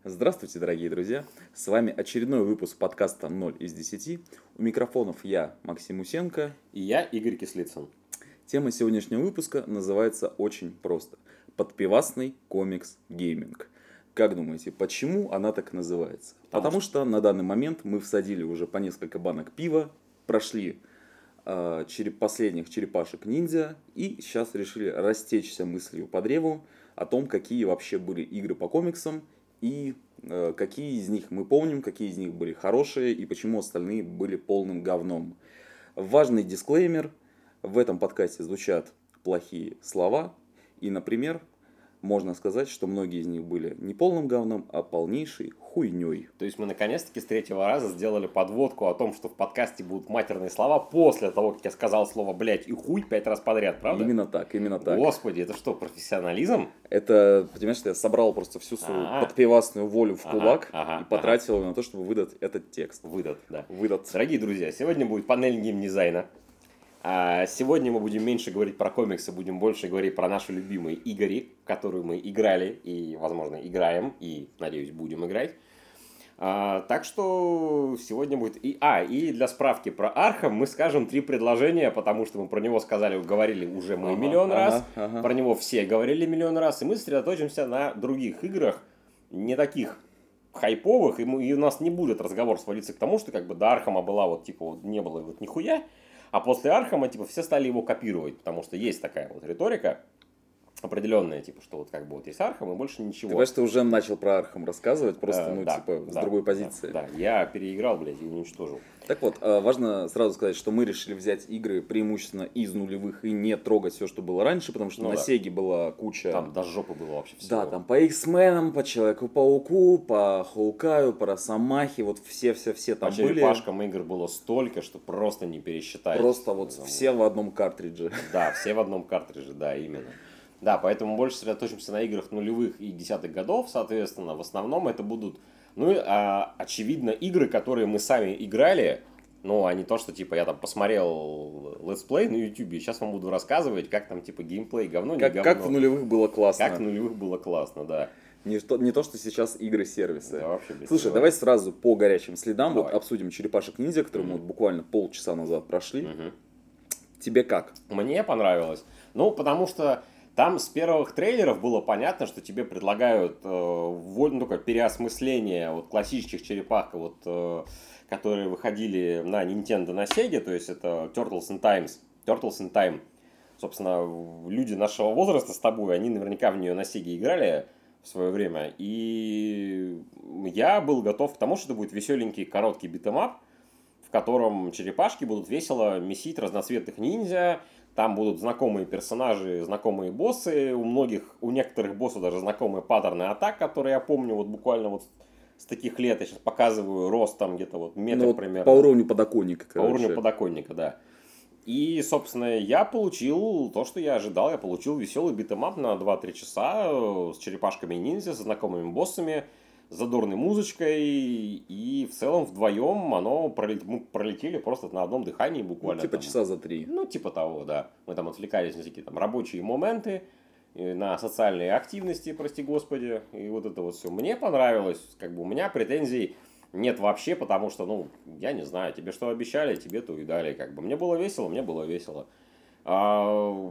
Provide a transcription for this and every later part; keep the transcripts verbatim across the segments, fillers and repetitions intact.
Здравствуйте, дорогие друзья! С вами очередной выпуск подкаста ноль из десяти. У микрофонов я, Максим Усенко. И я, Игорь Кислицын. Тема сегодняшнего выпуска называется очень просто. Подпивасный комикс-гейминг. Как думаете, почему она так называется? Потому, Потому что... что на данный момент мы всадили уже по несколько банок пива, прошли э, череп, последних черепашек-ниндзя и сейчас решили растечься мыслью по древу о том, какие вообще были игры по комиксам и э, какие из них мы помним, какие из них были хорошие и почему остальные были полным говном. Важный дисклеймер. В этом подкасте звучат плохие слова. И, например, можно сказать, что многие из них были не полным говном, а полнейшей хуйней. То есть мы наконец-таки с третьего раза сделали подводку о том, что в подкасте будут матерные слова после того, как я сказал слово «блядь» и «хуй» пять раз подряд, правда? Именно так, именно так. Господи, это что, профессионализм? Это, понимаешь, я собрал просто всю свою А-а. подпивасную волю в кулак ага, ага, и потратил ага. на то, чтобы выдать этот текст. Выдат, да. Выдат. Дорогие друзья, сегодня будет панель геймдизайна. А сегодня мы будем меньше говорить про комиксы, будем больше говорить про наши любимые игры, в которые мы играли и, возможно, играем, и, надеюсь, будем играть. А, так что сегодня будет... И, а, и для справки про Архам мы скажем три предложения, потому что мы про него сказали, говорили уже мы ага, миллион ага, раз, ага. Про него все говорили миллион раз, и мы сосредоточимся на других играх, не таких хайповых, и, мы, и у нас не будет разговор сводиться к тому, что как бы до Архама была вот, типа, вот, не было вот нихуя. А после Архама, типа, все стали его копировать, потому что есть такая вот риторика определенная, типа, что вот как бы вот есть Архам и больше ничего. Ты понимаешь, ты уже начал про Архам рассказывать, просто, ну, да, типа, да, с другой да, позиции. Да, да, я переиграл, блядь, и уничтожил. Так вот, важно сразу сказать, что мы решили взять игры преимущественно из нулевых и не трогать все, что было раньше, потому что ну, на да. Сеге была куча... Там до жопы было вообще все. Да, там по X-менам, по Человеку-пауку, по Хоукаю, по Росомахе, вот все-все-все там по были. По черепашкам игр было столько, что просто не пересчитать. Просто вот там... все в одном картридже. Да, все в одном картридже, да, именно. Да, поэтому больше сосредоточимся на играх нулевых и десятых годов, соответственно. В основном это будут, ну, а, очевидно, игры, которые мы сами играли. Ну, а не то, что, типа, я там посмотрел летсплей на ютубе, и сейчас вам буду рассказывать, как там, типа, геймплей говно, как, не говно. Как в нулевых было классно. Как в нулевых было классно, да. Не то, не то, что сейчас игры-сервисы. Да, вообще, блядь, слушай, давай сразу по горячим следам давай. Вот обсудим Черепашек-ниндзя, которые mm-hmm. мы вот буквально полчаса назад прошли. Mm-hmm. Тебе как? Мне понравилось. Ну, потому что там с первых трейлеров было понятно, что тебе предлагают э, ну, такое переосмысление вот, классических черепах, вот, э, которые выходили на Nintendo, на Sega, то есть это Turtles in Time. Turtles in Time. Собственно, люди нашего возраста с тобой, они наверняка в нее на Sega играли в свое время. И я был готов к тому, что это будет веселенький, короткий битэмап, в котором черепашки будут весело месить разноцветных ниндзя. Там будут знакомые персонажи, знакомые боссы. У многих, у некоторых боссов даже знакомые паттерны атак, которые я помню вот буквально вот с таких лет. Я сейчас показываю рост там где-то вот метр, ну, примерно. По уровню подоконника, короче. По уровню подоконника, да. И, собственно, я получил то, что я ожидал. Я получил веселый битэмап на два-три часа с черепашками ниндзя, со знакомыми боссами, с задорной музычкой. И в целом вдвоем оно пролет... мы пролетели просто на одном дыхании буквально. Ну, типа там, часа за три. Ну, типа того, да. Мы там отвлекались на всякие там рабочие моменты, на социальные активности, прости господи. И вот это вот все. Мне понравилось. Как бы у меня претензий нет вообще, потому что, ну, я не знаю, тебе что обещали, тебе то и дали. Как бы. Мне было весело, мне было весело. А,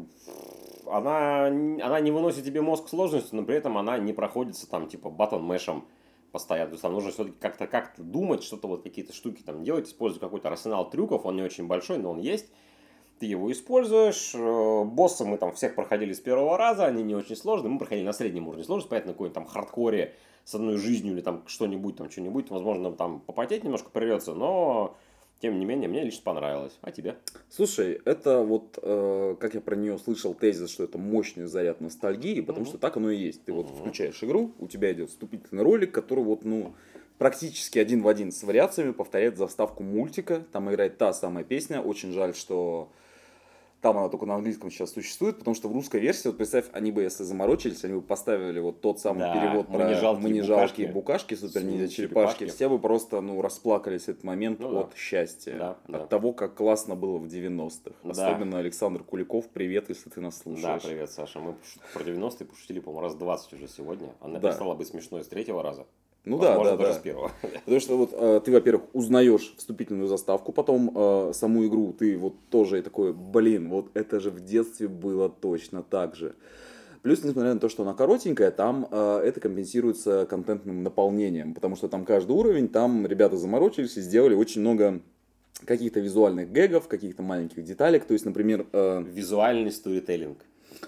она, она не выносит тебе мозг сложностью, но при этом она не проходится там, типа, баттон-мэшем постоянно. То есть там нужно все-таки как-то как думать, что-то вот какие-то штуки там делать, использовать какой-то арсенал трюков, он не очень большой, но он есть. Ты его используешь. Боссы мы там всех проходили с первого раза, они не очень сложные. Мы проходили на среднем уровне сложности, понятно, на какой-нибудь там хардкоре с одной жизнью или там что-нибудь, там что-нибудь, возможно, там попотеть немножко придется, но тем не менее, мне лично понравилось. А тебе? Слушай, это вот, э, как я про нее слышал тезис, что это мощный заряд ностальгии, потому mm-hmm. что так оно и есть. Ты mm-hmm. вот включаешь игру, у тебя идет вступительный ролик, который вот, ну, практически один в один с вариациями повторяет заставку мультика. Там играет та самая песня. Очень жаль, что там она только на английском сейчас существует, потому что в русской версии, вот представь, они бы, если заморочились, они бы поставили вот тот самый да, перевод про мы не жалкие букашки, супер ниндзя черепашки, все бы просто, ну, расплакались в этот момент ну, от да. счастья, да, от да. того, как классно было в девяностых. Да. Особенно Александр Куликов, привет, если ты нас слушаешь. Да, привет, Саша. Мы про девяностые пошутили, по-моему, раз двадцать уже сегодня. Она да. перестала быть смешной с третьего раза. Ну да, Возможно, да, даже да. с первого. Потому что вот э, ты, во-первых, узнаешь вступительную заставку, потом э, саму игру ты вот тоже такой, блин, вот это же в детстве было точно так же. Плюс, несмотря на то, что она коротенькая, там э, это компенсируется контентным наполнением, потому что там каждый уровень, там ребята заморочились и сделали очень много каких-то визуальных гэгов, каких-то маленьких деталек. То есть, например, э, Визуальный сторителлинг.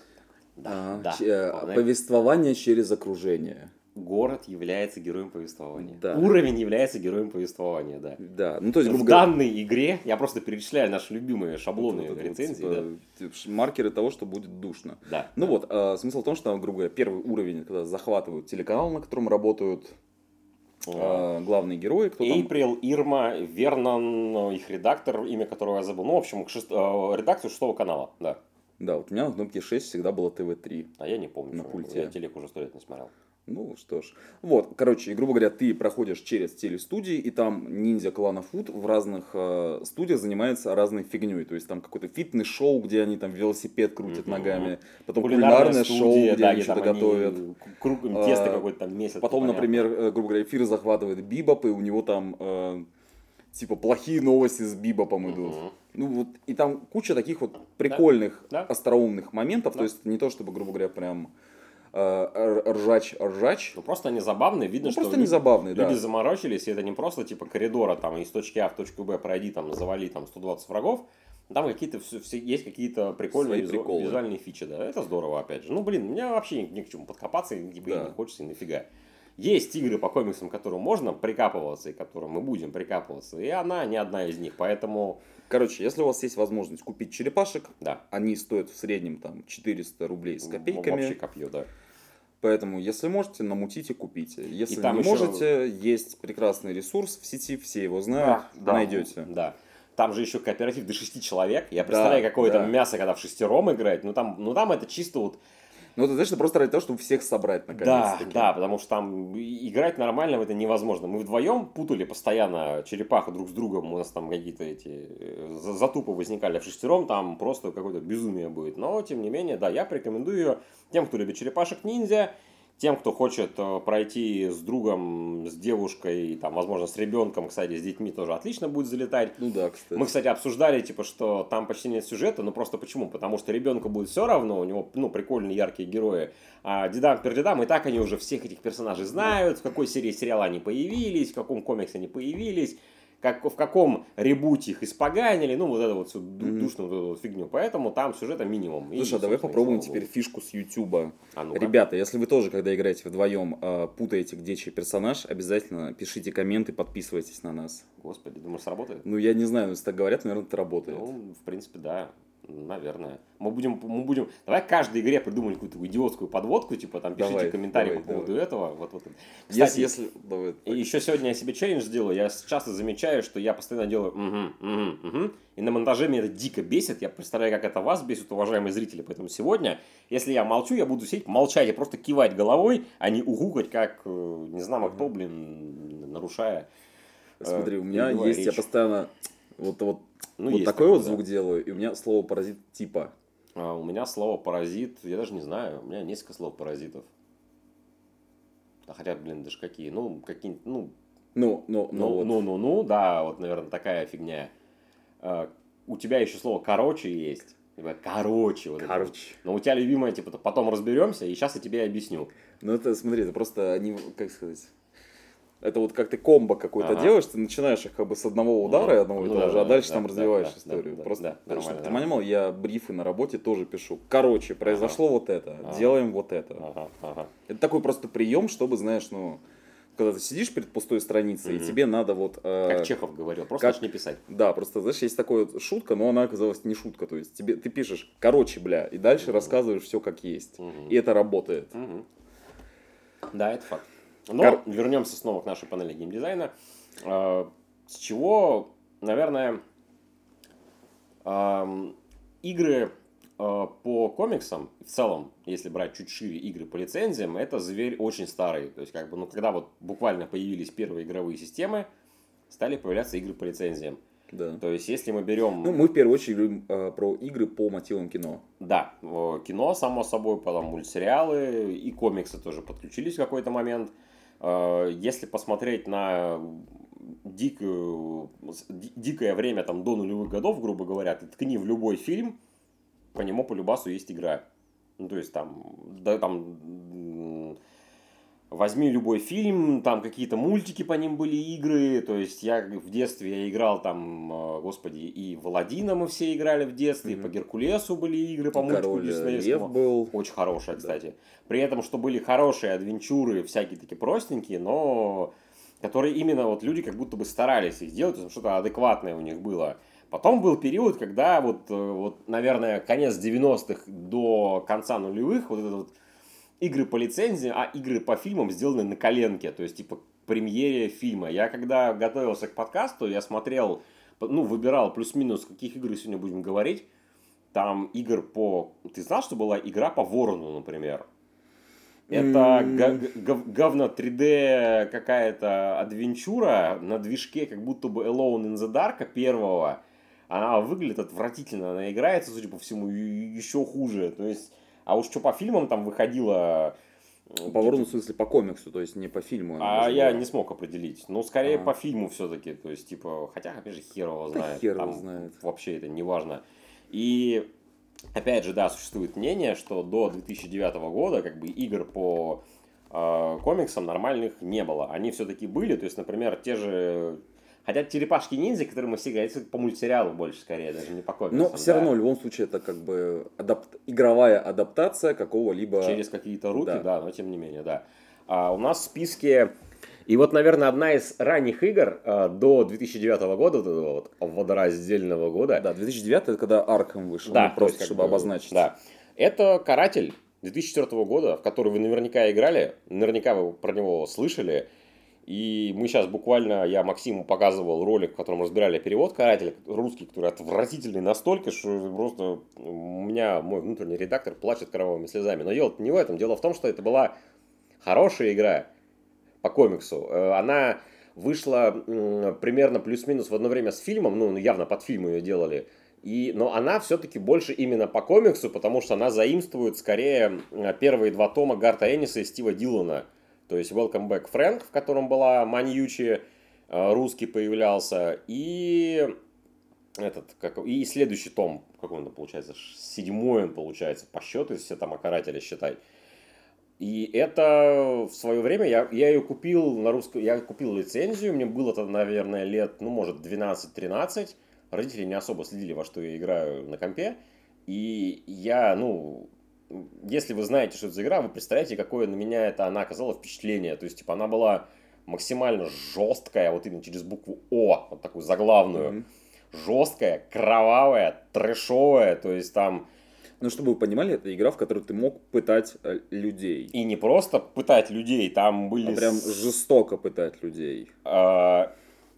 а, Да, ч- э, да. повествование через окружение. Город является героем повествования. Да. Уровень является героем повествования, да. Да, ну то есть, В грубо говоря, данной игре, я просто перечисляю наши любимые шаблоны вот это вот, рецензий, типа, да. типа, ш- маркеры того, что будет душно. Да. Ну да. вот, а, смысл в том, что, грубо говоря, первый уровень, когда захватывают телеканал, на котором работают а, главные герои, кто там... Эйприл, Ирма, Вернон, их редактор, имя которого я забыл. Ну, в общем, к шест- э, редакцию шестого канала, да. Да, вот у меня на кнопке шесть всегда было тэ вэ три. А я не помню. На что пульте. Я телек уже сто лет не смотрел. Ну что ж. Вот, короче, и, грубо говоря, ты проходишь через телестудии, и там ниндзя клана Фуд в разных э, студиях занимается разной фигней. То есть там какой-то фитнес-шоу, где они там велосипед крутят Мгм. ногами. Потом Кулинарная кулинарное студия, шоу, где да, они где что-то там они готовят. Кругом А, тесто какое-то там месяц. Потом, например, э, грубо говоря, эфир захватывает Бибоп, и у него там э, типа плохие новости с Бибопом идут. Ну вот, и там куча таких вот прикольных, Да. остроумных моментов. Да. То есть не то, чтобы, грубо говоря, прям э, ржач, ржач. Ну, просто они забавные, видно, Ну, что просто люди, они забавные, да. люди заморочились, и это не просто типа коридора, там, из точки А в точку Б пройди, там, завали там сто двадцать врагов. Там какие-то все, все, есть какие-то прикольные Свои визу- приколы. визуальные фичи, да. Это здорово, опять же. Ну, блин, мне вообще ни, ни к чему подкопаться, и, типа, и Да. не хочется, и нафига. Есть игры по комиксам, к которым можно прикапываться, и к которым мы будем прикапываться, и она не одна из них, поэтому, Короче, если у вас есть возможность купить черепашек, да. они стоят в среднем там четыреста рублей с копейками. Вообще копье, да. Поэтому, если можете, намутите, купите. Если там не еще- можете, есть прекрасный ресурс в сети, все его знают, да, найдете. Да. Там же еще кооператив до шести человек. Я представляю, Да, какое да. там мясо, когда в шестером играть. Ну там, ну там это чисто вот. Ну, это, знаешь, это просто ради того, чтобы всех собрать Да, наконец-таки. да, потому что там и- играть нормально в это невозможно. Мы вдвоем путали постоянно черепаху друг с другом. У нас там какие-то эти э, за- затупы возникали в шестером. Там просто какое-то безумие будет. Но, тем не менее, да, я порекомендую ее тем, кто любит черепашек-ниндзя. Тем, кто хочет э, пройти с другом, с девушкой, там, возможно, с ребенком, кстати, с детьми тоже отлично будет залетать. Ну да, кстати. Мы, кстати, обсуждали, типа, что там почти нет сюжета, ну просто почему? Потому что ребенку будет все равно, у него, ну, прикольные, яркие герои. А дедам, пердедам, и так они уже всех этих персонажей знают, в какой серии сериала они появились, в каком комиксе они появились, как, в каком ребуте их испоганили, ну, вот это вот всю ду- Мгм. душную вот эту вот фигню. Поэтому там сюжета минимум. И, Слушай, а давай собственно, попробуем слава теперь богу. фишку с Ютуба. А ну-ка. Ребята, если вы тоже, когда играете вдвоем, э, путаете, где чей персонаж, обязательно пишите комменты, подписывайтесь на нас. Господи, думаешь, сработает? Ну, я не знаю, если так говорят, наверное, это работает. Ну, в принципе, да. Наверное. Мы будем, мы будем... Давай к каждой игре придумаем какую-то идиотскую подводку, типа там пишите Давай, комментарии давай, по поводу давай. этого. Вот, вот. Если, если... Давай, И еще сегодня я себе челлендж сделаю. Я часто замечаю, что я постоянно делаю угу, угу, угу. И на монтаже меня это дико бесит. Я представляю, как это вас бесит, уважаемые зрители. Поэтому сегодня, если я молчу, я буду сидеть молчать и просто кивать головой, а не угукать, как э, не знаю кто, блин, нарушая. э, Смотри, у меня перебивая есть, я речь. постоянно вот, вот, Ну, вот есть такой такое, вот да. звук делаю, и у меня слово паразит типа. А, у меня слово паразит, я даже не знаю, у меня несколько слов паразитов. А хотя, блин, даже какие, ну, какие-нибудь, ну, Ну, ну, ну, ну, вот. ну, ну, ну, да, вот, наверное, такая фигня. А, у тебя еще слово короче есть. Типа, короче. Вот это вот. Короче. Но у тебя любимое, типа, потом разберемся, и сейчас я тебе объясню. Ну, это, смотри, это просто они, как сказать... Это вот как ты комбо какой-то Ага. делаешь, ты начинаешь их как бы с одного удара и одного и Ну того да, же, а да, дальше да, там да, развиваешь да, историю. да, Просто, да, чтобы нормально, ты нормально. понимал, я брифы на работе тоже пишу. Короче, произошло вот это, Ага. делаем вот это. Ага, ага. Это такой просто прием, чтобы, знаешь, ну, когда ты сидишь перед пустой страницей, Мгм. и тебе надо вот... э, Как Чехов говорил, просто как- начни писать. Да, просто, знаешь, есть такая вот шутка, но она оказалась не шутка. То есть тебе, ты пишешь, короче, бля, и дальше Мгм. рассказываешь все как есть. Мгм. И это работает. Мгм. Да, это факт. Но Кор- вернемся снова к нашей панели геймдизайна. А, С чего, наверное, ам, игры а, по комиксам, в целом, если брать чуть шире игры по лицензиям, это зверь очень старый. То есть, как бы, ну, когда вот буквально появились первые игровые системы, стали появляться игры по лицензиям. Да. То есть, если мы берем... Ну, мы в первую очередь говорим э, про игры по мотивам кино. Да, э, кино, само собой, потом мультсериалы и комиксы тоже подключились в какой-то момент. Если посмотреть на дикую, дикое время там, до нулевых годов, грубо говоря, ты ткни в любой фильм, по нему по любасу есть игра. Ну, то есть там, да, там возьми любой фильм, там какие-то мультики по ним были, игры. То есть я в детстве я играл там, господи, и в Аладдина мы все играли в детстве, mm-hmm. и по Геркулесу были игры, по и мультику Диснеевскому. Был. Очень хорошая, кстати. Да. При этом, что были хорошие адвенчуры, всякие такие простенькие, но которые именно вот люди как будто бы старались их делать, что-то адекватное у них было. Потом был период, когда вот, вот наверное, конец девяностых до конца нулевых, вот это вот игры по лицензии, а игры по фильмам сделаны на коленке, то есть типа премьере фильма. Я когда готовился к подкасту, я смотрел, ну, выбирал плюс-минус, каких игр сегодня будем говорить. Там игр по... Ты знал, что была игра по Ворону, например? Это mm. г- говно три дэ какая-то адвенчура на движке, как будто бы Alone in the Dark первого. Она выглядит отвратительно, она играется, судя по всему, еще хуже. То есть, а уж что по фильмам там выходило... По Ворону, в смысле, по комиксу, то есть не по фильму. А я была. Не смог определить. Ну, скорее а. по фильму все-таки. То есть, типа, хотя, опять же, хер его знает. Да хер его знает. Вообще это не важно. И, опять же, да, существует мнение, что до две тысячи девятого года, как бы, игр по э, комиксам нормальных не было. Они все-таки были. То есть, например, те же... Хотя черепашки-ниндзя, которые мы все играли, это по мультсериалу больше, скорее, даже не по комиксам. Но все да. равно, в любом случае, это как бы адап... игровая адаптация какого-либо... Через какие-то руки, да, да но тем не менее, да. А у нас в списке... И вот, наверное, одна из ранних игр а, до две тысячи девятого года, вот этого вот водораздельного года... Да, две тысячи девятый, это когда Арkham вышел, да, ну, просто есть, чтобы бы, обозначить. Да. Это «Каратель» две тысячи четвёртого года, в который вы наверняка играли, наверняка вы про него слышали. И мы сейчас буквально, я Максиму показывал ролик, в котором разбирали перевод «Карателя», русский, который отвратительный настолько, что просто у меня мой внутренний редактор плачет кровавыми слезами. Но дело не в этом. Дело в том, что это была хорошая игра по комиксу. Она вышла примерно плюс-минус в одно время с фильмом, ну явно под фильм ее делали. И, но она все-таки больше именно по комиксу, потому что она заимствует скорее первые два тома Гарта Энниса и Стива Дилана. То есть Welcome Back Frank, в котором была Маньючи, русский появлялся, и этот, как, и следующий том, какой он получается, седьмой он получается, по счету, если там о карателе считать. И это в свое время, я, я ее купил на русском, я купил лицензию, мне было это, наверное, лет, ну, может, двенадцать-тринадцать, родители не особо следили, во что я играю на компе, и я, ну... Если вы знаете, что это за игра, вы представляете, какое на меня это она оказала впечатление. То есть, типа, она была максимально жесткая, вот именно через букву О, вот такую заглавную. Mm-hmm. Жесткая, кровавая, трэшовая, то есть там... Ну, чтобы вы понимали, это игра, в которой ты мог пытать людей. И не просто пытать людей, там были... А прям жестоко пытать людей. Э-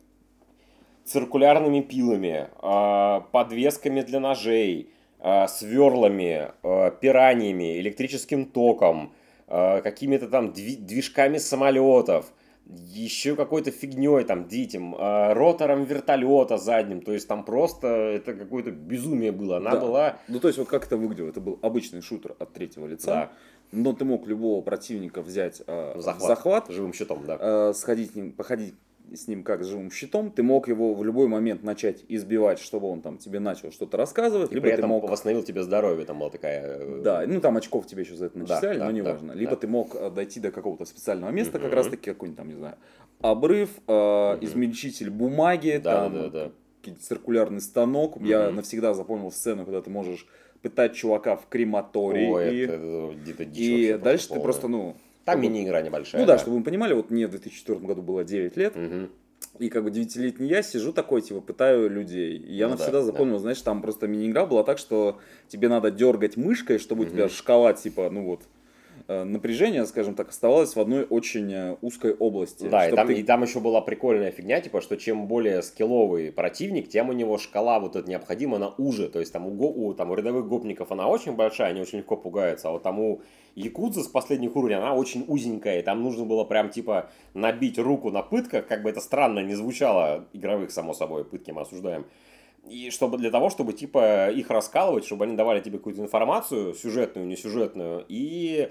циркулярными пилами, э- подвесками для ножей, сверлами, пираньями, электрическим током, какими-то там движками самолетов, еще какой-то фигней, там, детям, ротором вертолета задним, то есть там просто это какое-то безумие было. Она да. была... Ну, то есть, вот как это выглядело? Это был обычный шутер от третьего лица, да. но ты мог любого противника взять в захват, захват живым щитом, да. сходить с ним, походить с ним как с живым щитом, ты мог его в любой момент начать избивать, чтобы он там тебе начал что-то рассказывать. И либо при этом ты мог... восстановил тебе здоровье, там была такая... Да, ну там очков тебе еще за это начисляли, да, но да, неважно. Да, либо да. ты мог дойти до какого-то специального места, uh-huh. как раз таки какой-нибудь там, не знаю, обрыв, э, uh-huh. измельчитель бумаги, да, там да, да. циркулярный станок. Uh-huh. Я навсегда запомнил сцену, когда ты можешь пытать чувака в крематории. Ой, и, это, это где-то дичь и дальше полная. ты просто, ну... Там мини-игра небольшая. Ну да, да, чтобы вы понимали, вот мне в две тысячи четвёртом году было девять лет. Uh-huh. И как бы девятилетний я сижу такой, типа, пытаю людей. И я ну, навсегда да, запомнил, да. знаешь, там просто мини-игра была так, что тебе надо дергать мышкой, чтобы угу. у тебя шкала, типа, ну вот, напряжение, скажем так, оставалось в одной очень узкой области. Да, и там, ты... и там еще была прикольная фигня, типа, что чем более скилловый противник, тем у него шкала вот эта необходима, она уже. То есть там у, го, у, там, у рядовых гопников она очень большая, они очень легко пугаются, а вот там у якудза с последних уровней она очень узенькая, и там нужно было прям, типа, набить руку на пытках, как бы это странно не звучало, игровых, само собой, пытки мы осуждаем. И чтобы для того, чтобы, типа, их раскалывать, чтобы они давали тебе какую-то информацию, сюжетную, несюжетную, и...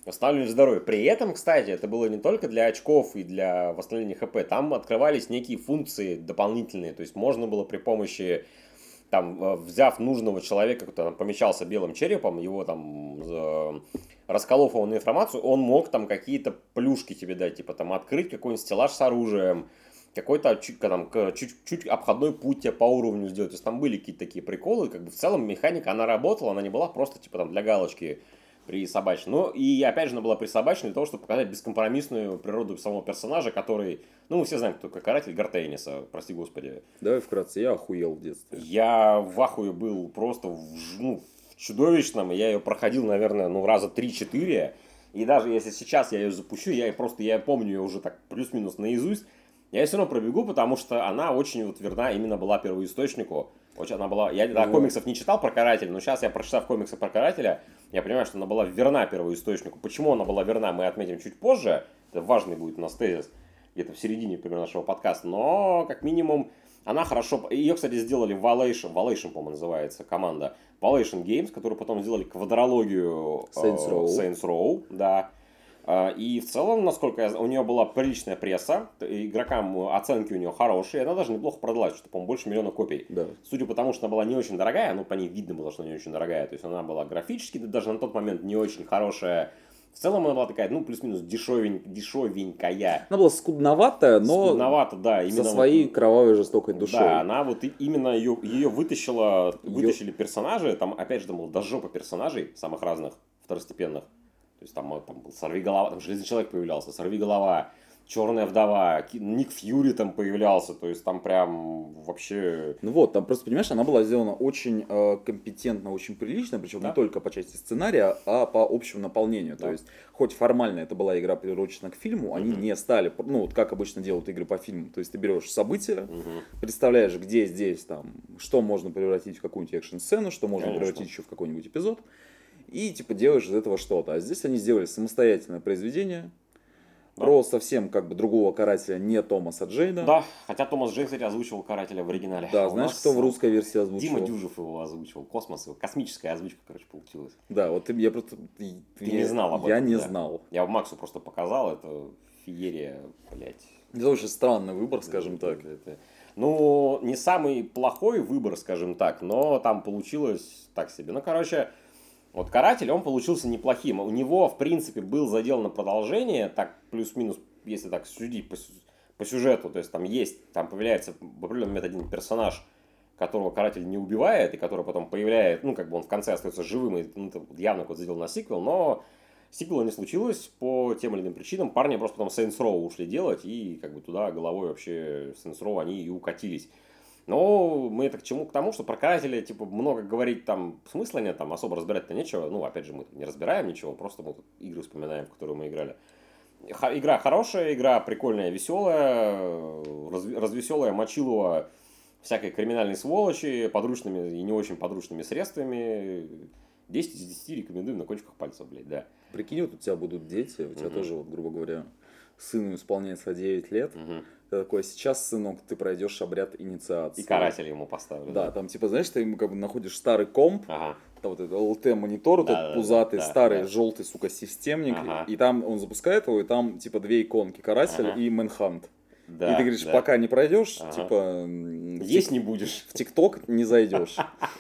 Восстанавливали здоровье. При этом, кстати, это было не только для очков и для восстановления ХП. Там открывались некие функции дополнительные. То есть можно было при помощи, там, взяв нужного человека, кто там помещался белым черепом, его там расколов его на информацию, он мог там какие-то плюшки тебе дать. Типа там открыть какой-нибудь стеллаж с оружием, какой-то там, чуть-чуть обходной путь тебе по уровню сделать. То есть там были какие-то такие приколы. Как бы в целом механика, она работала, она не была просто типа там для галочки присобачена. Ну, и опять же, она была присобачена для того, чтобы показать бескомпромиссную природу самого персонажа, который, ну, мы все знаем, кто такой каратель Гортейниса, прости господи. Давай вкратце, я охуел в детстве. Я в ахуе был просто в, ну, в чудовищном, я ее проходил, наверное, ну, раза три-четыре, и даже если сейчас я ее запущу, я просто, я помню ее уже так плюс-минус наизусть, я ее все равно пробегу, потому что она очень вот верна именно была первоисточнику. Очень она была, я да, комиксов не читал про карателя, но сейчас я, прочитав комиксы про карателя, я понимаю, что она была верна первоисточнику. Почему она была верна, мы отметим чуть позже. Это важный будет у нас тезис, где-то в середине, например, нашего подкаста. Но, как минимум, она хорошо... Ее, кстати, сделали Valation, Valation, по-моему, называется команда. Valation Games, которые потом сделали квадрологию Saints Row. Saints Row, да. И в целом, насколько я знаю, у нее была приличная пресса, игрокам оценки у нее хорошие, она даже неплохо продалась, что, по-моему, больше миллиона копий. Да. Судя по тому, что она была не очень дорогая, ну, по ней видно было, что она не очень дорогая, то есть она была графически, даже на тот момент не очень хорошая. В целом она была такая, ну, плюс-минус дешевень, дешевенькая. Она была скудноватая, но скудновата, да, именно со своей вот, кровавой жестокой душой. Да, она вот именно ее, ее вытащила, вытащили ее... персонажи, там, опять же, там был до жопы персонажей, самых разных, второстепенных. То есть там, там был Сорвиголова, там Железный Человек появлялся, Сорвиголова, Черная Вдова, Ник Фьюри там появлялся, то есть там прям вообще... Ну вот, там просто, понимаешь, она была сделана очень э, компетентно, очень прилично, причем да. не только по части сценария, а по общему наполнению. Да. То есть, хоть формально это была игра, приурочена к фильму, mm-hmm. они не стали, ну вот как обычно делают игры по фильму, то есть ты берешь события, mm-hmm. представляешь, где здесь, там, что можно превратить в какую-нибудь экшн-сцену, что можно Конечно. превратить еще в какой-нибудь эпизод. И типа делаешь из этого что-то. А здесь они сделали самостоятельное произведение да. про совсем как бы другого карателя, не Томаса Джейна. Да, хотя Томас Джейн, кстати, озвучивал карателя в оригинале. Да, а знаешь, кто в русской версии озвучивал? Дима Дюжев его озвучивал. Космос, его космическая озвучка, короче, получилась. Да, вот я просто... Ты я, не знал об этом, Я не да. знал. Я Максу просто показал, это феерия, блядь. Это очень странный выбор, скажем это, так. Это, это... Ну, не самый плохой выбор, скажем так, но там получилось так себе. Ну, короче... Вот «Каратель», он получился неплохим. У него, в принципе, был задел на продолжение, так плюс-минус, если так судить по, по сюжету. То есть там есть, там появляется в определенный момент один персонаж, которого «Каратель» не убивает, и который потом появляется, ну, как бы он в конце остается живым, и ну, явно какой-то задел на сиквел, но сиквела не случилось по тем или иным причинам. Парни просто потом Saints Row ушли делать, и как бы туда головой вообще Saints Row они и укатились. Но мы это к чему? К тому, что про карателя, типа, много говорить там смысла нет, там особо разбирать-то нечего. Ну, опять же, мы не разбираем ничего, просто мы тут игры вспоминаем, в которые мы играли. Х- игра хорошая, игра прикольная, веселая, раз- развеселая, мочилова всякой криминальной сволочи, подручными и не очень подручными средствами. десять из десяти рекомендую на кончиках пальцев, блядь, да. Прикинь, вот у тебя будут дети, у тебя Мгм. тоже, вот, грубо говоря, сыну исполняется девять лет. Мгм. Ты такой, сейчас, сынок, ты пройдешь обряд инициации. И карателя ему поставили. Да, там типа, знаешь, ты ему как бы находишь старый комп, Ага. там вот этот эл ти монитор, вот Да, этот да, пузатый, да, старый, да. желтый, сука, системник, Ага. и там он запускает его, и там типа две иконки, каратель Ага. и Мэнхант. Да, И ты говоришь, да. пока не пройдешь, Ага. типа, м, в Есть тик- не будешь. в ТикТок не зайдешь.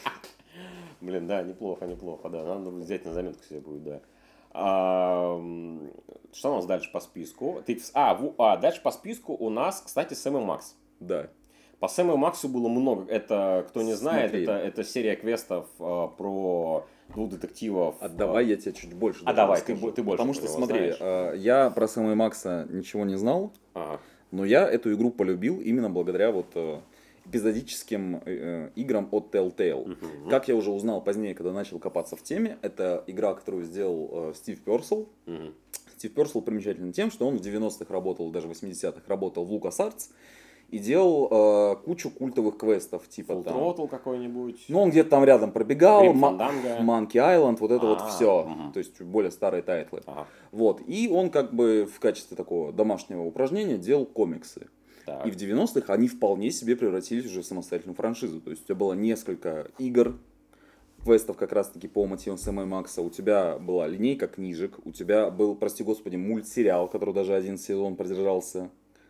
Блин, да, неплохо, неплохо, да. Надо взять на заметку себе будет, да. А, м, что у нас дальше по списку? Ты, а, в- а, дальше по списку у нас, кстати, Сэм и Макс. Да. По Сэму и Максу было много. Это, кто не знает, Смотри. это, это серия квестов а, про двух детективов. А давай я тебе чуть больше А даже давай, расскажу. ты бо- ты больше Потому про что, него смотри, знаешь. э, я про Сэма и Макса ничего не знал, Ага. но я эту игру полюбил именно благодаря вот э, эпизодическим э, играм от Telltale. Мгм. Как я уже узнал позднее, когда начал копаться в теме, это игра, которую сделал э, Стив Персел. Мгм. Стив Персел примечателен тем, что он в девяностых работал, даже в восьмидесятых работал в LucasArts и делал э, кучу культовых квестов, типа Full там... Throttle какой-нибудь. Ну, он где-то там рядом пробегал, Grim Ма- Fandango. Monkey Island, вот это вот А, все. мгм. То есть более старые тайтлы. Ага. Вот. И он как бы в качестве такого домашнего упражнения делал комиксы. Так. И в девяностых они вполне себе превратились уже в самостоятельную франшизу. То есть у тебя было несколько игр, квестов как раз-таки по мотивам Сэма и Макса, у тебя была линейка книжек, у тебя был, прости господи, мультсериал, который даже один сезон продержался.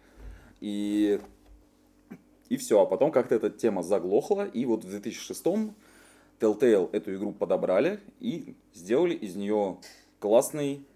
И, и все, а потом как-то эта тема заглохла, и вот в две тысячи шестом Telltale эту игру подобрали и сделали из нее классный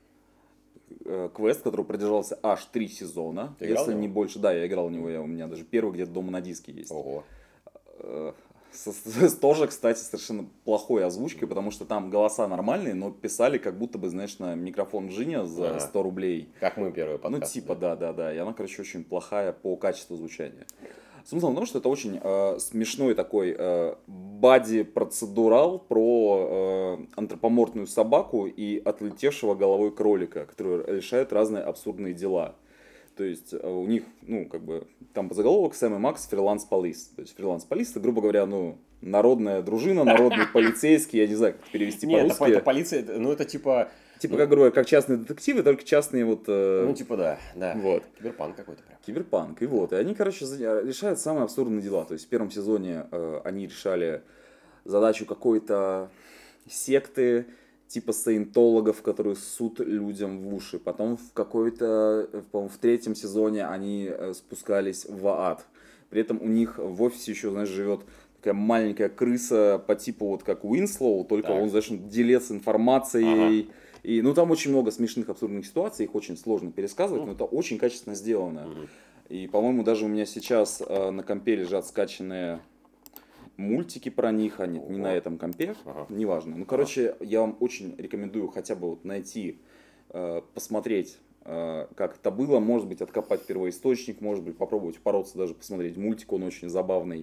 э, квест, который продержался аж три сезона, Ты играл если в него? не больше. Да, я играл в него, я, у меня даже первый где-то дома на диске есть. Ого. Э, с, с- тоже, кстати, совершенно плохой озвучкой, потому что там голоса нормальные, но писали как будто бы, знаешь, на микрофон Джиня за Ага. сто рублей. Как мы первый Ну, подкаст. типа, да, да, да. И она, короче, очень плохая по качеству звучания. Смысл в том, что это очень э, смешной такой э, бади-процедурал про э, антропоморфную собаку и отлетевшего головой кролика, который решает разные абсурдные дела. То есть э, у них, ну, как бы, там по заголовок Сэм и Макс фриланс-полис. То есть фриланс-полис, это, грубо говоря, ну, народная дружина, народный полицейский, я не знаю, как это перевести Нет, это, по-русски. это полиция, это- ну это типа, Типа, ну, как говорю, как частные детективы, только частные вот... э, ну типа да, да. Вот. Киберпанк какой-то прям. Киберпанк. И вот. И они, короче, за- решают самые абсурдные дела. То есть в первом сезоне э, они решали задачу какой-то секты, типа саентологов, которые ссут людям в уши. Потом в какой-то, э, по-моему, в третьем сезоне они э, спускались в ад. При этом у них в офисе еще, знаешь, живет такая маленькая крыса по типу вот как Уинслоу, только Так. он, знаешь, делец информацией. И, ну, там очень много смешных, абсурдных ситуаций, их очень сложно пересказывать, но это очень качественно сделано. Мгм. И, по-моему, даже у меня сейчас э, на компе лежат скачанные мультики про них, а нет, не Ого. на этом компе, Ага. неважно. Ну, короче, я вам очень рекомендую хотя бы вот найти, э, посмотреть, э, как это было, может быть, откопать первоисточник, может быть, попробовать бороться, даже посмотреть мультик, он очень забавный.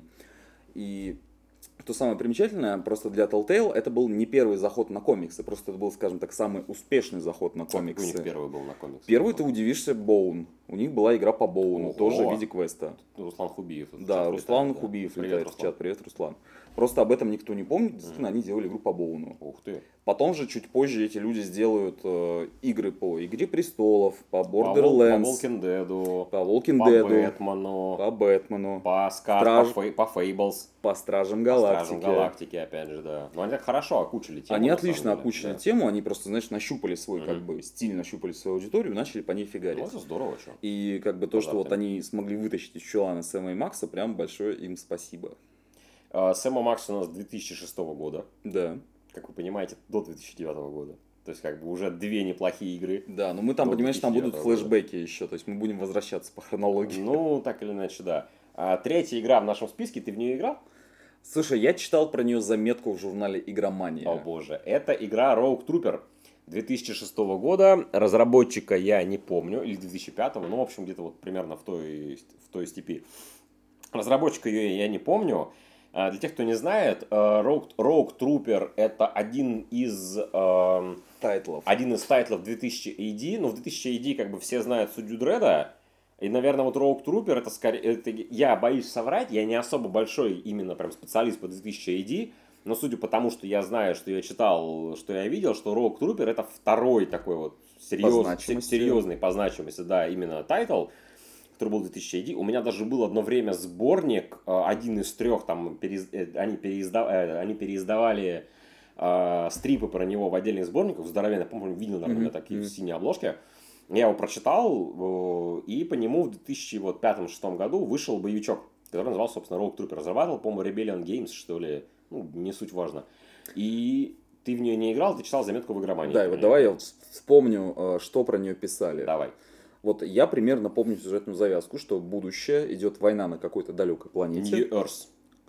И что самое примечательное, просто для Telltale это был не первый заход на комиксы, просто это был, скажем так, самый успешный заход на А какой у комиксы. них первый был на комикс? Первый, ты удивишься, Боун. У них была игра по Боуну, Ого. тоже в виде квеста. Руслан Хубиев. тут в Да, чат Руслан прилетает, да. Хубиев Привет, летает в Руслан. чат. Привет, Руслан. Просто об этом никто не помнит, действительно, они делали игру по Боуну. Ух ты. Потом же, чуть позже, эти люди сделают э, игры по Игре Престолов, по По Вол- Borderlands, По Walking Dead, по Walking по Dead, Бэтмену, по Бэтмену, по Скар, Страж- по, Фей- по Фейблс, по Стражам по Галактики. Стражам Галактики, опять же, да. Но они так хорошо окучили тему. Они на отлично самом деле, окучили да. тему, они просто, знаешь, нащупали свой, Мгм. как бы, стиль, нащупали свою аудиторию и начали по ней фигарить. Ну, это здорово, что. И как бы то, что вот Азартами. они смогли вытащить из чулана Сэма и Макса, прям большое им спасибо. Сэм и Макс у нас две тысячи шестого года. Да. Как вы понимаете, до две тысячи девятого года. То есть, как бы уже две неплохие игры. Да, но мы там, До понимаешь, там будут две тысячи девятого флешбеки еще, то есть мы будем возвращаться по хронологии. Ну, так или иначе, да. А третья игра в нашем списке, ты в нее играл? Слушай, я читал про нее заметку в журнале Игромания. О боже, это игра Rogue Trooper две тысячи шестого года. Разработчика я не помню, или две тысячи пятого, ну, в общем, где-то вот примерно в той, в той степи. Разработчика ее я не помню. А, Для тех, кто не знает, э, Rogue, Rogue Trooper это один из, эм, Тайтлов. один из тайтлов две тысячи эй ди. Но в две тысячи эй ди как бы все знают судью Дредда. И, наверное, вот Rogue Trooper это скорее... это- я боюсь соврать, я не особо большой именно прям специалист по две тысячи эй ди. Но судя по тому, что я знаю, что я читал, что я видел, что Rogue Trooper это второй такой вот серьез- По значимости. серьезный по значимости, да, именно тайтл, который был в две тысячи эй ди. У меня даже был одно время сборник, э, один из трех, там, переиз- э, они, переизда- э, они переиздавали э, стрипы про него в отдельных сборниках, здоровенно, помню, видел, наверное, Мгм, такие мгм. в синей обложке. Я его прочитал, э, и по нему в две тысячи пятом-шестом году вышел боевичок, который назывался, собственно, Rogue Trooper. Разрабатывал, по-моему, Rebellion Games, что ли, ну, не суть важно. И ты в нее не играл, ты читал заметку в игромании. Да, и вот давай я вот вспомню, э, что про нее писали. Давай. Вот я примерно помню сюжетную завязку, что в будущее идет война на какой-то далекой планете. New Earth.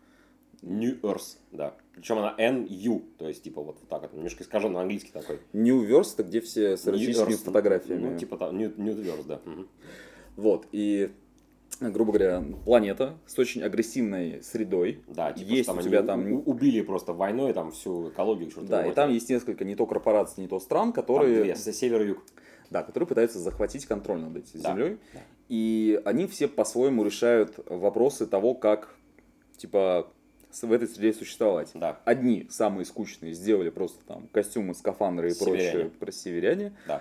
New Earth, да. Причем она Н Ю, то есть, типа, вот так вот, немножко искаженно английский такой. New Verse, это где все с New эротическими Earth, фотографиями. Ну, типа, там, New, New Earth, да. Мгм. Вот, и, грубо говоря, планета с очень агрессивной средой. Да, типа, Есть что там у тебя они там... у- убили просто войной там всю экологию. чёртову Да, и мать. там есть несколько не то корпораций, не то стран, Там которые... две, с- север и юг. Да, которые пытаются захватить контроль над этой Да, землей. да. И они все по-своему решают вопросы того, как, типа, с- в этой среде существовать. Да, Одни, самые скучные, сделали просто там костюмы, скафандры и Северяне. прочее про северяне. да.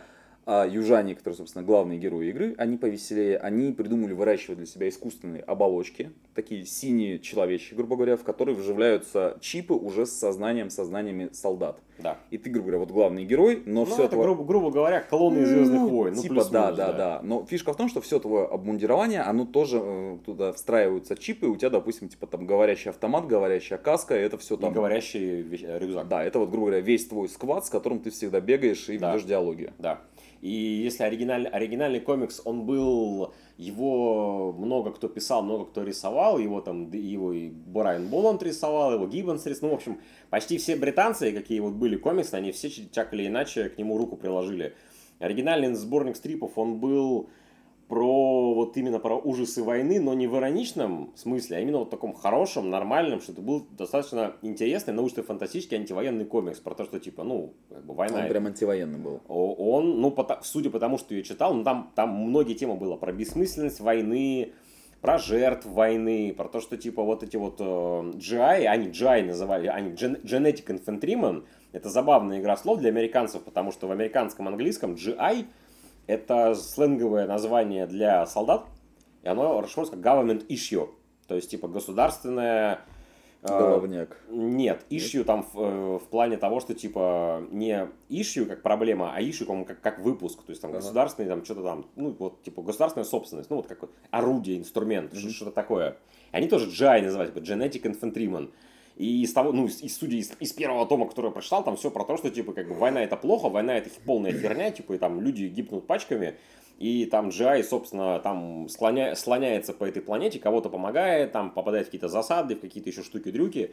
А южане, которые, собственно, главные герои игры, они повеселее, они придумали выращивать для себя искусственные оболочки, такие синие человечки, грубо говоря, в которые вживляются чипы уже с сознанием, сознаниями солдат. Да. И ты, грубо говоря, вот главный герой, но Ну, все это, твое... грубо, грубо говоря, клоны из Звездных войн. Ну, Типа, да, плюс-минус, да, да. Но фишка в том, что все твое обмундирование, оно тоже э, туда встраиваются чипы, у тебя, допустим, типа там говорящий автомат, говорящая каска, это все там... И говорящий рюкзак. Да, это вот, грубо говоря, весь твой сквад, с которым ты всегда бегаешь и Да. ведешь диалоги. Да. И если оригиналь, оригинальный комикс, он был, его много кто писал, много кто рисовал, его там, его и Брайан Боланд рисовал, его Гиббонс рисовал, ну, в общем, почти все британцы, какие вот были комиксы, они все так или иначе к нему руку приложили. Оригинальный сборник стрипов, он был про вот именно про ужасы войны, но не в ироничном смысле, а именно вот таком хорошем, нормальном, что это был достаточно интересный научно-фантастический антивоенный комикс про то, что типа, ну, как бы война. Он прям антивоенный был. Он, ну, по, судя по тому, что я читал, ну, там, там многие темы было про бессмысленность войны, про жертв войны, про то, что типа вот эти вот э, джи ай, они джи ай называли, они Genetic Infantryman, это забавная игра слов для американцев, потому что в американском английском джи ай это сленговое название для солдат, и оно расшифровывается как government issue, то есть типа государственное... Головняк. Э, нет, issue там в, э, в плане того, что типа не issue как проблема, а issue как, как выпуск, то есть там ага. государственный, там что-то там, ну вот типа государственная собственность, ну вот как орудие, инструмент, mm-hmm. что-то такое. И они тоже джи ай называют, типа Genetic Infantryman. И из того, ну, из, из судей, из, из первого тома, который я прочитал, там все про то, что, типа, как бы, война это плохо, война это полная херня, типа, и там люди гибнут пачками, и там джи ай, собственно, там склоня, слоняется по этой планете, кого-то помогает, там попадает в какие-то засады, в какие-то еще штуки-дрюки.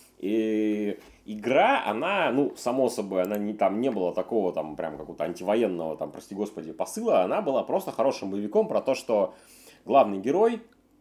И игра, она, ну, само собой, она не, там не было такого, там, прям какого-то антивоенного, там, прости господи, посыла, она была просто хорошим боевиком про то, что главный герой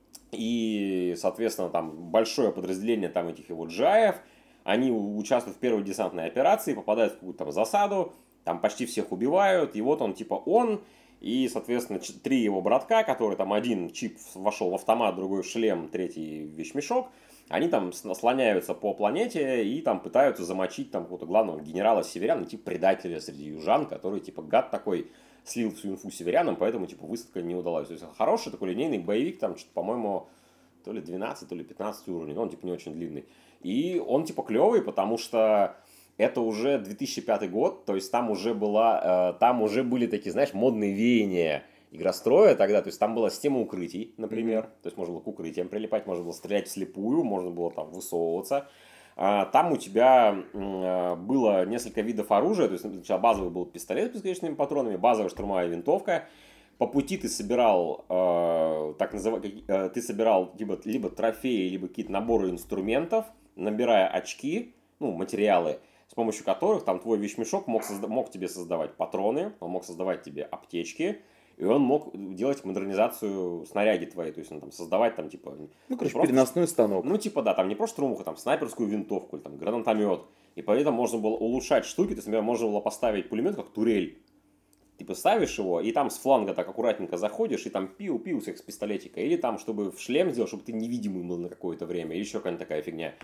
и, соответственно, там большое подразделение там этих его джи ай-ев, они участвуют в первой десантной операции, попадают в какую-то там засаду, там почти всех убивают, и вот он типа он, и, соответственно, три его братка, которые там один чип вошел в автомат, другой в шлем, третий в вещмешок, они там слоняются по планете и там пытаются замочить там какого-то главного генерала северян, типа предателя среди южан, который типа гад такой, слил всю инфу северянам, поэтому, типа, высадка не удалась. То есть, хороший такой линейный боевик, там, что-то, по-моему, то ли двенадцать, то ли пятнадцать уровней, но он, типа, не очень длинный. И он, типа, клевый, потому что это уже две тысячи пятый год, то есть, там уже была, э, там уже были такие, знаешь, модные веяния игростроя тогда, то есть, там была система укрытий, например, mm-hmm. то есть, можно было к укрытиям прилипать, можно было стрелять вслепую, можно было там высовываться. Там у тебя было несколько видов оружия, то есть сначала базовый был пистолет с бесконечными патронами, базовая штурмовая винтовка. По пути ты собирал, э, так называемый, э, ты собирал либо, либо трофеи, либо какие-то наборы инструментов, набирая очки, ну, материалы, с помощью которых там твой вещмешок мог, созда- мог тебе создавать патроны, он мог создавать тебе аптечки, и он мог делать модернизацию снаряги твоей, то есть он там создавать там типа... Ну, короче, просто, переносной станок. Ну, типа, да, там не просто штурмуха, там снайперскую винтовку, или там гранатомет. И поэтому можно было улучшать штуки, то есть, например, можно было поставить пулемет как турель. Типа, ставишь его, и там с фланга так аккуратненько заходишь, и там пиу-пиу с пистолетика. Или там, чтобы в шлем сделать, чтобы ты невидимый был на какое-то время, или еще какая-нибудь такая фигня.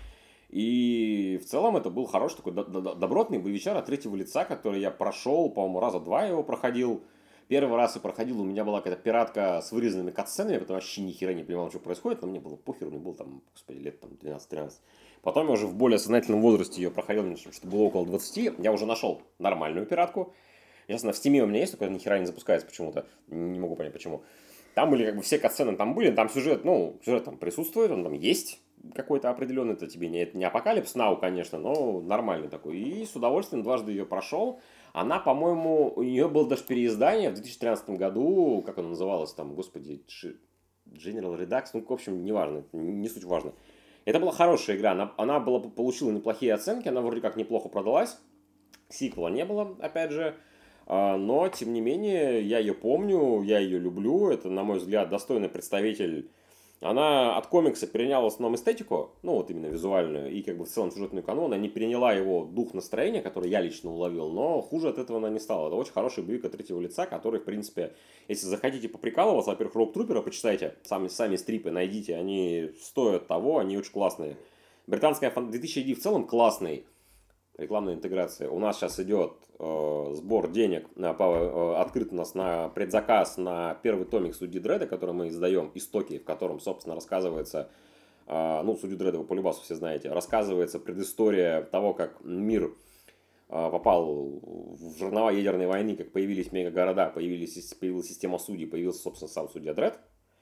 И в целом это был хороший такой добротный боевичар от третьего лица, который я прошел, по-моему, раза два его проходил. Первый раз я проходил, у меня была какая-то пиратка с вырезанными катсценами, потому что вообще ни хера не понимал, что происходит, но мне было похер, мне было там, господи, лет там двенадцать-тринадцать. Потом я уже в более сознательном возрасте ее проходил, мне что было около двадцати, я уже нашел нормальную пиратку. Естественно, в Steam у меня есть, только ни хера не запускается почему-то, не могу понять почему. Там были как бы все катсцены, там были, там сюжет, ну, сюжет там присутствует, он там есть какой-то определенный, это тебе не, это не Апокалипс Нау, конечно, но нормальный такой. И с удовольствием дважды ее прошел. Она, по-моему, у нее было даже переиздание в две тысячи тринадцатом году, как она называлась, там, господи, General Redux, ну, в общем, неважно, не суть важно. Это была хорошая игра, она, она была, получила неплохие оценки, она вроде как неплохо продалась, сиквела не было, опять же, но, тем не менее, я ее помню, я ее люблю, это, на мой взгляд, достойный представитель. Она от комикса переняла в основном эстетику, ну вот именно визуальную, и как бы в целом сюжетную канон, она не переняла его дух настроения, который я лично уловил, но хуже от этого она не стала. Это очень хороший боевик от третьего лица, который, в принципе, если захотите поприкалываться, во-первых, Рок Трупера почитайте, сами, сами стрипы найдите, они стоят того, они очень классные. Британская две тысячи ди в целом классный, Рекламная интеграция. У нас сейчас идет э, сбор денег, на, по, э, открыт у нас на предзаказ на первый томик Судьи Дредда, который мы издаем, истоки, в котором, собственно, рассказывается, э, ну, Судью Дредда вы по любасу все знаете, рассказывается предыстория того, как мир э, попал в жернова ядерной войны, как появились мегагорода, появились, появилась система судей, появился, собственно, сам Судья Дред.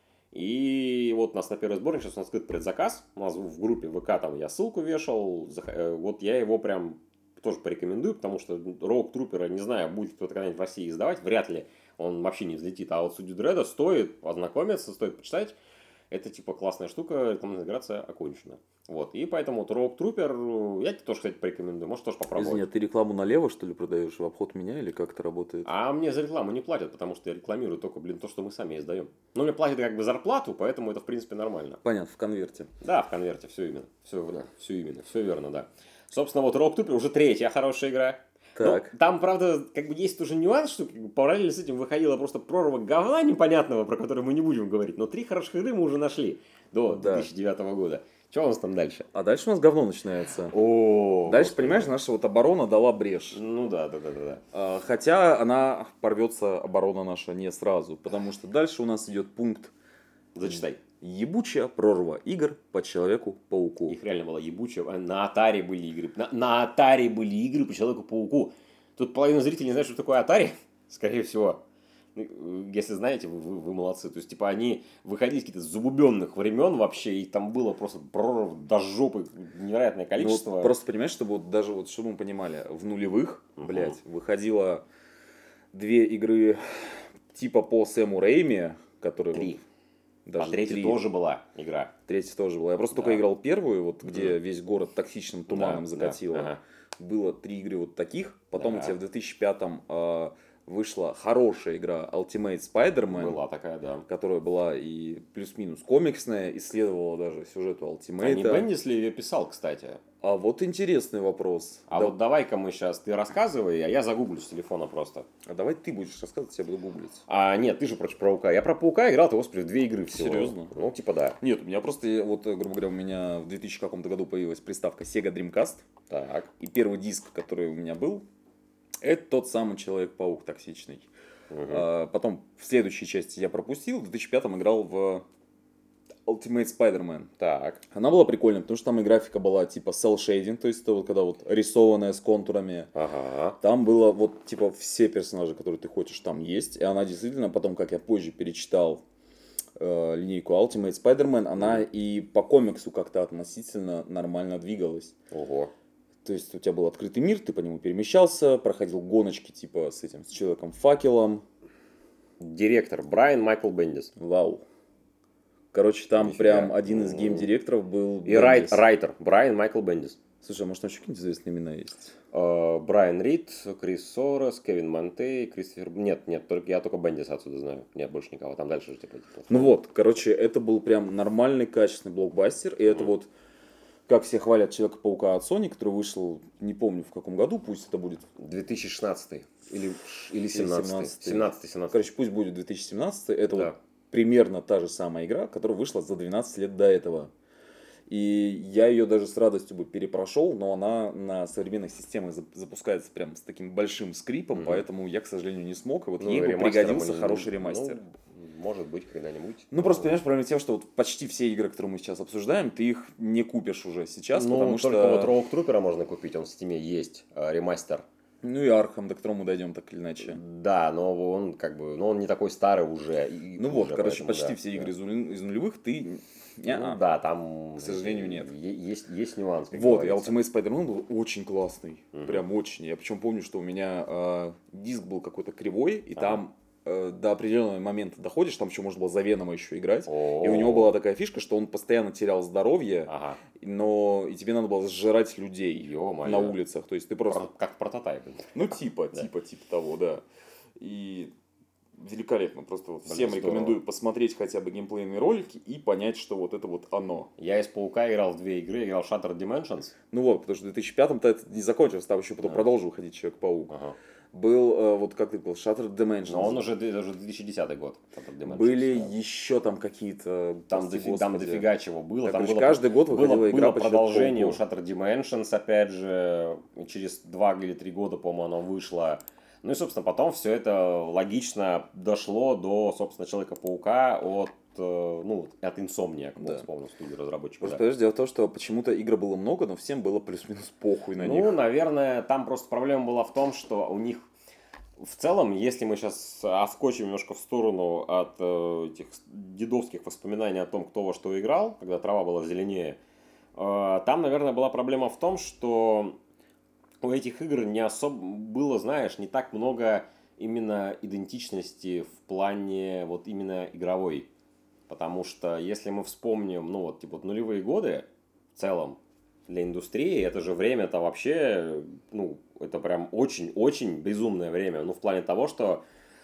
И вот у нас на первый сборник сейчас у нас открыт предзаказ. У нас в группе ВК там я ссылку вешал. Вот я его прям тоже порекомендую, потому что Роук Трупера, не знаю, будет кто-то когда-нибудь в России издавать, вряд ли он вообще не взлетит. А вот Судью Дредда стоит ознакомиться, стоит почитать. Это типа классная штука, рекламная интеграция окончена. Вот. И поэтому вот Rogue Trooper, я тебе тоже, кстати, порекомендую. Можешь тоже попробовать. Извини, а ты рекламу налево, что ли, продаешь в обход меня, или как это работает? А мне за рекламу не платят, потому что я рекламирую только, блин, то, что мы сами издаем. Ну, мне платят как бы зарплату, поэтому это, в принципе, нормально. Понятно, в конверте. Да, в конверте, все именно. Все, да, все именно, все верно, да. Собственно, вот Rogue Trooper уже третья хорошая игра. Так. Ну, там, правда, как бы есть тоже нюанс, что как бы, параллельно с этим выходила просто прорва говна непонятного, про который мы не будем говорить. Но три хороших игры мы уже нашли до Да. две тысячи девятого года. Что у нас там дальше? А дальше у нас говно начинается. О, Дальше, господи. понимаешь, наша вот оборона дала брешь. Ну да, да, да, да, да. А, Хотя она порвется, оборона наша, не сразу. Потому что дальше у нас идет пункт Зачитай. ебучая прорва игр по Человеку-пауку. Их реально было ебучее. На Atari были игры. На, на Atari были игры по Человеку-пауку. Тут половина зрителей не знает, что такое Atari. Скорее всего. Ну, если знаете, вы, вы, вы молодцы. То есть, типа, они выходили из каких-то забубенных времен вообще, и там было просто прорыв до жопы невероятное Ну, количество. вот просто понимаешь, чтобы вот даже вот, чтобы мы понимали, в нулевых, Мгм. блядь, выходило две игры типа по Сэму Рэйми, которые... Три. Вот, даже а третья три. тоже была игра. Третья тоже была. Я просто Да. только играл первую, вот где Мгм. весь город токсичным туманом Да, закатило. да, ага. Было три игры вот таких. Потом Да. у тебя в две тысячи пятом э, вышла хорошая игра Ultimate Spider-Man, Была такая, да. которая была и плюс-минус комиксная, исследовала даже сюжету А не Ultimate. Бендис ли ее писал, кстати? А вот интересный вопрос. А Да- вот давай-ка мы сейчас, ты рассказывай, а я загуглю с телефона просто. а давай ты будешь рассказывать, я буду гуглить. А нет, ты же против Паука. Я про Паука играл, ты, господи, в две игры всего. Серьезно? Ну, типа да. Нет, у меня просто, э, вот, э, грубо говоря, у меня в две тысячи каком-то году появилась приставка Sega Dreamcast. Так. И первый диск, который у меня был, это тот самый Человек-паук токсичный. Мгм. А, потом в следующей части я пропустил, в две тысячи пятом играл в Ultimate Spider-Man. Так. Она была прикольная, потому что там и графика была типа cel shading, то есть это вот когда вот рисованная с контурами. Ага. Там было вот типа все персонажи, которые ты хочешь, там есть. И она действительно, потом, как я позже перечитал э, линейку Ultimate Spider-Man, она и по комиксу как-то относительно нормально двигалась. Ого. То есть у тебя был открытый мир, ты по нему перемещался, проходил гоночки типа с этим, с Человеком-факелом. Директор Брайан Майкл Бендис. Вау. Короче, там Нифига. прям один из Ну. гейм-директоров был И рай- Бендис. райтер Брайан Майкл Бендис. Слушай, а может там еще какие-нибудь известные имена есть? Э, Брайан Рид, Крис Сорос, Кевин Монтей, Кристофер... Нет, нет, только я только Бендиса отсюда знаю. Нет, больше никого. Там дальше же типа... типа- Ну вот, короче, это был прям нормальный, качественный блокбастер. И это вот, как все хвалят Человека-паука от Sony, который вышел, не помню в каком году, пусть это будет, две тысячи шестнадцатый. Или, или Или семнадцатый. семнадцатый. семнадцатый, семнадцатый. короче, пусть будет две тысячи семнадцатый. Это Да. вот примерно та же самая игра, которая вышла за двенадцать лет до этого. И я ее даже с радостью бы перепрошел, но она на современных системах зап- запускается прям с таким большим скрипом, Мгм. поэтому я, к сожалению, не смог. И вот Ну, ей бы ремастером пригодился они- хороший ремастер. Ну, может быть, когда-нибудь. Ну, просто, понимаешь, проблема в том, что вот почти все игры, которые мы сейчас обсуждаем, ты их не купишь уже сейчас, Ну, потому только что... вот Роук Трупера можно купить, он в Стиме есть, э, ремастер. Ну и Архам, до которого мы дойдем так или иначе. Да, но он как бы, но он не такой старый уже. и- Ну вот, уже, короче, поэтому почти да, все да. игры из, нуль- из нулевых ты... Не-а. Ну да, там, К сожалению, нет. е- Есть, есть нюанс. как Вот, и говорится. Ultimate Spider-Man был очень классный. Мгм. Прям очень. Я причем помню, что у меня э, диск был какой-то кривой, и Ага. там э, до определенного момента доходишь, там еще можно было за Венома еще играть. О. И у него была такая фишка, что он постоянно терял здоровье, Ага. но и тебе надо было сжирать людей Ё-моё. на улицах. То есть ты просто... Про- Как в прототайпе. Ну, типа, Да. типа, типа того, да. И великолепно. Просто вот Блин, всем здорово. рекомендую посмотреть хотя бы геймплейные ролики и понять, что вот это вот оно. Я из Паука играл в две игры, играл в Shattered Dimensions. Ну вот, потому что в две тысячи пятом-то это не закончилось, там еще потом Да. продолжил выходить Человек-паук. Ага. Был, э, вот как ты говорил, Shattered Dimensions. Но он уже, это уже две тысячи десятый год. Были да. еще там какие-то... Там, дофи, там дофига чего было. Так, там короче, было каждый год выходила было, игра было продолжение у Shattered Dimensions, опять же, через два или три года, по-моему, оно вышло. Ну и, собственно, потом все это логично дошло до, собственно, Человека-паука от, ну, от Insomniac, как да. вспомнил, студию разработчиков. Просто, да. Дело в том, что почему-то игр было много, но всем было плюс-минус похуй на ну, них. Ну, наверное, там просто проблема была в том, что у них в целом, если мы сейчас отскочим немножко в сторону от э, этих дедовских воспоминаний о том, кто во что играл, когда трава была зеленее, э, там, наверное, была проблема в том, что у этих игр не особо было, знаешь, не так много именно идентичности в плане вот именно игровой. Потому что если мы вспомним, ну вот, типа, вот нулевые годы в целом для индустрии, это же время-то вообще, ну, это прям очень-очень безумное время. Ну, в плане того, что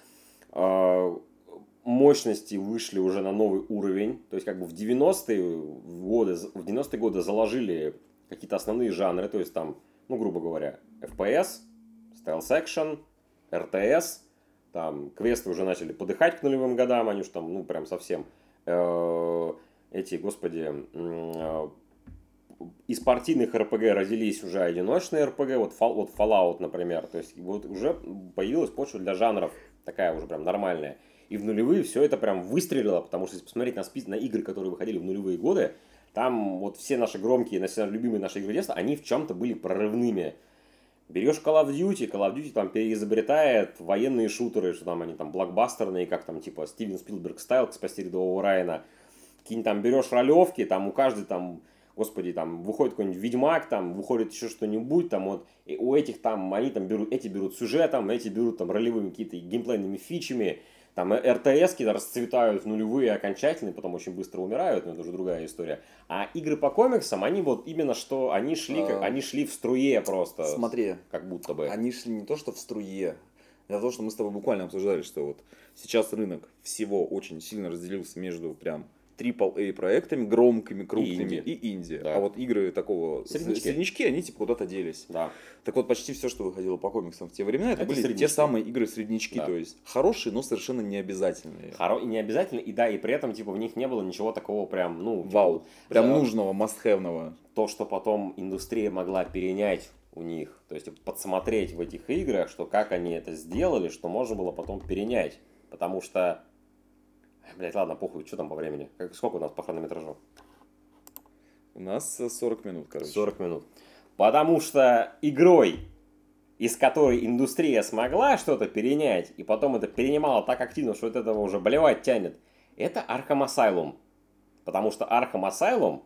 э, мощности вышли уже на новый уровень. То есть, как бы в девяностые годы, в девяностые годы заложили какие-то основные жанры. То есть, там, ну, грубо говоря, эф пи эс, Stealth Action, эр ти эс. Там квесты уже начали подыхать к нулевым годам. Они уж там, ну, прям совсем... Э, эти, господи... Э, из партийных эр пи джи родились уже одиночные эр пи джи, вот, вот Fallout, например. То есть вот уже появилась почва для жанров, такая уже прям нормальная. И в нулевые все это прям выстрелило, потому что если посмотреть на список, на игры, которые выходили в нулевые годы, там вот все наши громкие, любимые наши игры детства, они в чем-то были прорывными. Берешь Call of Duty, Call of Duty там переизобретает военные шутеры, что там они там блокбастерные, как там типа Стивен Спилберг стайл, «Спасти рядового Райана». Какие-нибудь там берешь ролевки, там у каждой там... Господи, там выходит какой-нибудь Ведьмак, там выходит еще что-нибудь, там вот и у этих там, они там берут, эти берут сюжетом, эти берут там ролевыми какие-то геймплейными фичами, там эр ти эс-ки расцветают в нулевые окончательно, потом очень быстро умирают, но это уже другая история. А игры по комиксам, они вот именно что, они шли, как, они шли в струе просто. Смотри, как будто бы. Они шли не то, что в струе. Дело в том, что мы с тобой буквально обсуждали, что вот сейчас рынок всего очень сильно разделился между прям трипл эй проектами, громкими, крупными, и, и инди. Да. А вот игры такого среднячки. среднячки, они типа куда-то делись. Да. Так вот, почти все, что выходило по комиксам в те времена, это, это были среднячки. Те самые игры-среднячки. Да. То есть хорошие, но совершенно не обязательные. Хоро... И не обязательные, и да, и при этом типа в них не было ничего такого прям, ну... Вау. Типа, прям да, нужного, must-have-ного. То, что потом индустрия могла перенять у них. То есть подсмотреть в этих играх, что как они это сделали, что можно было потом перенять. Потому что... Блять, ладно, похуй, что там по времени? Как, сколько у нас по хронометражу? У нас сорок минут, короче. сорок минут. Потому что игрой, из которой индустрия смогла что-то перенять, и потом это перенимала так активно, что от этого уже болевать тянет, это Arkham Asylum. Потому что Arkham Asylum,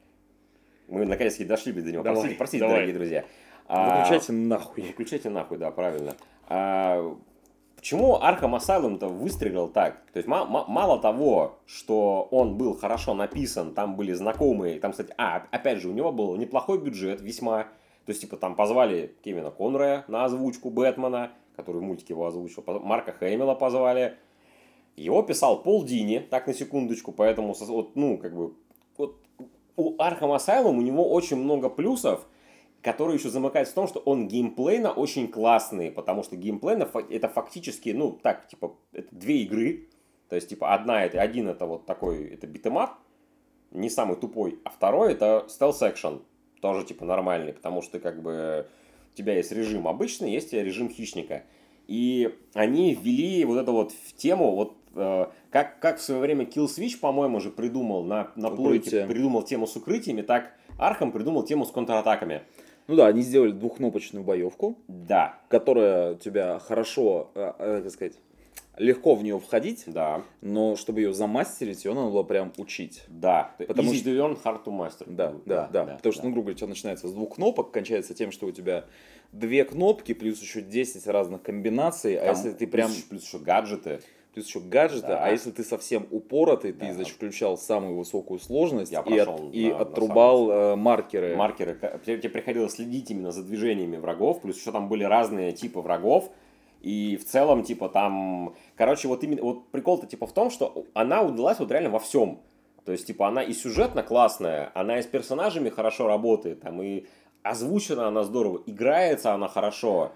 мы наконец-таки дошли до него, давай, простите, простите давай. дорогие друзья. Выключайте а, нахуй. Выключайте нахуй, да, правильно. А, Почему Arkham Asylum-то выстрелил так? То есть мало того, что он был хорошо написан, там были знакомые, там, кстати, а, опять же, у него был неплохой бюджет, весьма. То есть, типа, там позвали Кевина Конроя на озвучку Бэтмена, который в мультике его озвучил, Марка Хэмилла позвали. Его писал Пол Дини, так на секундочку, поэтому, вот, ну, как бы, вот, у Arkham Asylum у него очень много плюсов, который еще замыкается в том, что он геймплейно очень классный, потому что геймплейно это фактически, ну, так, типа, это две игры, то есть, типа, одна, это, один это вот такой, это битэмап, не самый тупой, а второй это stealth action, тоже, типа, нормальный, потому что, как бы, у тебя есть режим обычный, есть режим хищника, и они ввели вот эту вот тему, вот, э, как, как в свое время Kill Switch, по-моему, же придумал на, на плойке, придумал тему с укрытиями, так Arkham придумал тему с контратаками. Ну да, они сделали двухкнопочную боевку, да. которая у тебя хорошо, э, э, как сказать, легко в нее входить, да. но чтобы ее замастерить, ее надо было прям учить. Да, потому easy что... to learn, hard to master. Да, да, да, да, да. Потому что, да. ну, грубо говоря, начинается с двух кнопок, кончается тем, что у тебя две кнопки, плюс еще десять разных комбинаций, Там а если ты прям... Плюс, плюс еще гаджеты. Плюс еще гаджеты, да. а если ты совсем упоротый, да. ты, значит, включал самую высокую сложность Я и, прошел, от, и да, отрубал э, маркеры. Маркеры. Тебе приходилось следить именно за движениями врагов, плюс еще там были разные типы врагов. И в целом, типа, там... Короче, вот именно... Вот прикол-то, типа, в том, что она удалась вот реально во всем. То есть, типа, она и сюжетно классная, она и с персонажами хорошо работает, там, и озвучена она здорово, играется она хорошо.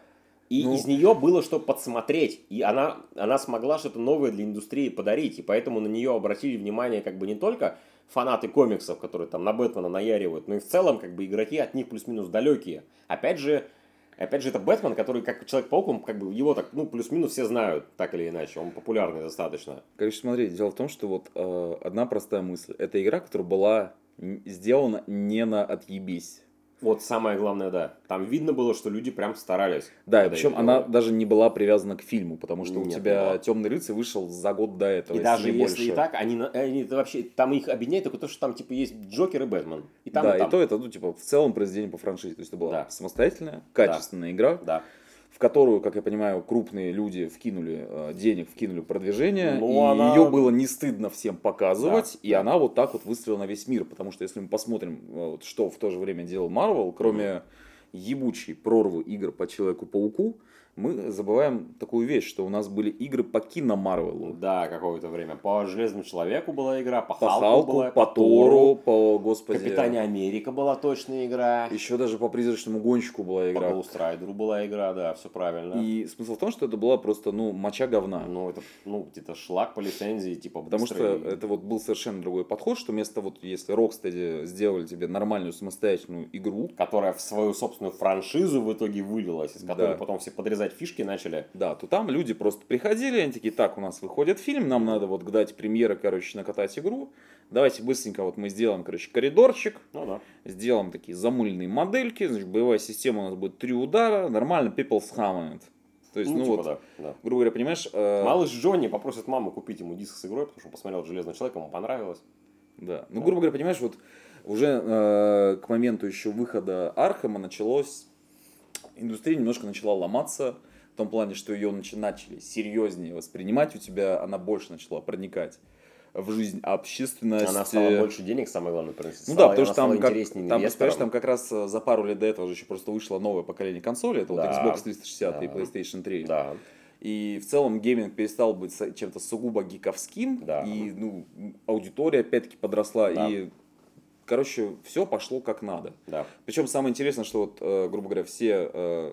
И Ну. из нее было что подсмотреть. И она, она смогла что-то новое для индустрии подарить. И поэтому на нее обратили внимание как бы не только фанаты комиксов, которые там на Бэтмена наяривают, но и в целом как бы игроки от них плюс-минус далекие. Опять же, опять же это Бэтмен, который как Человек-паук, он как бы его так, ну, плюс-минус все знают, так или иначе. Он популярный достаточно. Короче, смотри, дело в том, что вот э, одна простая мысль. Это игра, которая была н- сделана не на отъебись. Вот самое главное, да. Там видно было, что люди прям старались. Да, и когда причем её она делали. даже не была привязана к фильму, потому что у Нет, не тебя была. Темный рыцарь вышел за год до этого. И даже не если больше. и так, они, на- они это вообще, там их объединяет только то, что там типа есть Джокер и Бэтмен. И там, да, и и, там. то это, ну, типа, в целом произведение по франшизе. То есть это была Да. самостоятельная, качественная игра, Да. в которую, как я понимаю, крупные люди вкинули э, денег, вкинули в продвижение, Ну, и она- ее было не стыдно всем показывать, Да, и да. она вот так вот выстрелила на весь мир. Потому что если мы посмотрим, э, вот, что в то же время делал Marvel, кроме ебучей прорвы игр по Человеку-пауку, мы забываем такую вещь, что у нас были игры по кино Марвелу. Да, какое-то время. По Железному Человеку была игра, по, По Халку, Халку, была, по Тору, по, господи... Капитане Америка была точная игра. Еще даже по Призрачному гонщику была По игра. Ghost Rider была игра, да, все правильно. И смысл в том, что это была просто, ну, моча говна. Ну, это, ну, где-то шлак по лицензии, типа, Потому быстрый. что это вот был совершенно другой подход, что вместо вот, если Rocksteady сделали тебе нормальную самостоятельную игру, Которая в свою собственную франшизу в итоге вылилась, из которой Да. потом все подрезать фишки начали. да, то там люди просто приходили, они такие, так, у нас выходит фильм, нам надо вот дать премьеры, короче, накатать игру, давайте быстренько вот мы сделаем, короче, коридорчик, Ну да. сделаем такие замыленные модельки, значит, боевая система у нас будет три удара, нормально, people's hammered. То есть, Ну, ну, типа, вот, да, да. грубо говоря, понимаешь... э, Малыш Джонни попросит маму купить ему диск с игрой, потому что он посмотрел «Железного человека», ему понравилось. Да. Ну, грубо говоря, понимаешь, вот уже э, к моменту еще выхода Архема началось, индустрия немножко начала ломаться, в том плане, что ее начи- начали серьезнее воспринимать, у тебя она больше начала проникать в жизнь общественности. Она стала больше денег, самое главное, приносить. Ну Стала- да, потому она что стала там, как, интереснее там, инвесторам. представляешь, там как раз э, за пару лет до этого же еще просто вышло новое поколение консолей, это Да. вот Xbox триста шестьдесят и Да. PlayStation три. Да. И в целом гейминг перестал быть со- чем-то сугубо гиковским, Да. и ну, аудитория опять-таки подросла, Да. и, короче, все пошло как надо. Да. Причем самое интересное, что вот, э, грубо говоря, все э,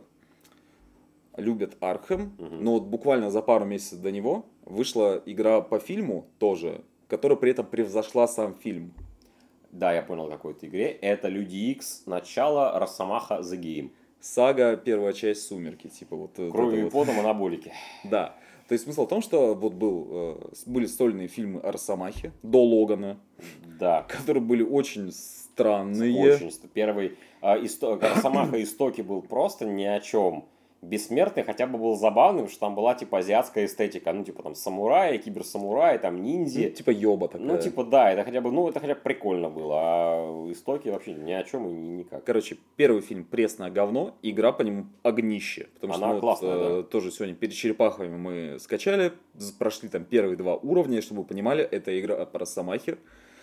любят Архем, Мгм. но вот буквально за пару месяцев до него вышла игра по фильму тоже, которая при этом превзошла сам фильм. Да, я понял, о какой-то игре. Это Люди Икс, начало Росомаха The Game. Сага, первая часть «Сумерки», типа вот. вот Кровью это и вот. потом анаболики. Да. То есть смысл в том, что вот был, э, с- были сольные фильмы о Росомахе до Логана, Да. которые были очень странные. Очень. ст- Первый а, исто- Росомаха Истоки был просто ни о чем. Бессмертный хотя бы был забавным, потому что там была типа азиатская эстетика. Ну, типа там самураи, киберсамураи, там Ну, ниндзя. типа ёба такая. Ну, типа, да, это хотя бы, ну, это хотя бы прикольно было. А Истоки вообще ни о чем и ни- никак. Короче, первый фильм «Пресное говно», игра по нему «Огнище». Потому что Она ну, вот, классная, э, тоже сегодня перед черепахами мы скачали, з- прошли там первые два уровня, чтобы вы понимали, это игра по Росомахе,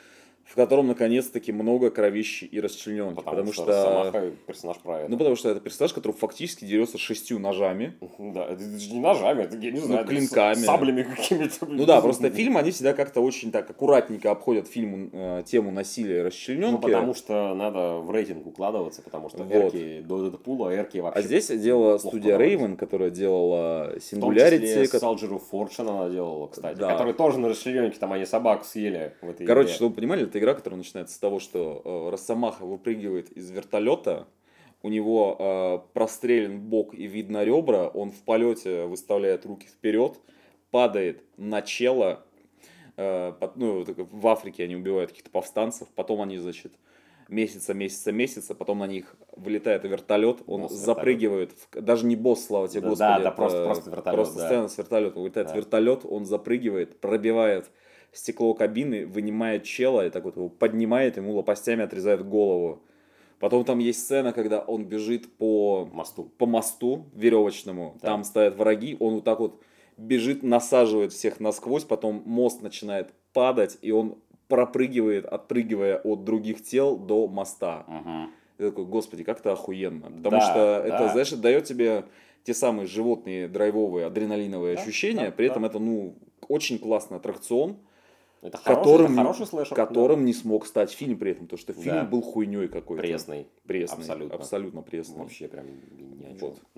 в котором наконец-таки много кровищи и расчлененки. Потому, Потому, что, что... Росомаха персонаж про это. Ну, потому что это персонаж, который фактически дерется шестью ножами. Да, это же не ножами, это, я не знаю, это клинками. с- саблями какими-то. Ну да, просто фильм, они всегда как-то очень так аккуратненько обходят фильму э, тему насилия и расчлененки. Ну, потому что надо в рейтинг укладываться, потому что Вот. эрки до Дэдпула, эрки вообще... А здесь делала плохо студия подавались. Raven, которая делала В том числе Singularity. ко- Soldier of Fortune она делала, кстати. Да. Который тоже на расчлененке, там они собаку съели в этой Короче, игре. чтобы вы понимали, это игра, которая начинается с того, что э, Росомаха выпрыгивает из вертолета, у него э, прострелен бок и видно ребра, он в полете выставляет руки вперед, падает на чело, э, под- ну, так в Африке они убивают каких-то повстанцев, потом они, значит, месяца, месяца, месяца, потом на них вылетает вертолет, он Босс запрыгивает, в- даже не босс, слава тебе, Да, Господи, да, да, это просто- просто вертолет, просто да. сцена с вертолетом, вылетает Да. вертолет, он запрыгивает, пробивает стекло кабины, вынимает чела и так вот его поднимает, ему лопастями отрезает голову. Потом там есть сцена, когда он бежит по Мосту. по мосту веревочному, Да. там стоят враги, он вот так вот бежит, насаживает всех насквозь, потом мост начинает падать, и он пропрыгивает, отпрыгивая от других тел до моста. Мгм. Я такой, господи, как это охуенно. Потому Да, что да. это, знаешь, дает тебе те самые животные, драйвовые, адреналиновые Да, ощущения, да, при да. этом это, ну, очень классный аттракцион, Это хороший, которым, это хороший слэшер. которым не смог стать фильм при этом, потому что фильм Да. был хуйней какой-то. Пресный. Пресный. Абсолютно. Абсолютно пресный. Вообще прям ни о чем. Вот. Да.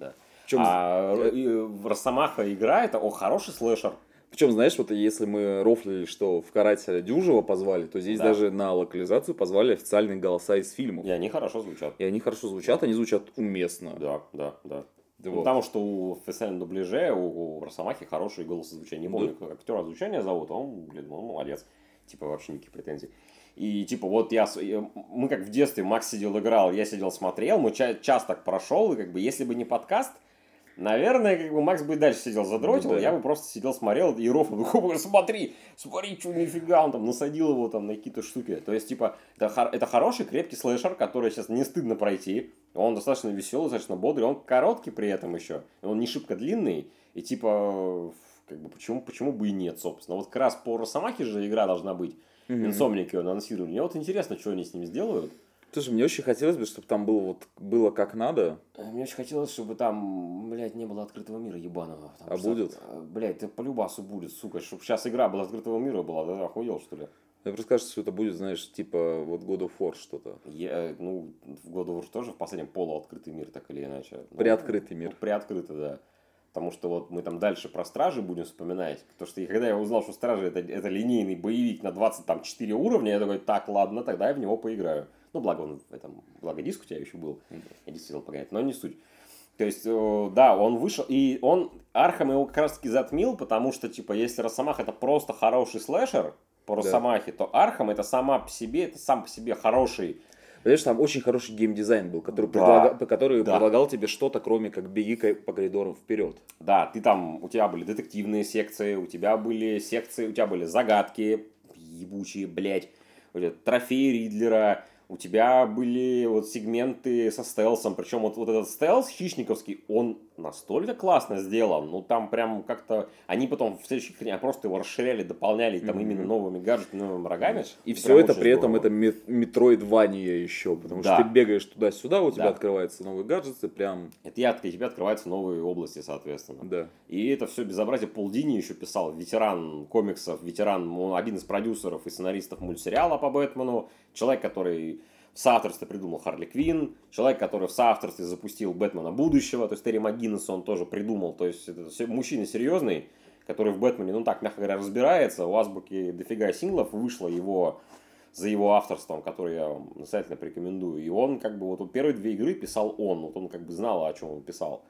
Причем, А э, Росомаха игра это о, хороший слэшер. Причем, знаешь, вот если мы рофлили, что в «Карателя» Дюжева позвали, то здесь Да. даже на локализацию позвали официальные голоса из фильмов. И они хорошо звучат. И они хорошо звучат, они звучат уместно. Да, да, да. Вот. Ну, потому что у официальном дубляже, у, у Росомахи хороший голос звучания. Не помню, как актера озвучания зовут, он, блин, он молодец. Типа, вообще никаких претензий. И, типа, вот я, мы как в детстве, Макс сидел, играл, я сидел, смотрел, мы ча- час так прошел, и, как бы, если бы не подкаст, наверное, как бы Макс бы и дальше сидел, задротил, Ну, да. я бы просто сидел, смотрел и рофл, ну, смотри, смотри, что нифига, он там насадил его там на какие-то штуки. То есть, типа, это, хор- это хороший, крепкий слэшер, который сейчас не стыдно пройти. Он достаточно веселый, достаточно бодрый, он короткий при этом еще, он не шибко длинный, и типа, как бы, почему, почему бы и нет, собственно. Вот как раз по Росомахе же игра должна быть, Мгм. Инсомники анонсировали. Мне вот интересно, что они с ним сделают. Слушай, мне очень хотелось бы, чтобы там было вот было как надо. Мне очень хотелось, чтобы там, блядь, не было открытого мира ебаного. А будет? Блядь, это по любасу будет, сука. Чтобы сейчас игра была открытого мира была, да, охуел, что ли? Мне просто кажется, что это будет, знаешь, типа вот God of War что-то. Я, ну, в God of War тоже в последнем полуоткрытый мир, так или иначе. Ну, Приоткрытый мир. Ну, приоткрытый, да. Потому что вот мы там дальше про Стражи будем вспоминать. Потому что когда я узнал, что Стражи это, это линейный боевик на двадцать четыре уровня, я такой, так, ладно, тогда я в него поиграю. Ну, благо он в этом, благо диск у тебя еще был. Я действительно погонять, но не суть. То есть, э, да, он вышел, и он, Архам его как раз таки затмил, потому что, типа, если Росомаха это просто хороший слэшер по Росомахе, да. то Архам это сама по себе, это сам по себе хороший. Понимаешь, там очень хороший геймдизайн был, который, Да. предлага... который Да. предлагал тебе что-то, кроме как беги по коридорам вперед. Да, ты там, у тебя были детективные секции, у тебя были секции, у тебя были загадки ебучие, блядь, трофеи Ридлера, у тебя были вот сегменты со стелсом, причем вот, вот этот стелс хищниковский, он настолько классно сделан, ну там прям как-то, они потом в следующих играх просто его расширяли, дополняли там mm-hmm. именно новыми гаджетами, новыми врагами. И все это при этом это метроидвания еще, потому да. что ты бегаешь туда-сюда, у тебя да. открываются новые гаджеты, прям... Это я, и тебе открываются новые области, соответственно. Да. И это все безобразие Пол Дини еще писал, ветеран комиксов, ветеран, он один из продюсеров и сценаристов мультсериала по Бэтмену, человек, который в соавторстве придумал Харли Квинн, человек, который в соавторстве запустил Бэтмена будущего, то есть Терри МакГиннесса он тоже придумал, то есть это мужчина серьезный, который в Бэтмене, ну так, мягко говоря, разбирается, у Азбуки дофига синглов вышло его, за его авторством, который я вам настоятельно порекомендую, и он как бы, вот, вот первые две игры писал он, вот он как бы знал, о чем он писал.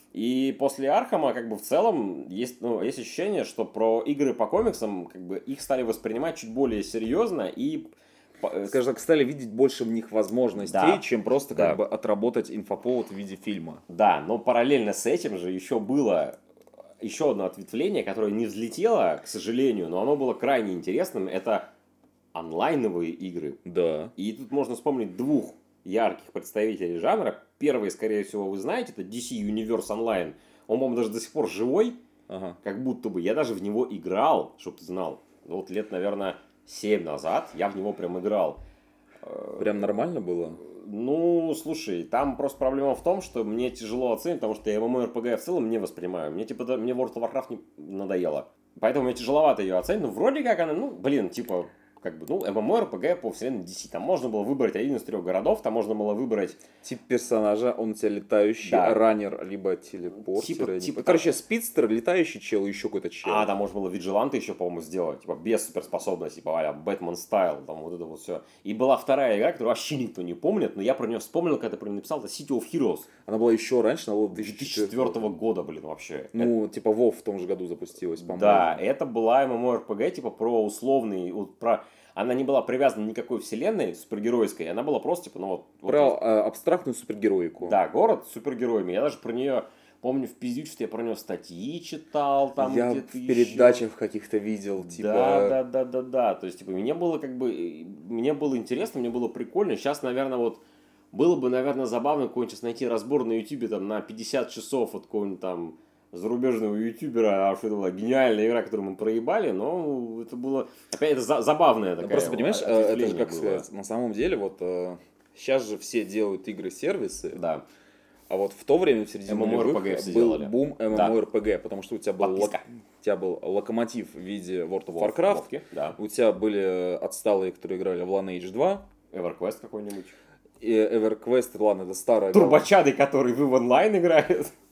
И после Архама, как бы в целом, есть, ну, есть ощущение, что про игры по комиксам, как бы их стали воспринимать чуть более серьезно и... Скажем так, стали видеть больше в них возможностей, да. чем просто да. как бы отработать инфоповод в виде фильма. Да, но параллельно с этим же еще было еще одно ответвление, которое не взлетело, к сожалению, но оно было крайне интересным. Это онлайновые игры. Да. И тут можно вспомнить двух ярких представителей жанра. Первый, скорее всего, вы знаете, это ди си Universe Online. Он, по-моему, даже до сих пор живой, ага. как будто бы. Я даже в него играл, чтобы ты знал. Вот лет, наверное... семь назад я в него прям играл. Прям нормально было? Ну, слушай, там просто проблема в том, что мне тяжело оценить, потому что я MMORPG в целом не воспринимаю. Мне типа мне World of Warcraft не надоело. Поэтому мне тяжеловато ее оценить. Ну, вроде как она, ну, блин, типа, как бы, ну, MMORPG по вселенной ди си. Там можно было выбрать один из трех городов, там можно было выбрать... Тип персонажа, он у тебя летающий, да. раннер, либо телепортер. Типа, типа, короче, спидстер, летающий чел, еще какой-то чел. А, там можно было виджиланта еще, по-моему, сделать, типа, без суперспособностей, типа, а-ля Бэтмен стайл, там вот это вот все. И была вторая игра, которую вообще никто не помнит, но я про нее вспомнил, когда ты про нее написал, это City of Heroes. Она была еще раньше, она была две тысячи четвёртого года, блин, вообще. Ну, это... типа, WoW в том же году запустилась, по-моему. Да, это была MMORPG, типа, про условный, вот, про... Она не была привязана ни к никакой вселенной супергеройской, она была просто, типа, ну вот... Про вот, а, абстрактную супергероику. Да, город с супергероями. Я даже про нее, помню, в пиздючестве я про нее статьи читал, там я где-то в передачах еще. каких-то видел, типа... Да, да, да, да, да. То есть, типа, мне было как бы... Мне было интересно, мне было прикольно. Сейчас, наверное, вот... Было бы, наверное, забавно какой-нибудь найти разбор на ютубе там на пятьдесят часов от какого-нибудь там... зарубежного ютубера, а что это была гениальная игра, которую мы проебали, но это было, опять, это за, забавная такая. Просто, понимаешь, это же, как было. сказать, на самом деле, вот, сейчас же все делают игры-сервисы, да. а вот в то время, в середине нулевых, был делали. бум MMORPG, да. потому что у тебя, был лок, у тебя был локомотив в виде World of Warcraft, Warcraft, да. у тебя были отсталые, которые играли в Lineage два, EverQuest какой-нибудь. И EverQuest, ладно, это старая... Турбочады, который вы в онлайн играет.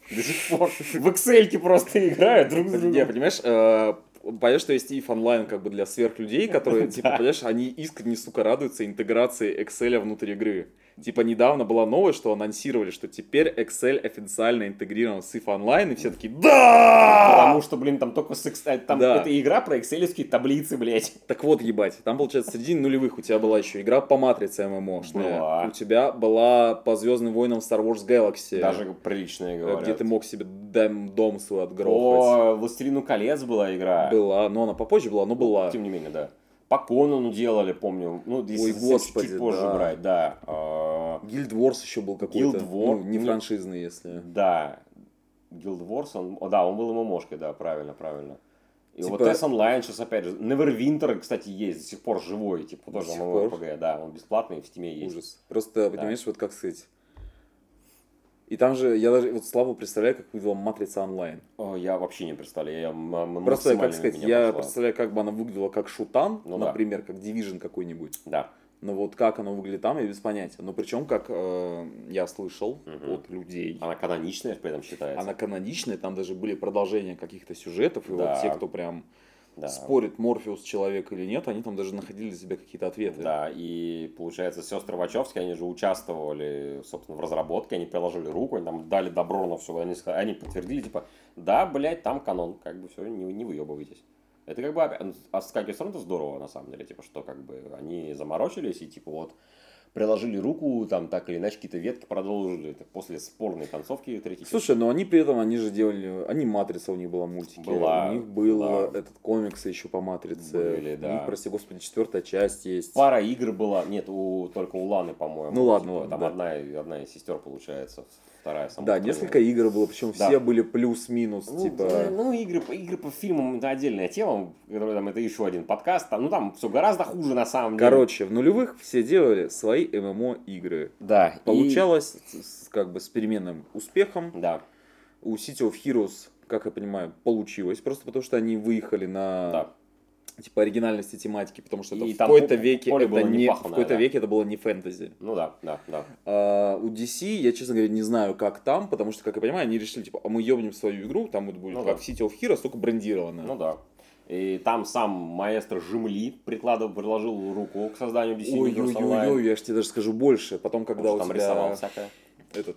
До сих пор в Excel просто играют друг с другом. Не, понимаешь, э, понятно, что есть Eve Online как бы для сверхлюдей, которые, типа, понимаешь, они искренне, сука, радуются интеграции Excel внутрь игры. Типа, недавно была новость, что анонсировали, что теперь Excel официально интегрирован с Eve Online, и все такие «Да!» Потому что, блин, там только с Excel, там Да. это игра про экселевские таблицы, блядь. Так вот, ебать, там, получается, в середине нулевых у тебя была еще игра по Матрице ММОшная. Была. У тебя была по Звездным войнам Star Wars Galaxy. Даже приличная, говорят. Где ты мог себе дом, дом свой отгрохать. О, «Властелину колец» была игра. Была, но она попозже была, но была. Тем не менее, да. По Конану делали, помню. Ну, если Ой, господи, чуть позже да. брать, да. А, Guild Wars еще был какой-то. Guild Wars, Ну, не ну, франшизный, если. Да. Guild Wars, он, о, да, он был ММОшкой, да, правильно, правильно. И Типа- вот эс онлайн сейчас опять же. Neverwinter, кстати, есть, до сих пор живой, типа, тоже До сих ММОРПГ, да, он бесплатный, в Стиме есть. Ужас. Просто, понимаешь, вот как сказать. И там же, я даже вот слабо представляю, как выглядела Матрица онлайн. О, я вообще не представляю, я м- м- Просто, как максимально сказать, меня я пошла. представляю, как бы она выглядела как шутан, Ну да. например, как Division какой-нибудь. Да. Но вот как оно выглядит там, я без понятия. Но причем, как э, я слышал Мгм. от людей, Она каноничная при этом считается. она каноничная, там даже были продолжения каких-то сюжетов, и Да. вот те, кто прям Да. спорит, Морфеус человек или нет, они там даже находили для себя какие-то ответы. Да, и получается, сестры Вачовски, они же участвовали, собственно, в разработке, они приложили руку, они там дали добро на все, они, сказали- они подтвердили, типа, да, блядь, там канон, как бы все, не, не выебывайтесь. Это как бы, опять- а с какой стороны, это здорово, на самом деле, типа, что как бы они заморочились и, типа, вот, приложили руку, там, так или иначе, какие-то ветки продолжили, это после спорной концовки третьей части. Слушай, ну они при этом, они же делали, они Матрица у них была мультики, Была, у них был да. этот комиксы еще по Матрице, Были, у да. них, прости господи, четвертая часть есть. Пара игр была, нет, у, только у Ланы, по-моему. Ну ладно, типа, ладно, Там да. одна, одна из сестер, получается, вторая сама. Да, несколько игр было, причем Да. все были плюс-минус, Ну, типа... да, ну, игры, по- игры по фильмам это отдельная тема, которая там это еще один подкаст. Там, ну там все гораздо хуже на самом деле. Короче, в нулевых все делали свои ММО-игры. Да. и- Получалось с- как бы с переменным успехом. Да. У City of Heroes, как я понимаю, получилось, просто потому что они выехали на Да. типа оригинальности тематики, потому что это И в там какой-то по- веке поле это было не в непаханное, какой-то да. веке это было не фэнтези. Ну да, да, да. А у ди си, я, честно говоря, не знаю, как там, потому что, как я понимаю, они решили, типа, а мы ебнем свою игру, там вот будет Ну как да. City of Heroes, только брендированная. Ну да. И там сам маэстро Жимли прикладывал, приложил руку к созданию ди си Universe Online. Ой-ой-ой, я же тебе даже скажу больше. Потом, когда Он у же там тебя рисовал всякое. этот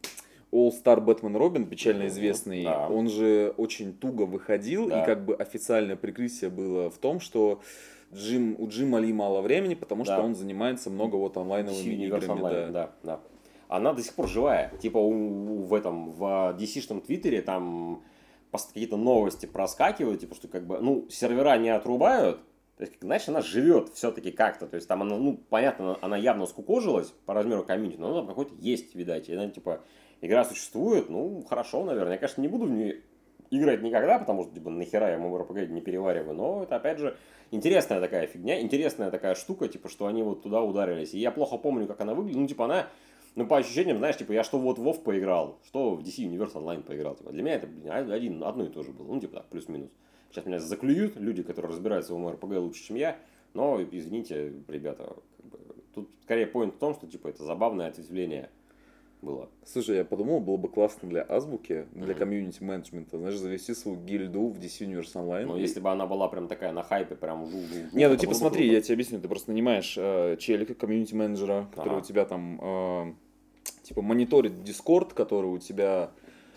All-Star Batman Робин, печально Мгм. известный, Да. он же очень туго выходил, Да. и как бы официальное прикрытие было в том, что Джим, у Джима Ли мало времени, потому что Да. он занимается много вот онлайновыми ди си Universe играми. Online, Да. да, да. Она до сих пор живая. Типа у, у- в этом, в ди си-шном твиттере там пост- какие-то новости проскакивают, типа, что как бы, ну, сервера не отрубают, то есть, знаешь, она живет все-таки как-то, то есть там она, ну, понятно, она явно скукожилась по размеру комьюнити, но она там какой-то есть, видать, и она, типа, игра существует, ну, хорошо, наверное, я, конечно, не буду в нее играть никогда, потому что, типа, нахера я ММОРПГ не перевариваю, но это, опять же, интересная такая фигня, интересная такая штука, типа, что они вот туда ударились, и я плохо помню, как она выглядит, ну, типа, она... Ну, по ощущениям, знаешь, типа, я что вот в WoW поиграл, что в ди си Universe Online поиграл. Типа, для меня это, блин, один, одно и то же было. Ну, типа, так, плюс-минус. Сейчас меня заклюют люди, которые разбираются в ММОРПГ лучше, чем я. Но, извините, ребята, как бы, тут скорее поинт в том, что, типа, это забавное ответвление было. Слушай, я подумал, было бы классно для азбуки, для Мгм. комьюнити-менеджмента, знаешь, завести свою гильду в ди си Universe Online. Но И- если бы она была прям такая на хайпе, прям жу-жу. Не, ну это типа было бы смотри, круто. я тебе объясню, ты просто нанимаешь э, челика, комьюнити-менеджера, который Ага. у тебя там э, типа мониторит Discord, который у тебя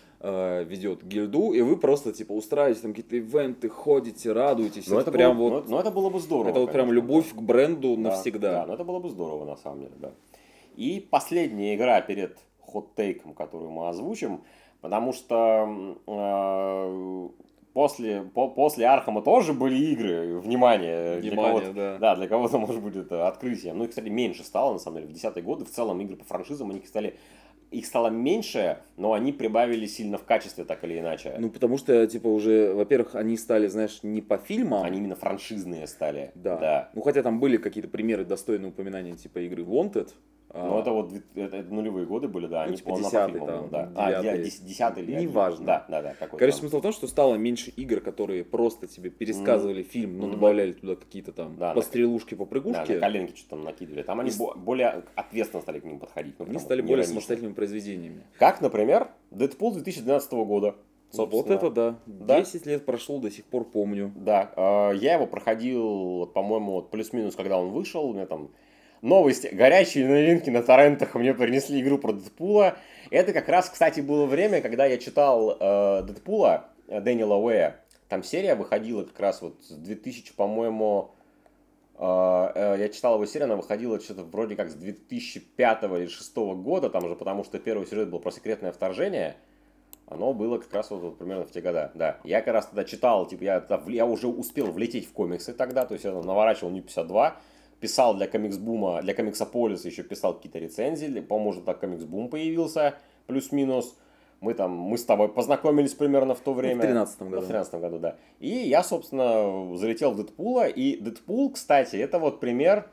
э, ведет гильду, и вы просто типа устраиваете там какие-то ивенты, ходите, радуетесь. Ну, это, это прям было, вот, ну, ну, это было бы здорово. это вот прям конечно, любовь да. к бренду Да, навсегда. Да, но это было бы здорово, на самом деле, да. И последняя игра перед хот-тейком, которую мы озвучим, потому что э, после, по, после Архама тоже были игры, внимание, для Внимание, кого-то, да. да, для кого-то, может быть, это открытие. Ну, их, кстати, меньше стало, на самом деле, в десятые годы, в целом игры по франшизам, они стали, их стало меньше, но они прибавили сильно в качестве, так или иначе. Ну, потому что, типа, уже, во-первых, они стали, знаешь, не по фильмам. Они именно франшизные стали. Да. Да. Ну, хотя там были какие-то примеры достойные упоминания, типа игры Wanted. Ну, это вот это, это нулевые годы были, да, они, ну, типа по-моему, десятый, на там, да. А, девятый. десятый или Неважно. Да, да, да. Какой Короче, там. смысл в том, что стало меньше игр, которые просто тебе пересказывали mm. фильм, но Mm. добавляли туда какие-то там да, пострелушки, на... попрыгушки. Да, на коленки что-то там накидывали. Там они И... более ответственно стали к ним подходить. Ну, они стали более самостоятельными произведениями. Как, например, Дэдпул две тысячи двенадцатого года. Собственно. Вот это да. да. десять лет прошло, до сих пор помню. Да. Э, я его проходил, вот, по-моему, вот, плюс-минус, когда он вышел. У меня там новости, горячие новинки на торрентах мне принесли игру про Дэдпула. Это как раз, кстати, было время, когда я читал э, Дэдпула э, Дэниела Уэя. Там серия выходила как раз вот с две тысячи, по-моему... Э, э, я читал его серию, она выходила что-то вроде как с две тысячи пятого или две тысячи шестого года, там же, потому что первый сюжет был про секретное вторжение. Оно было как раз вот, вот примерно в те года, да. Я как раз тогда читал, типа, я, я уже успел влететь в комиксы тогда, то есть я наворачивал Нью пятьдесят два, писал для комикс-бума, для комиксополиса еще писал какие-то рецензии, по-моему, уже так комикс-бум появился, плюс-минус. Мы там, мы с тобой познакомились примерно в то время. В тринадцатом году. В тринадцатом году, да. И я, собственно, залетел в Дэдпула, и Дэдпул, кстати, это вот пример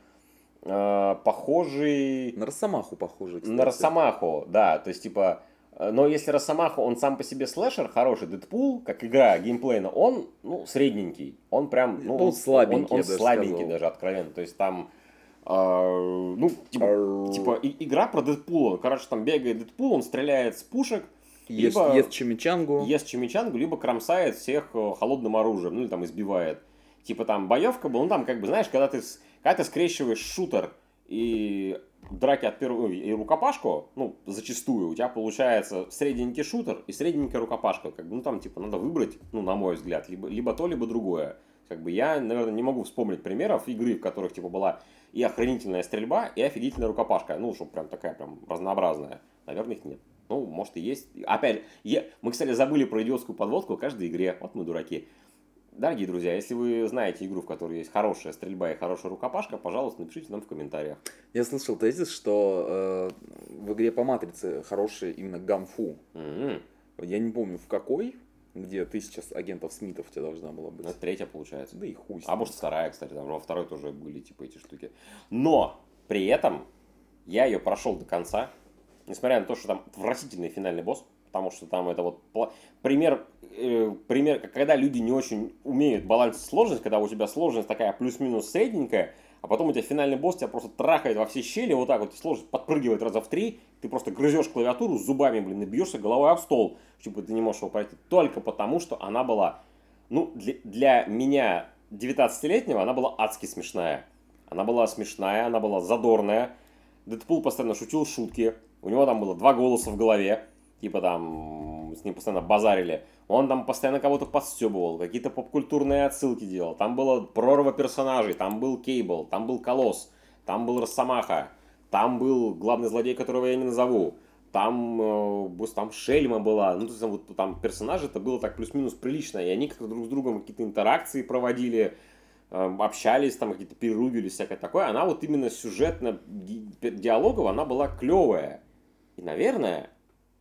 э, похожий... На Росомаху похожий, кстати. На Росомаху, да, то есть, типа... Но если Росомаха, он сам по себе слэшер хороший, Дэдпул, как игра геймплейно, он, ну, средненький. Он прям, ну, он слабенький, он, он я даже слабенький сказал. даже, откровенно. То есть там, э, ну, типа, типа и, игра про Дэдпула. Короче, там бегает Дэдпул, он стреляет с пушек. Ест, либо ест чимичангу. Ест чимичангу, либо кромсает всех холодным оружием, ну, или там избивает. Типа там боевка была, ну, там, как бы, знаешь, когда ты, когда ты скрещиваешь шутер и... драки от первого и рукопашку, ну, зачастую, у тебя получается средненький шутер и средненькая рукопашка. Как бы, ну, там, типа, надо выбрать, ну, на мой взгляд, либо, либо то, либо другое. Как бы я, наверное, не могу вспомнить примеров игры, в которых, типа, была и охренительная стрельба, и офигительная рукопашка. Ну, чтобы прям такая прям разнообразная. Наверное, их нет. Ну, может и есть. Опять, я... мы, кстати, забыли про идиотскую подводку в каждой игре. Вот мы дураки. Дорогие друзья, если вы знаете игру, в которой есть хорошая стрельба и хорошая рукопашка, пожалуйста, напишите нам в комментариях. Я слышал тезис, что э, в игре по Матрице хорошая именно гамфу. Mm-hmm. Я не помню в какой, где тысяча агентов Смитов у тебя должна была быть. Ну, это третья получается. Да и хуй. А может вторая, кстати, там во второй тоже были типа эти штуки. Но при этом я ее прошел до конца, несмотря на то, что там отвратительный финальный босс, потому что там это вот пример, э, пример, когда люди не очень умеют балансить сложность, когда у тебя сложность такая плюс-минус средненькая, а потом у тебя финальный босс тебя просто трахает во все щели, вот так вот, сложность подпрыгивает раза в три, ты просто грызешь клавиатуру с зубами, блин, и бьешься головой об стол, чтобы ты не можешь его пройти, только потому, что она была, ну, для, для меня, девятнадцатилетнего, она была адски смешная. Она была смешная, она была задорная. Дэдпул постоянно шутил шутки, у него там было два голоса в голове, типа там с ним постоянно базарили. Он там постоянно кого-то подстебывал, какие-то попкультурные отсылки делал. Там была прорва персонажей, там был Кейбл, там был Колосс, там был Росомаха, там был главный злодей, которого я не назову. Там, э, там Шельма была, ну, то есть, вот, там персонажи, это было так плюс-минус прилично, и они как-то друг с другом какие-то интеракции проводили, э, общались, там какие-то перерубились, всякое такое. Она вот именно сюжетно, диалогово, она была клевая. И, наверное,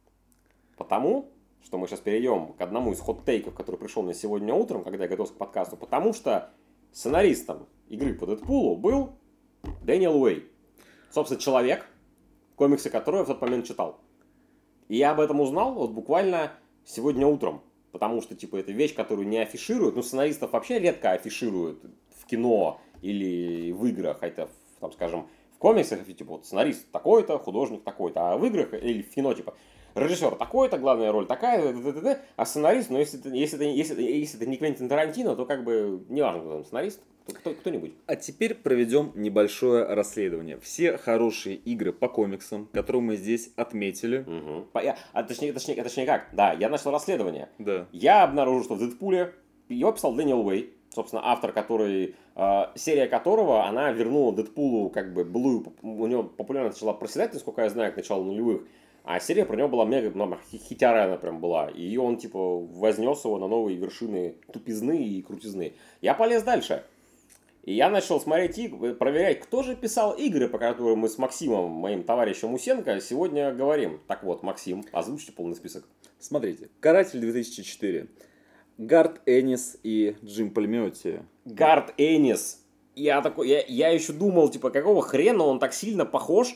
потому, что мы сейчас перейдем к одному из хот-тейков, который пришел мне сегодня утром, когда я готовился к подкасту, потому что сценаристом игры по Дэдпулу был Дэниел Уэй. Собственно, человек, комиксы которого я в тот момент читал. И я об этом узнал вот буквально сегодня утром. Потому что, типа, это вещь, которую не афишируют. Ну, сценаристов вообще редко афишируют в кино или в играх. Это, там, скажем, в комиксах, типа, вот сценарист такой-то, художник такой-то. А в играх или в кино, типа, режиссер такой-то, главная роль такая, а сценарист, ну, если это, если это, если это, если это не Квентин Тарантино, то как бы не важно, кто там сценарист. Кто, кто-нибудь. А теперь проведем небольшое расследование. Все хорошие игры по комиксам, которые мы здесь отметили. Угу. А точнее, точнее, точнее как? Да, я начал расследование. Да. Я обнаружил, что в Дэдпуле его писал Дэниел Уэй, собственно, автор, который, э, серия которого, она вернула Дэдпулу как бы былую, у него популярность начала проседать, насколько я знаю, к началу нулевых. А серия про него была мега, ну, хитярая она прям была. И он, типа, вознес его на новые вершины тупизны и крутизны. Я полез дальше. И я начал смотреть игры, проверять, кто же писал игры, по которым мы с Максимом, моим товарищем Усенко, сегодня говорим. Так вот, Максим, озвучьте полный список. Смотрите. Каратель две тысячи четыре. Гарт Эннис и Джим Пальмиотти. Гарт Эннис. Я такой, я, я еще думал, типа, какого хрена он так сильно похож.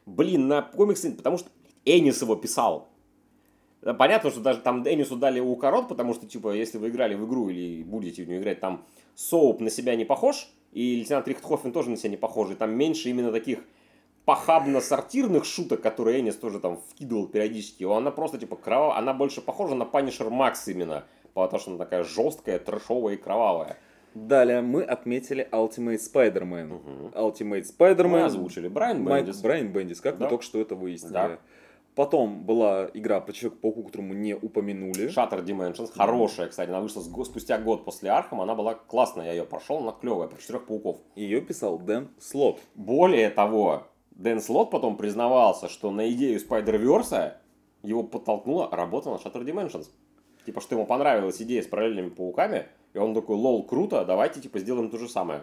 блин, на комиксы, потому что Энис его писал. Понятно, что даже там Энису дали укорот, потому что, типа, если вы играли в игру или будете в нее играть, там Соуп на себя не похож, и лейтенант Рихтхофен тоже на себя не похож, и там меньше именно таких похабно-сортирных шуток, которые Энис тоже там вкидывал периодически. Она просто, типа, кровавая, она больше похожа на Punisher Max именно, потому что она такая жесткая, трэшовая и кровавая. Далее мы отметили Ultimate Spider-Man. Угу. Ultimate Spider-Man. Мы озвучили Брайан Бендис. Брайан Бендис, как да. мы только что это выяснили. Да. Потом была игра про Человека-пауку, которую мы не упомянули. Shattered Dimensions. Хорошая, кстати. Она вышла спустя год после Архама. Она была классная. Я ее прошел. Она клевая. Про четырех пауков. Ее писал Дэн Слот. Более того, Дэн Слот потом признавался, что на идею Spider-Verse его подтолкнула работа на Shattered Dimensions. Типа, что ему понравилась идея с параллельными пауками. И он такой, лол, круто, давайте типа сделаем то же самое.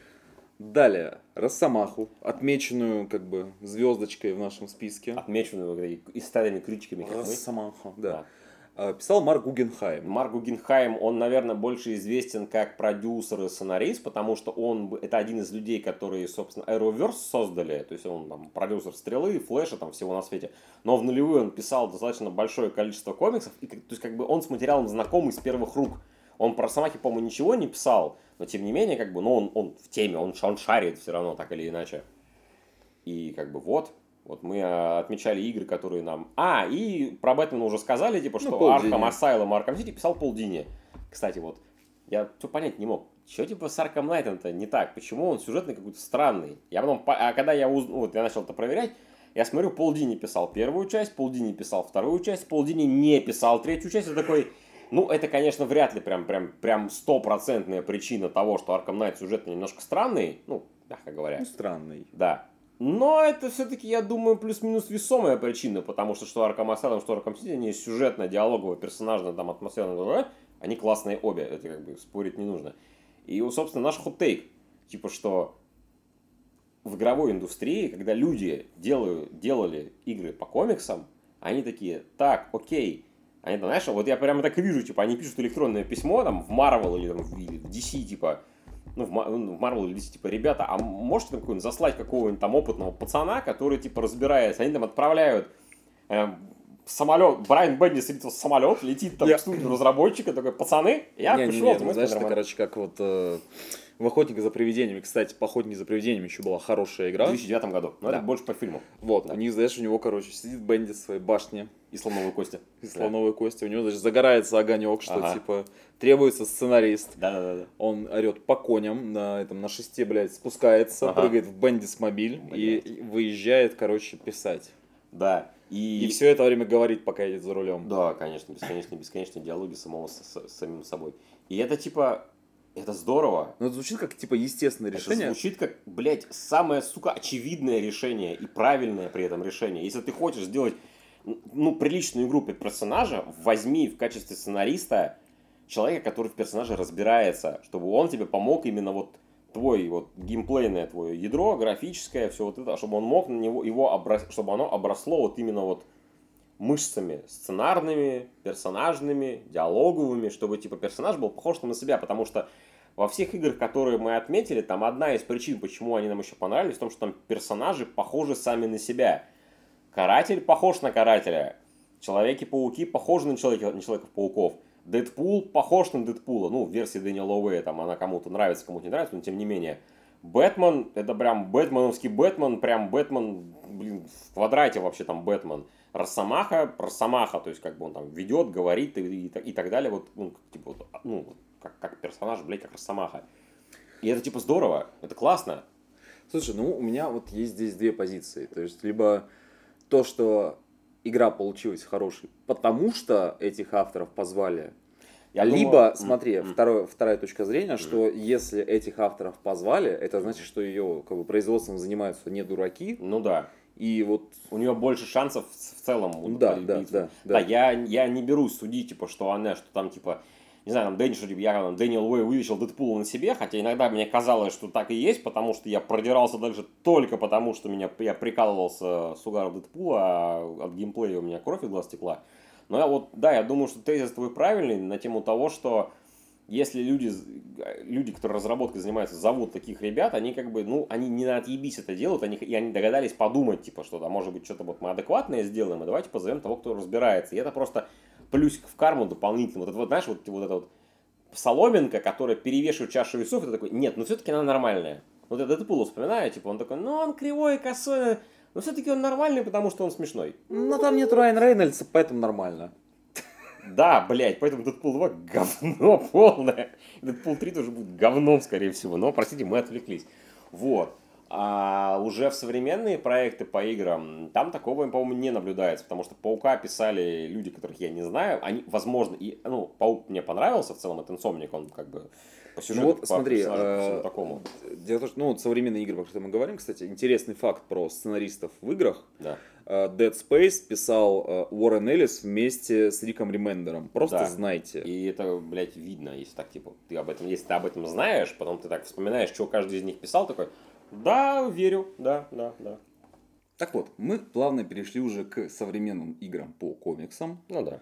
Далее, Росомаху, отмеченную как бы звездочкой в нашем списке. Отмеченную и старыми крючками. Росомаха, да. да. Писал Марк Гугенхайм. Марк Гугенхайм, он, наверное, больше известен как продюсер и сценарист, потому что он, это один из людей, которые, собственно, Arrowverse создали. То есть он там продюсер Стрелы, Флэша, там всего на свете. Но в нулевые он писал достаточно большое количество комиксов. И, то есть как бы он с материалом знаком из первых рук. Он про Росомахи, по-моему, ничего не писал, но тем не менее, как бы, ну, он, он в теме, он, он шарит все равно, так или иначе. И как бы вот, вот мы отмечали игры, которые нам... А, и про Бэтмена уже сказали, типа, что ну, Arkham Asylum, Arkham City писал Пол Дини. Кстати, вот, я все понять не мог. Что типа с Arkham Knight-то не так? Почему он сюжетный какой-то странный? Я потом, а когда я, уз... вот, я начал это проверять, я смотрю, Пол Дини писал первую часть, Пол Дини писал вторую часть, Пол Дини не писал третью часть. Я такой... Ну, это, конечно, вряд ли прям, прям, прям стопроцентная причина того, что Arkham Knight сюжетно немножко странный, ну, мягко говоря. Ну, странный. Да. Но это все-таки, я думаю, плюс-минус весомая причина, потому что что Arkham Asylum, что Arkham City, они сюжетно, диалогово, персонажно, там, атмосферно, они классные обе, это как бы спорить не нужно. И, собственно, наш хот-тейк, типа, что в игровой индустрии, когда люди делают, делали игры по комиксам, они такие, так, окей, они, знаешь, вот я прямо так и вижу, типа, они пишут электронное письмо, там, в Marvel или, там, в ди си, типа, ну, в Marvel или ди си, типа, ребята, а можете там какой-нибудь заслать какого-нибудь там опытного пацана, который, типа, разбирается, они там отправляют э, самолет, Брайан Бендис сидит в самолет, летит там я... в студию разработчика, такой, пацаны, я не, пришел. Не, не, ну, знаешь, это, короче, как вот э, в «Охотнике за привидениями», кстати, по «Охотнике за привидениями» еще была хорошая игра. В две тысячи девятом году, но да. Это больше по фильму. Вот, да. У них, знаешь, у него, короче, сидит Бендис в своей башне. И слоновые кости. И слоновые да. кости. У него даже загорается огонек, что, ага. типа, требуется сценарист. Да-да-да. Он орет по коням, на, этом, на шесте, блядь, спускается, ага. прыгает в Бендис мобиль и выезжает, короче, писать. Да. И... и все это время говорит, пока едет за рулем. Да, конечно, бесконечные, бесконечные диалоги самого с, с, с самим собой. И это, типа, это здорово. Но это звучит как, типа, естественное решение. Это звучит как, блядь, самое, сука, очевидное решение и правильное при этом решение. Если ты хочешь сделать, ну, приличную игру под персонажа, возьми в качестве сценариста человека, который в персонаже разбирается, чтобы он тебе помог именно вот твой вот геймплейное твое ядро, графическое, все вот это, чтобы он мог на него, его обрас... чтобы оно обросло вот именно вот мышцами сценарными, персонажными, диалоговыми, чтобы типа персонаж был похож на себя, потому что во всех играх, которые мы отметили, там одна из причин, почему они нам еще понравились, в том, что там персонажи похожи сами на себя. Каратель похож на Карателя, Человеки-пауки похожи на, человека, на Человеков-пауков, Дэдпул похож на Дэдпула, ну, в версии Дэниела Уэя, там она кому-то нравится, кому-то не нравится, но тем не менее. Бэтмен, это прям бэтменовский Бэтмен, прям Бэтмен, блин, в квадрате вообще там Бэтмен. Росомаха, Росомаха, то есть как бы он там ведет, говорит и, и, и так далее, вот, ну, типа, вот, ну, как, как персонаж, блядь, как Росомаха. И это типа здорово, это классно. Слушай, ну, у меня вот есть здесь две позиции, то есть либо то, что игра получилась хорошей, потому что этих авторов позвали. Я Либо, думаю... смотри, mm-hmm. второе, вторая точка зрения, mm-hmm. что если этих авторов позвали, это значит, что ее как бы, производством занимаются не дураки. Ну да. И вот... У нее больше шансов в целом. Да, да, да, да. Да, я, я не берусь судить, типа, что она, что там, типа, не знаю, там, Дэнни, что типа, я, там, Дэниел Уэй вытащил Дэдпула на себе, хотя иногда мне казалось, что так и есть, потому что я продирался дальше только потому, что меня, я прикалывался с угаром Дэдпула, а от геймплея у меня кровь из глаз текла. Но я вот, да, я думаю, что тезис твой правильный на тему того, что если люди, люди, которые разработкой занимаются, зовут таких ребят, они как бы, ну, они не на отъебись это делают, они, и они догадались подумать, типа, что, да, может быть, что-то вот мы адекватное сделаем, и давайте позовем того, кто разбирается. И это просто плюсик в карму дополнительно. Вот это вот, знаешь, вот, вот это вот соломинка, которая перевешивает чашу весов, это такой, нет, ну все-таки она нормальная. Вот это Дэдпула вспоминаю, типа, он такой, ну, он кривой, косой, но все-таки он нормальный, потому что он смешной. Ну, там нет Райана Рейнольдса, поэтому нормально. Да, блядь, поэтому Дэдпул два говно полное. Дэдпул три тоже будет говном, скорее всего. Но, простите, мы отвлеклись. Вот. А уже в современные проекты по играм там такого, по-моему, не наблюдается. Потому что Паука писали люди, которых я не знаю. Они, возможно, и, ну, Паук мне понравился в целом, это Insomniac, он как бы по сюжету, ну, вот, по смотри, персонажу, по всему э, такому. Дело в том, что, ну, вот современные игры, про которые мы говорим, кстати, интересный факт про сценаристов в играх. Да. Dead Space писал Уоррен Эллис вместе с Риком Ремендером. Просто Да. знайте. И это, блядь, видно, если так, типа, ты об этом, если ты об этом знаешь, потом ты так вспоминаешь, что каждый из них писал, такой, да, верю, да, да, да. Так вот, мы плавно перешли уже к современным играм по комиксам. Ну да.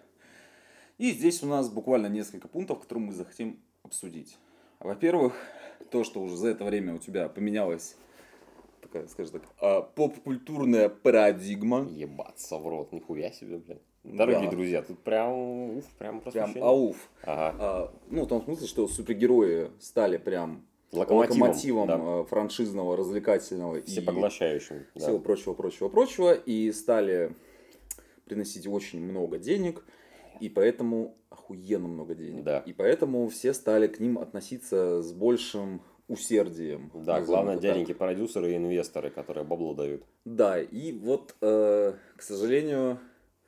И здесь у нас буквально несколько пунктов, которые мы захотим обсудить. Во-первых, то, что уже за это время у тебя поменялось, такая, скажем так, поп-культурная парадигма. Ебаться в рот, нихуя себе, блядь. Дорогие Да. друзья, тут прям, уф, прям Прям просвещение. ауф. Ага. А, ну, в том смысле, что супергерои стали прям Локомотивом, локомотивом да. э, франшизного, развлекательного Всепоглощающим. и Да. всего прочего, прочего, прочего. И стали приносить очень много денег. И поэтому охуенно много денег. Да. И поэтому все стали к ним относиться с большим усердием. Да, назовем главное, это так. дяденьки продюсеры и инвесторы, которые бабло дают. Да, и вот, э, к сожалению,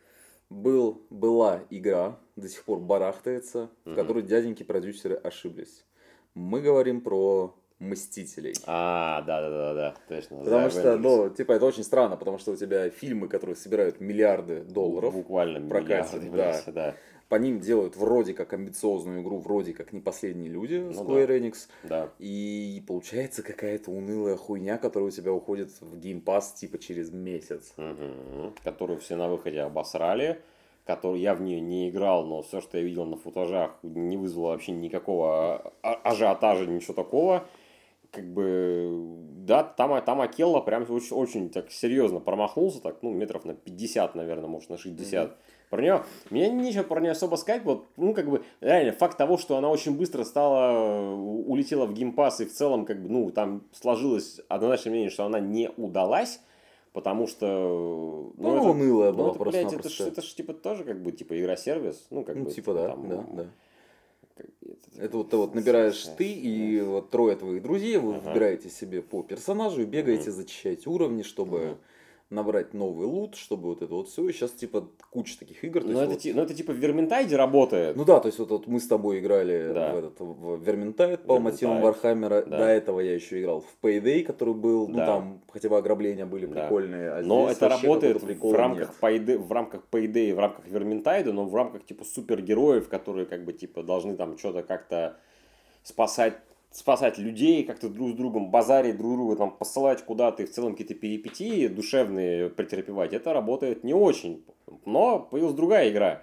был, была игра, до сих пор барахтается, в Мгм. которой дяденьки-продюсеры ошиблись. Мы говорим про Мстителей. А, да, да, да, да, точно. Потому The что, Avengers. ну, типа, это очень странно, потому что у тебя фильмы, которые собирают миллиарды долларов, Буквально прокате, миллиарды, да. блядь, да. по ним делают вроде как амбициозную игру, вроде как не последние люди, Ну Square да. Enix, Да. и получается какая-то унылая хуйня, которая у тебя уходит в Game Pass типа через месяц. Мгм. Которую все на выходе обосрали, которую я в нее не играл, но все, что я видел на футажах, не вызвало вообще никакого а- ажиотажа, ничего такого. Как бы, да, там, там Акелла прям очень, очень так серьезно промахнулся, так, ну, метров на пятьдесят, наверное, может, на шестьдесят. Про нее, мне нечего про нее особо сказать, вот, ну, как бы, реально, факт того, что она очень быстро стала, у- улетела в геймпас, и в целом, как бы, ну, там сложилось однозначное мнение, что она не удалась, потому что... Ну, это, унылая ну, была это, блядь, это просто-напросто. ж, это ж, типа, тоже, как бы, типа, игра-сервис, ну, как Ну, бы, типа, да, там, да, да. как- это, Это вот ты вот набираешь ты и вот трое твоих друзей, вы Ага. выбираете себе по персонажу и бегаете, зачищаете уровни, чтобы Мгм. набрать новый лут, чтобы вот это вот все. И сейчас типа куча таких игр. то Ну, есть это, вот- ти- ну, это типа в Верминтайде работает. Ну да, то есть вот, вот мы с тобой играли Да. в этот в Верминтайд по Vermintide, мотивам Вархаммера. да. До этого я еще играл в Payday, который был, ну Да. там хотя бы ограбления были Да. прикольные, а Но здесь это вообще работает какого-то в прикола рамках, нет. Payday, в рамках Payday, в рамках Верминтайда, но в рамках типа супергероев, которые как бы типа должны там что-то как-то спасать, спасать людей, как-то друг с другом базарить, друг друга там посылать куда-то и в целом какие-то перипетии душевные претерпевать. Это работает не очень. Но появилась другая игра,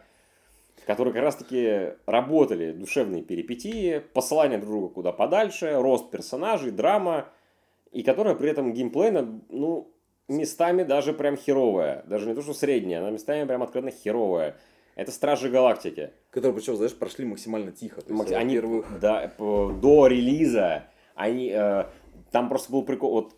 в которой как раз-таки работали душевные перипетии, посылание друг друга куда подальше, рост персонажей, драма, и которая при этом геймплейно, ну, местами даже прям херовая. Даже не то, что средняя, она местами прям откровенно херовая. Это Стражи Галактики. Которые, причем, знаешь, прошли максимально тихо. То есть, Макс- Они, во-первых, да, п- до релиза, они, э, там просто был прикол, вот,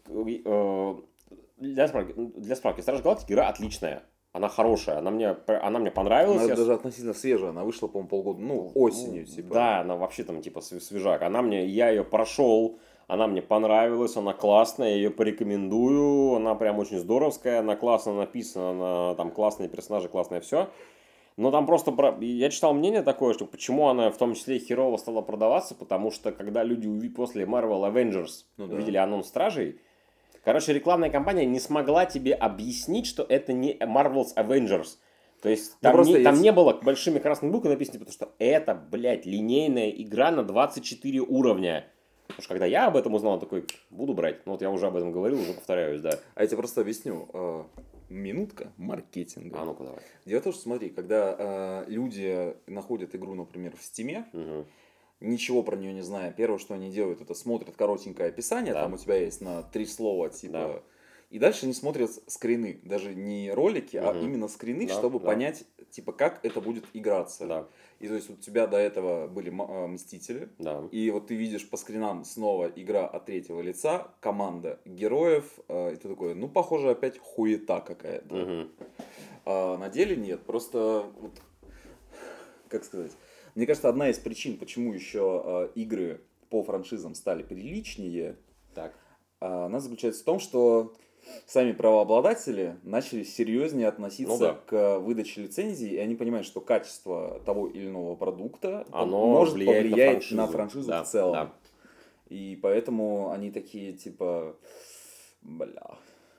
э, для справки, для справки, Стражи Галактики игра отличная. Она хорошая, она мне, она мне понравилась. она я даже относительно свежая, она вышла, по-моему, полгода, ну, осенью, типа. Да, она вообще там типа св- свежак. Она мне, я ее прошел, она мне понравилась, она классная, я ее порекомендую. Она прям очень здоровская, она классно написана, она, там классные персонажи, классное все. Но там просто, про- я читал мнение такое, что почему она в том числе и херово стала продаваться, потому что когда люди уви- после Marvel Avengers Ну да. увидели анонс Стражей, короче, рекламная кампания не смогла тебе объяснить, что это не Marvel's Avengers. То есть Ну, там, просто не, там есть- не было большими красными буквами написано, потому что это, блядь, линейная игра на двадцать четыре уровня. Потому что когда я об этом узнал, я такой, буду брать. Ну вот я уже об этом говорил, уже повторяюсь, да. А я тебе просто объясню. э, Минутка маркетинга. А ну-ка давай. Дело в том, что смотри, когда э, люди находят игру, например, в Стиме, Мгм. ничего про нее не зная, первое, что они делают, это смотрят коротенькое описание, Да. там у тебя есть на три слова, типа, Да. и дальше они смотрят скрины, даже не ролики, а Мгм. именно скрины, Да, чтобы да. понять, типа, как это будет играться. Да, И то есть у тебя до этого были м- а, Мстители, да. и вот ты видишь по скринам снова игра от третьего лица, команда героев, э, и ты такой, ну, похоже, опять хуета какая-то. Мгм. А на деле нет, просто, вот, как сказать, мне кажется, одна из причин, почему еще э, игры по франшизам стали приличнее, Так. а, она заключается в том, что сами правообладатели начали серьезнее относиться Ну да. к выдаче лицензий, и они понимают, что качество того или иного продукта Оно может влияет на повлиять франшизу. на франшизу Да, в целом. да. И поэтому они такие, типа, бля.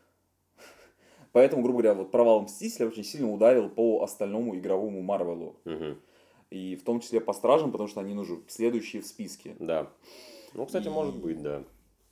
Поэтому, грубо говоря, вот провал Мстителя очень сильно ударил по остальному игровому Марвелу. Мгм. И в том числе по Стражам, потому что они нужны следующие в списке. Да. Ну, кстати, И- может быть, да.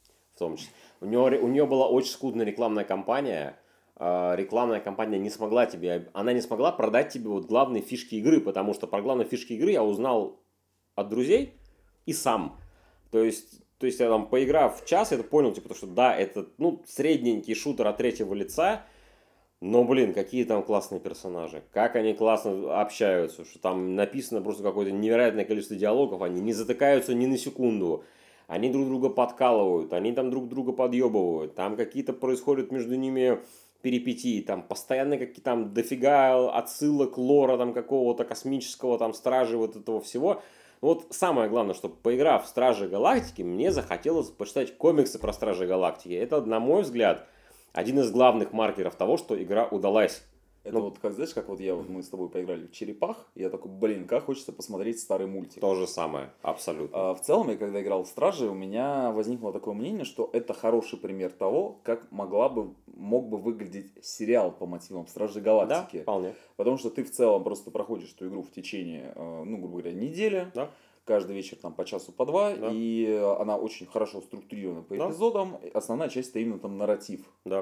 В том числе. У нее, у нее была очень скудная рекламная кампания. А, Рекламная кампания не смогла тебе, она не смогла продать тебе вот главные фишки игры, потому что про главные фишки игры я узнал от друзей и сам. То есть, то есть я там, поиграв в час, я понял, типа, то, что да, это, ну, средненький шутер от третьего лица, но, блин, какие там классные персонажи, как они классно общаются, что там написано просто какое-то невероятное количество диалогов, они не затыкаются ни на секунду, они друг друга подкалывают, они там друг друга подъебывают, там какие-то происходят между ними перипетии, там постоянно какие там дофига отсылок, лора там какого-то космического, там стражи вот этого всего. Вот самое главное, что поиграв в Стражи Галактики, мне захотелось почитать комиксы про Стражи Галактики. Это, на мой взгляд, один из главных маркеров того, что игра удалась. Это Ну, вот, как знаешь, как вот я, вот мы с тобой поиграли в Черепах, и я такой, блин, как хочется посмотреть старый мультик. То же самое, абсолютно. А в целом, я когда играл в Стражи, у меня возникло такое мнение, что это хороший пример того, как могла бы, мог бы выглядеть сериал по мотивам Стражи Да, Галактики. вполне. Потому что ты в целом просто проходишь эту игру в течение, э, ну, грубо говоря, недели. Да. Каждый вечер там по часу, по два. Да. И э, она очень хорошо структурирована по Да. эпизодам. Основная часть это именно там нарратив. Да.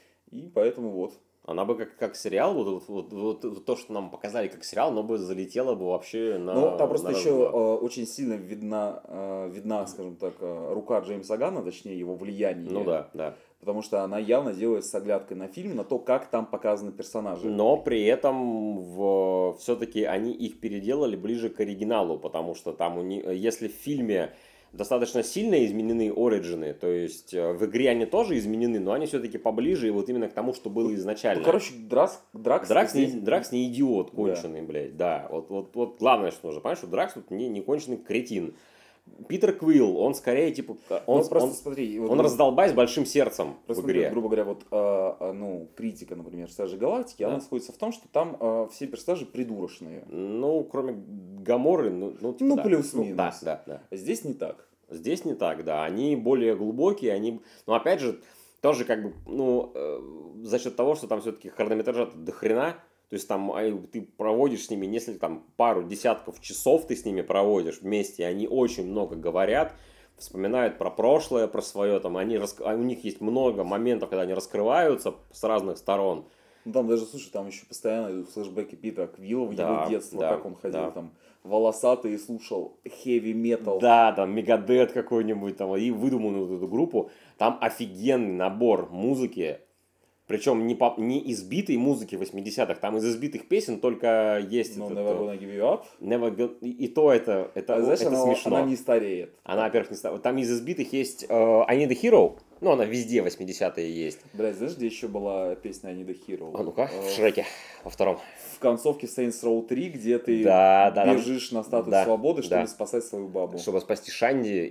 И поэтому вот. Она бы как, как сериал, вот, вот, вот, вот то, что нам показали как сериал, оно бы залетело бы вообще на. Ну, там просто на еще раз-два. э, очень сильно видна, э, видна, скажем так, э, рука Джеймса Ганна, точнее его влияние. Ну да, да. Потому что она явно делает с оглядкой на фильм, на то, как там показаны персонажи. Но при этом в... все-таки они их переделали ближе к оригиналу, потому что там у них, если в фильме достаточно сильно изменены оригины, то есть э, в игре они тоже изменены, но они все-таки поближе и вот именно к тому, что было изначально. Ну, короче, Дракс, Дракс, Дракс не, здесь- Дракс не идиот Да. конченый, блядь, да. Вот, вот, вот главное, что нужно понять, что Дракс тут не, не конченый кретин. Питер Квилл, он скорее, типа, он, Ну, просто он, смотри, вот, он ну, раздолбай с большим сердцем просто в смотри, игре. грубо говоря, вот, а, а, ну, критика, например, Стражи Галактики, Да. она сходится в том, что там а, все персонажи придурочные. Ну, кроме Гаморы, ну, ну, типа, Ну, да. плюс-минус. Ну, да, да, да. Здесь не так. Здесь не так, да. Они более глубокие, они... Но опять же, тоже как бы, ну, э, за счет того, что там все-таки хронометража до хрена, то есть там а, ты проводишь с ними несколько, там, пару десятков часов ты с ними проводишь вместе, и они очень много говорят, вспоминают про прошлое, про свое, там, они, рас- а у них есть много моментов, когда они раскрываются с разных сторон. Ну, там даже, слушай, там еще постоянно идут флешбеки Питера Квилла в Да, его детство, да, как он ходил да. там волосатый и слушал heavy metal. Да, там Мегадет какой-нибудь, там, и выдуманную вот эту группу. Там офигенный набор музыки. Причем не, по, не избитой музыки восьмидесятых, там из избитых песен только есть Но этот, Never э, Gonna Give You Up. Never Go- и, и то это, это, А, знаешь, это она, смешно. она не стареет. Она, во-первых, не ста- Там из избитых есть э, I Need a Hero. Ну, она везде восьмидесятые есть. Блядь, знаешь, где еще была песня I Need a Hero? А ну-ка, Э, в Шреке, во втором. В концовке Saints Row три, где ты Да, да, там- бежишь на статус да, свободы, чтобы да. спасать свою бабу. Чтобы спасти Шанди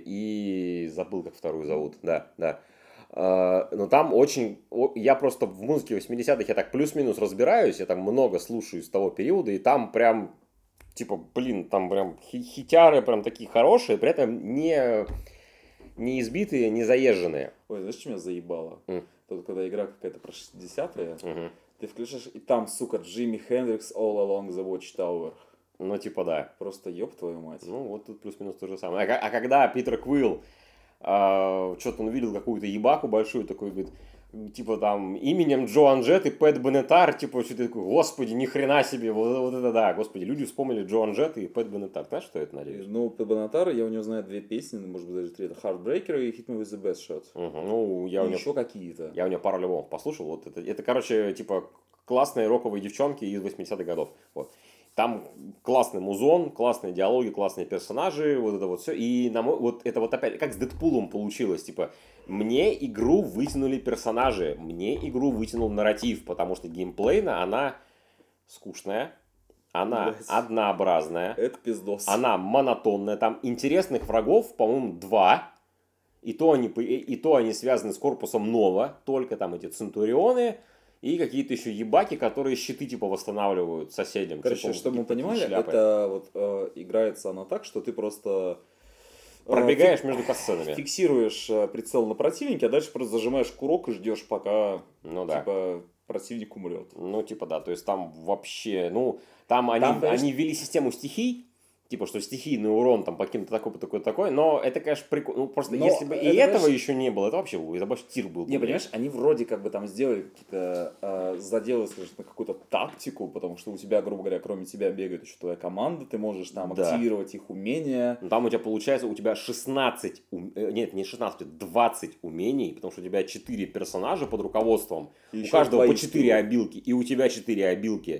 и забыл, как вторую зовут. Да, да. Э, Но там очень... о- Я просто в музыке восьмидесятых я так плюс-минус разбираюсь, я там много слушаю с того периода, и там прям, типа, блин, там прям хи- хитяры прям такие хорошие, при этом не, не избитые, не заезженные. Ой, знаешь, что меня заебало? М. Тут, когда игра какая-то про шестидесятые, Мгм. ты включаешь, и там, сука, Джимми Хендрикс All Along the Watchtower. Ну, типа, да. Просто ёб твою мать. Ну, вот тут плюс-минус то же самое. А, ка- а когда Питер Квилл, что-то он увидел какую-то ебаку большую, такой говорит, типа там именем Джоан Джетт и Пэт Беннетар, типа что-то такое, господи, ни хрена себе, вот, вот это да, господи, люди вспомнили Джоан Джетт и Пэт Беннетар, знаешь, что это, надеюсь? Ну, Пэт Беннетар, я у него знаю две песни, может быть даже три, это Heartbreaker и Hit Me With The Best Shot. Угу, ну, я и у него, еще какие-то. Я у него пару альбомов послушал, вот это, это, короче, типа классные роковые девчонки из восьмидесятых годов, вот. Там классный музон, классные диалоги, классные персонажи, вот это вот все. И на мой, вот это вот опять, как с Дэдпулом получилось, типа, мне игру вытянули персонажи, мне игру вытянул нарратив, потому что геймплейно она скучная, она Блять. однообразная, Это пиздос. она монотонная, там интересных врагов, по-моему, два, и то они, и то они связаны с корпусом Нова, только там эти Центурионы, и какие-то еще ебаки, которые щиты типа восстанавливают соседям. Короче, типа, чтобы мы такие понимали, шляпы. это вот э, играется она так, что ты просто э, Пробегаешь фик- между касценами. фиксируешь э, прицел на противнике, а дальше просто зажимаешь курок и ждешь, пока Ну да. типа противник умрет. Ну, типа, да, то есть там вообще, ну, там они, Там, конечно- они ввели систему стихий, типа, что стихийный урон там по каким-то такой, такой, такой, но это, конечно, прикольно. Ну, просто Но если бы и это, этого знаешь- еще не было, это вообще, это вообще тир был. Не, блин. понимаешь, они вроде как бы там сделали какие-то э, заделы, скажем, на какую-то тактику, потому что у тебя, грубо говоря, кроме тебя бегает еще твоя команда, ты можешь там Да. активировать их умения. Ну, там у тебя получается, у тебя шестнадцать, ум- э, нет, не шестнадцать, двадцать умений, потому что у тебя четыре персонажа под руководством, И у еще каждого по двоих четыре скиллов. обилки, и у тебя четыре обилки.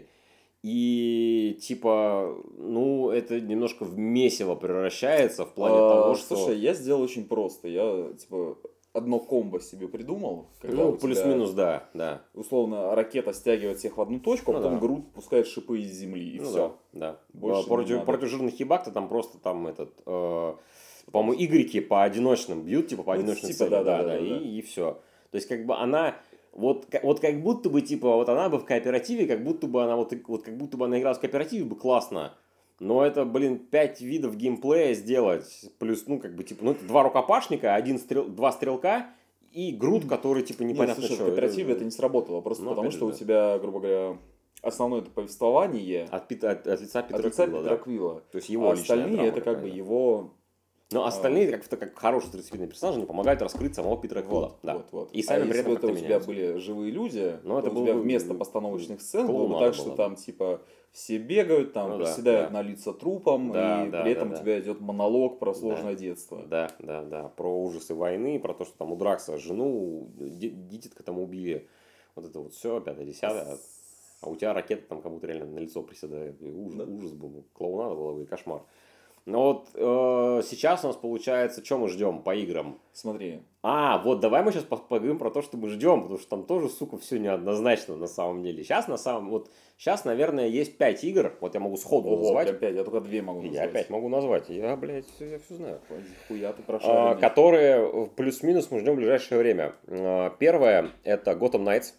И, типа, ну, это немножко в месиво превращается в плане А, того, что... Слушай, я сделал очень просто. Я, типа, одно комбо себе придумал. Когда ну, у тебя, плюс-минус, да, да. условно, ракета стягивает всех в одну точку, а Ну потом да. Грут пускает шипы из земли, и Ну все. да, да. Больше А, не против, надо. против жирных ебак-то там просто там этот... э, по-моему, игреки по одиночным бьют, типа по Ну, одиночным типа, целям, да, да, да, да, да, и, да. и все. То есть, как бы она... Вот, ка- вот как будто бы, типа, вот она бы в кооперативе, как будто бы она вот, и- вот как будто бы она играла в кооперативе бы классно. Но это, блин, пять видов геймплея сделать. Плюс, ну, как бы, типа, ну, это два рукопашника, один стрел, два стрелка и Грут, который, типа, Нет, непонятно слушай, что. в кооперативе это не сработало, просто Ну, потому опять что же, у да. тебя, грубо говоря, основное это повествование От, Пит- от, от лица Питера от лица Квилла, Питера да. Квилла. То есть его А личная остальные драма это как бы какая-то. его... Но остальные, как, как хорошие второстепенные персонажи, они помогают раскрыть самого Питера Квилла. Вот, да. вот, вот. И сами а при если этом бы это как-то у тебя меняются. были живые люди, Ну, то это у было тебя бы вместо постановочных сцен было бы клоунада так, что была, там типа все бегают, там Ну да, приседают да. на лица трупом, Да, и да, при да, этом да. у тебя идет монолог про сложное детство. Да, да, да. Про ужасы войны, про то, что там у Дракса жену, ди- дитятка там убили. Вот это вот все, пятое, десятое. А у тебя ракета там как будто реально на лицо приседает. И ужас, Да. ужас был. Клоунада была бы и кошмар. Но вот э, сейчас у нас получается, что мы ждем по играм? Смотри, А, вот давай мы сейчас поговорим про то, что мы ждем, потому что там тоже, сука, все неоднозначно на самом деле. Сейчас, на самом, вот, сейчас, наверное, есть пять игр, вот я могу сходу ого, назвать. прям пять, я только две могу Я назвать. опять могу назвать, я, блядь, всё- я все знаю. Хуя ты А, прошаренный. которые э, плюс-минус мы ждем в ближайшее время. А, Первое это Gotham Knights.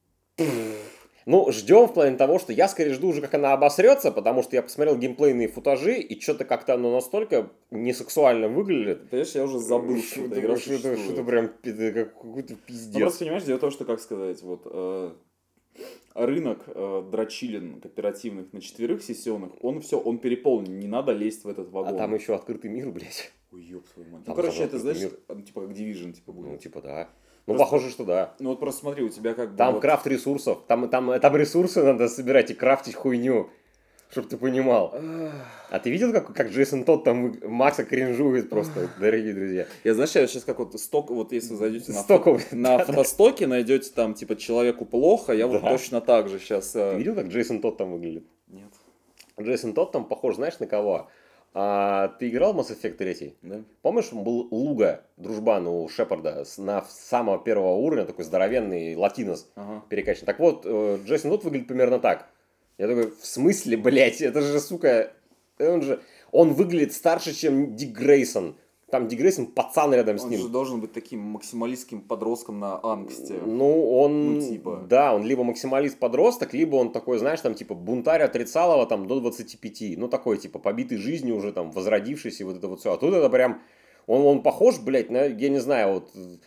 Ну, ждем в плане того, что я скорее жду уже, как она обосрется, потому что я посмотрел геймплейные футажи, и что-то как-то оно настолько несексуально выглядит. Понимаешь, я уже забыл, что Что-то эта игра что-то- существует. что-то прям пи- как какой-то Ну, пиздец. просто понимаешь, дело в том, что, как сказать, вот э, рынок э, дрочилин кооперативных на четверых сессионных, он все, он переполнен, не надо лезть в этот А вагон. там еще открытый мир, блядь. Ой, ёб твою мать. Там Ну, короче, тоже это, открытый знаешь, ну, типа как Division, типа Ну, будет. типа, да. Ну, Просто- похоже, что да. Ну, вот просто смотри, у тебя как бы... Там вот- крафт ресурсов. Там, там, там ресурсы надо собирать и крафтить хуйню. Чтоб ты понимал. Ах. А ты видел, как, как Джейсон Тодд там вы- Макса кринжует просто, дорогие друзья? Я, знаешь, я сейчас как вот сток, вот если вы зайдете на, Стоковый, фото- на фотостоке, найдете там, типа, человеку плохо, я вот Да. точно так же сейчас... Ты видел, как Джейсон Тодд там выглядит? Нет. Джейсон Тодд там похож, знаешь, на кого? А, ты играл в Mass Effect три? Да? Помнишь, он был Луга, дружбан у Шепарда, с- на самого первого уровня, такой здоровенный латинос Ага. перекачан. Так вот, э, Джейсон Тодд выглядит примерно так. Я такой, в смысле, блядь, это же, сука, он же, он выглядит старше, чем Дик Грейсон. Там Дик Грейсон пацан рядом с Он ним. же должен быть таким максималистским подростком на ангсте. Ну, он, Ну, типа. да, он либо максималист-подросток, либо он такой, знаешь, там, типа, бунтарь от тридцатого, там, до двадцати пяти. Ну, такой, типа, побитый жизнью уже, там, возродившийся, вот это вот все. А тут это прям, он, он похож, блядь, на, я не знаю, вот,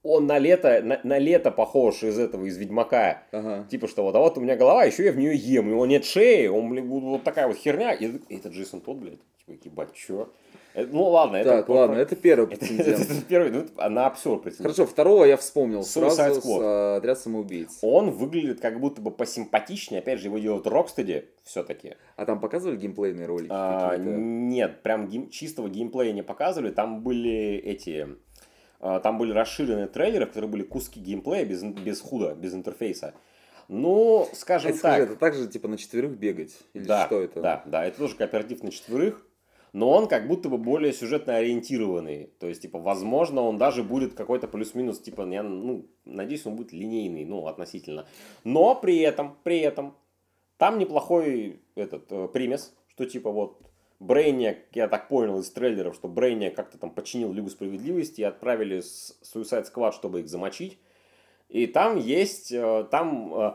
он на лето, на, на лето похож из этого, из Ведьмака. Ага. Типа, что вот, а вот у меня голова, еще я в нее ем, у него нет шеи, он, блин, вот такая вот херня. И это Джейсон Тодд, блядь. Типа, ебать, чё? Ну ладно, это... Так, ладно, это первый это, претендент. это, это, это первый, ну, на обсер претендент. Хорошо, второго я вспомнил Suicide сразу Squad. с а, «Отряд самоубийц». Он выглядит как будто бы посимпатичнее, опять же, его делают Rocksteady все-таки. А там показывали геймплейные ролики А, какие-то? нет, прям гейм, чистого геймплея не показывали, там были эти... а, Там были расширенные трейлеры, в которых были куски геймплея без, без худа, без интерфейса. Ну, скажем Это, скажи, так... это так же, типа, на четверых бегать? Или Да, что это? да, да, это тоже кооператив на четверых, но он как будто бы более сюжетно ориентированный. То есть, типа, возможно, он даже будет какой-то плюс-минус, типа, я, ну, надеюсь, он будет линейный, ну, относительно. Но при этом, при этом, там неплохой этот э, примес, что, типа, вот, Брейниак, я так понял из трейлеров, что Брейниак как-то там починил Лигу Справедливости и отправили с Suicide Squad, чтобы их замочить. И там есть, э, там э,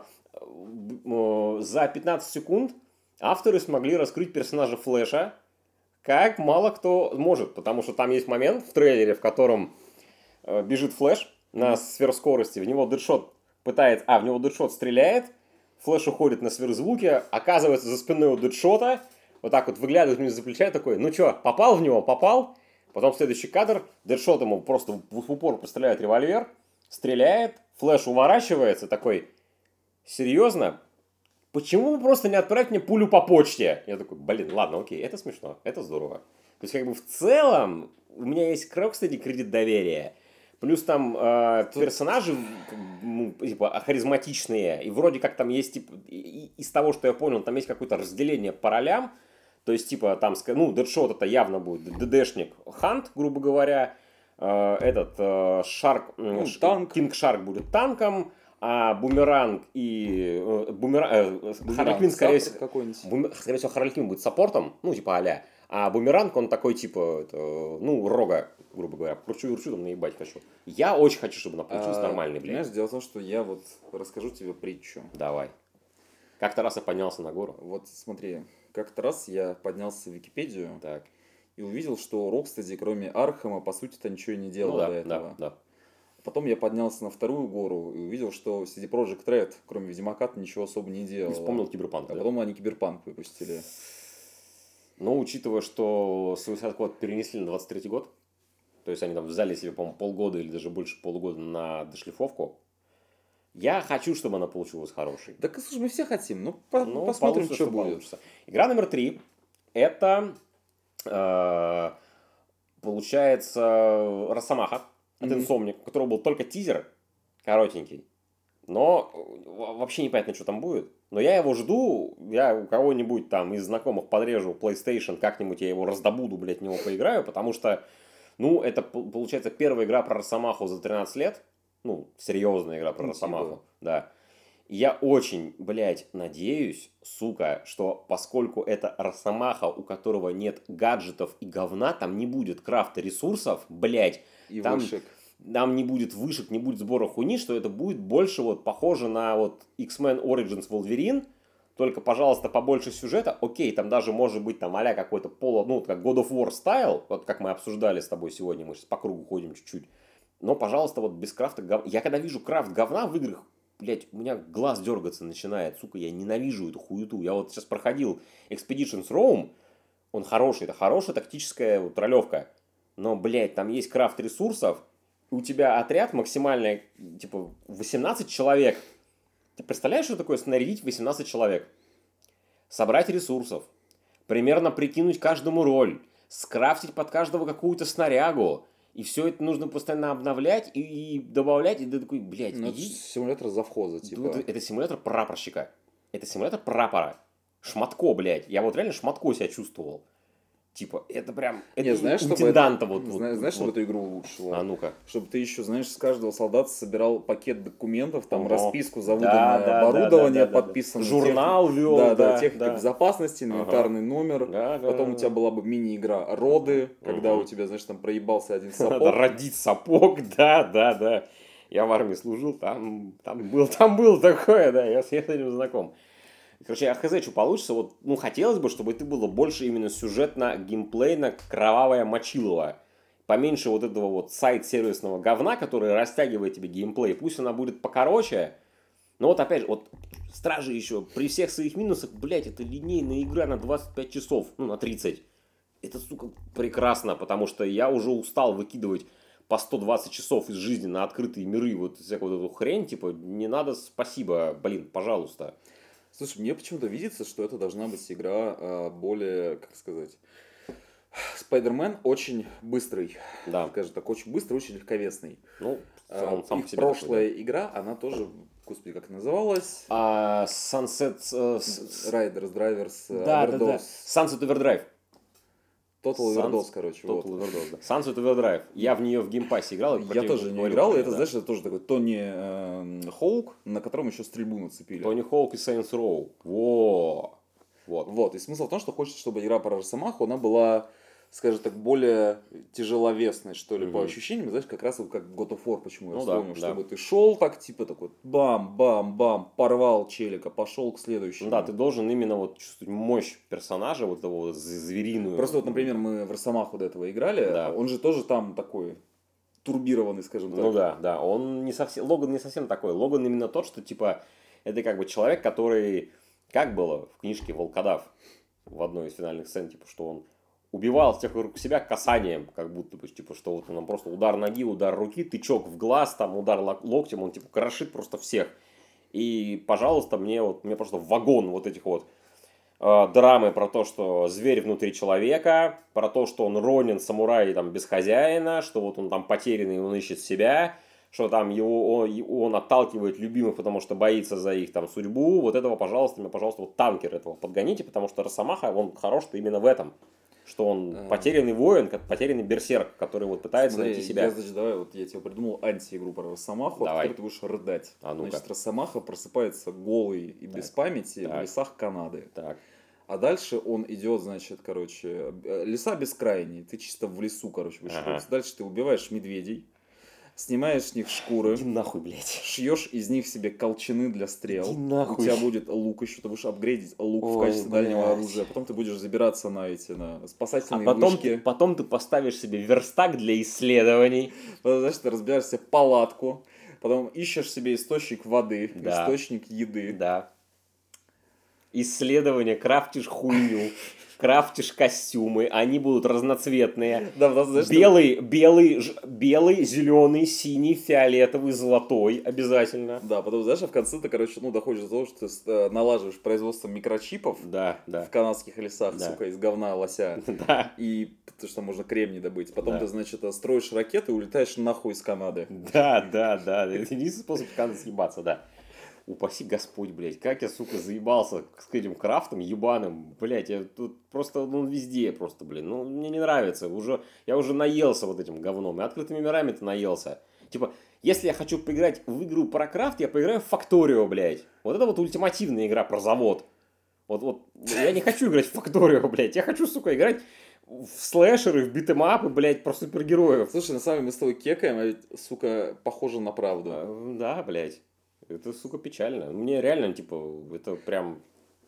э, за пятнадцать секунд авторы смогли раскрыть персонажа Флэша, как мало кто может, потому что там есть момент в трейлере, в котором э, бежит Флэш на сверхскорости, в него Дэдшот пытается, а, в него Дэдшот стреляет, Флэш уходит на сверхзвуке, оказывается за спиной у Дэдшота, вот так вот выглядывает мне за плеча такой, ну чё, попал в него, попал, потом следующий кадр, Дэдшот ему просто в упор постреляет револьвер, стреляет, Флэш уворачивается, такой, серьезно? Почему вы просто не отправите мне пулю по почте? Я такой, блин, ладно, окей, это смешно, это здорово. То есть, как бы в целом, у меня есть, кстати, кредит доверия. Плюс там э, персонажи, ну, типа, харизматичные. И вроде как там есть, типа, из того, что я понял, там есть какое-то разделение по ролям. То есть, типа, там, ну, Дэдшот это явно будет ДДшник Хант, грубо говоря. Э, этот э, Шарк, Ну, Ш- танк. Кинг Шарк будет танком. А Бумеранг и э, Бумера... э, Харли Квинн, скорее всего, какой-нибудь. Бум- скорее всего, Харли Квинн будет саппортом, ну, типа а-ля. А Бумеранг, он такой, типа, это, ну, Рога, грубо говоря, кручу-верчу, там наебать хочу. Я очень хочу, чтобы она получилась А, нормальной, блядь. Знаешь, дело в том, что я вот расскажу тебе притчу. Давай. Как-то раз я поднялся на гору. Вот смотри, как-то раз я поднялся в Википедию Так. и увидел, что Rocksteady, кроме Архама, по сути-то ничего и не делал Ну да, до этого. да, да. Потом я поднялся на вторую гору и увидел, что си ди Projekt Red, кроме Ведьмака, ничего особо не делал. И вспомнил Киберпанк, А да? потом они Киберпанк выпустили. Но учитывая, что Suicide Squad перенесли на двадцать третий год, то есть они там взяли себе, по-моему, полгода или даже больше полугода на дошлифовку, я хочу, чтобы она получилась хорошей. Так, слушай, мы все хотим. Ну, по- Ну, посмотрим, получится, что что будет. получится. Игра номер три. Это, э, получается, Росомаха от Мгм. Insomniac, у которого был только тизер, коротенький. Но э, вообще непонятно, что там будет. Но я его жду, я у кого-нибудь там из знакомых подрежу PlayStation, как-нибудь я его раздобуду, блядь, в него поиграю, потому что, ну, это пол- получается первая игра про Росомаху за тринадцать лет. Ну, серьезная игра про Ну, Росомаху, типа. да. И я очень, блядь, надеюсь, сука, что поскольку это Росомаха, у которого нет гаджетов и говна, там не будет крафта ресурсов, блядь, И там, вышек. там не будет вышек, не будет сбора хуйни, что это будет больше вот похоже на вот X-Men Origins Wolverine, только, пожалуйста, побольше сюжета. Окей, там даже может быть там а-ля какой-то поло, ну, как God of War стайл, вот как мы обсуждали с тобой сегодня, мы сейчас по кругу ходим чуть-чуть. Но, пожалуйста, вот без крафта говна. Я когда вижу крафт говна в играх, блять, у меня глаз дергаться начинает. Сука, я ненавижу эту хуету. Я вот сейчас проходил Expeditions Rome. Он хороший, это хорошая тактическая вот, ролевка. Но, блядь, там есть крафт ресурсов. И у тебя отряд максимальный, типа, восемнадцать человек. Ты представляешь, что такое снарядить восемнадцать человек? Собрать ресурсов. Примерно прикинуть каждому роль. Скрафтить под каждого какую-то снарягу. И все это нужно постоянно обновлять и, и добавлять. И ты такой, блядь, Ну, это иди. ж симулятор завхоза, типа. Это, это симулятор прапорщика. Это симулятор прапора. Шматко, блядь. Я вот реально шматко себя чувствовал. Типа, это прям... Это Не, знаешь, чтобы интенданта это, вот, знаешь, вот, знаешь, чтобы вот. эту игру улучшило? А ну-ка. Чтобы ты еще, знаешь, с каждого солдата собирал пакет документов, там Ого. расписку за Да, выданное да, оборудование, да, да, да, да. подписанный. Журнал вел, Да, да, да, техника да. безопасности, инвентарный номер. Да, да, Потом да, у тебя да. была бы мини-игра роды, когда Мгм. у тебя, знаешь, там проебался один Надо сапог. родить сапог, да, да, да. Я в армии служил, там, там, был, там было такое, да, я с я с этим знаком. Короче, я хз, что получится, вот, ну, хотелось бы, чтобы это было больше именно сюжетно, геймплейно, кровавое мочилово. поменьше вот этого вот сайт-сервисного говна, который растягивает тебе геймплей. Пусть она будет покороче. Но вот опять же, вот Стражи еще при всех своих минусах, блядь, это линейная игра на двадцать пять часов, ну на тридцать. Это, сука, прекрасно, потому что я уже устал выкидывать по сто двадцать часов из жизни на открытые миры, вот всякую вот эту хрень, типа, не надо, спасибо, блин, пожалуйста. Слушай, мне почему-то видится, что это должна быть игра э, более, как сказать... Спайдермен очень быстрый, да. скажем так, очень быстрый, очень легковесный. Ну, он сам Их прошлая такой, да. игра, она тоже, господи, как называлась? А, Sunset... Uh, Riders, Drivers, да, Overdose. Да, да. Sunset Overdrive. Total Overdose, короче. Total вот. Overdose, да. Sunset Overdrive. Я в нее в геймпассе играл. Я тоже не играл, и это, да? знаешь, это тоже такой Тони э, Хоук, на котором еще стрельбу нацепили. Тони Хоук и Saints Row. Во! Вот. Вот. И смысл в том, что хочется, чтобы игра про Росомаху, она была, скажем так, более тяжеловесной, что ли, mm-hmm. по ощущениям. Знаешь, как раз вот как God of War, почему ну, я вспомнил, да, чтобы да. ты шел так, типа такой, бам-бам-бам, порвал челика, пошел к следующему. Да, ты должен именно вот чувствовать мощь персонажа, вот этого вот звериную. Просто вот, например, мы в Росомаху до этого играли, да. он же тоже там такой турбированный, скажем так. Ну да, да, он не совсем, Логан не совсем такой. Логан именно тот, что типа, это как бы человек, который, как было в книжке «Волкодав», в одной из финальных сцен, типа, что он убивал тех вокруг себя касанием, как будто бы, типа, что вот он просто удар ноги, удар руки, тычок в глаз, там, удар локтем, он, типа, крошит просто всех. И, пожалуйста, мне вот, мне просто вагон вот этих вот э, драмы про то, что зверь внутри человека, про то, что он ронин, самурай, там, без хозяина, что вот он там потерянный, он ищет себя, что там его, он, он отталкивает любимых, потому что боится за их там судьбу. Вот этого, пожалуйста, мне, пожалуйста, вот танкер этого подгоните, потому что Росомаха, он хорош-то именно в этом. Что он а... потерянный воин, как потерянный берсерк, который вот пытается Смотри, найти себя. Я, значит, давай, вот я тебе придумал анти-игру про Росомаху, давай. от которой ты будешь рыдать. А ну-ка. Значит, Росомаха просыпается голый и так. без памяти так. в лесах Канады. Так. А дальше он идет, значит, короче, леса бескрайние, ты чисто в лесу, короче, будешь ага. Дальше ты убиваешь медведей, снимаешь с них шкуры. Иди нахуй, блядь. Шьешь из них себе колчаны для стрел. Иди нахуй. У тебя будет лук еще, ты будешь апгрейдить лук Ой, в качестве блядь. дальнего оружия. Потом ты будешь забираться на эти, на спасательные а потом вышки. Ты, потом ты поставишь себе верстак для исследований. Потом, значит, ты разбираешь себе палатку. Потом ищешь себе источник воды, да. источник еды. Да. Исследования, крафтишь хуйню. Крафтишь костюмы, они будут разноцветные. Да, да, знаешь, белый, что... белый, ж... белый, зеленый, синий, фиолетовый, золотой обязательно. Да, потом, знаешь, в конце ты, короче, ну, доходишь до того, что ты налаживаешь производство микрочипов да, да. в канадских лесах, да. сука, из говна лося. Да. И потому что можно кремний добыть. Потом да. ты, значит, строишь ракеты и улетаешь нахуй из Канады. Да, да, да. Это единственный способ в Канаде съебаться, да. Упаси Господь, блядь, как я, сука, заебался с этим крафтом ебаным, блядь, я тут просто, ну, везде просто, блин, ну, мне не нравится, уже, я уже наелся вот этим говном, и открытыми мирами-то наелся. Типа, если я хочу поиграть в игру про крафт, я поиграю в Факторио, блядь, вот это вот ультимативная игра про завод. Вот, вот, я не хочу играть в Факторио, блядь, я хочу, сука, играть в слэшеры, в битэмапы, блядь, про супергероев. Слушай, на самом деле мы с тобой кекаем, а ведь, сука, похоже на правду. А, да, блядь. Это, сука, печально. Мне реально, типа, это прям...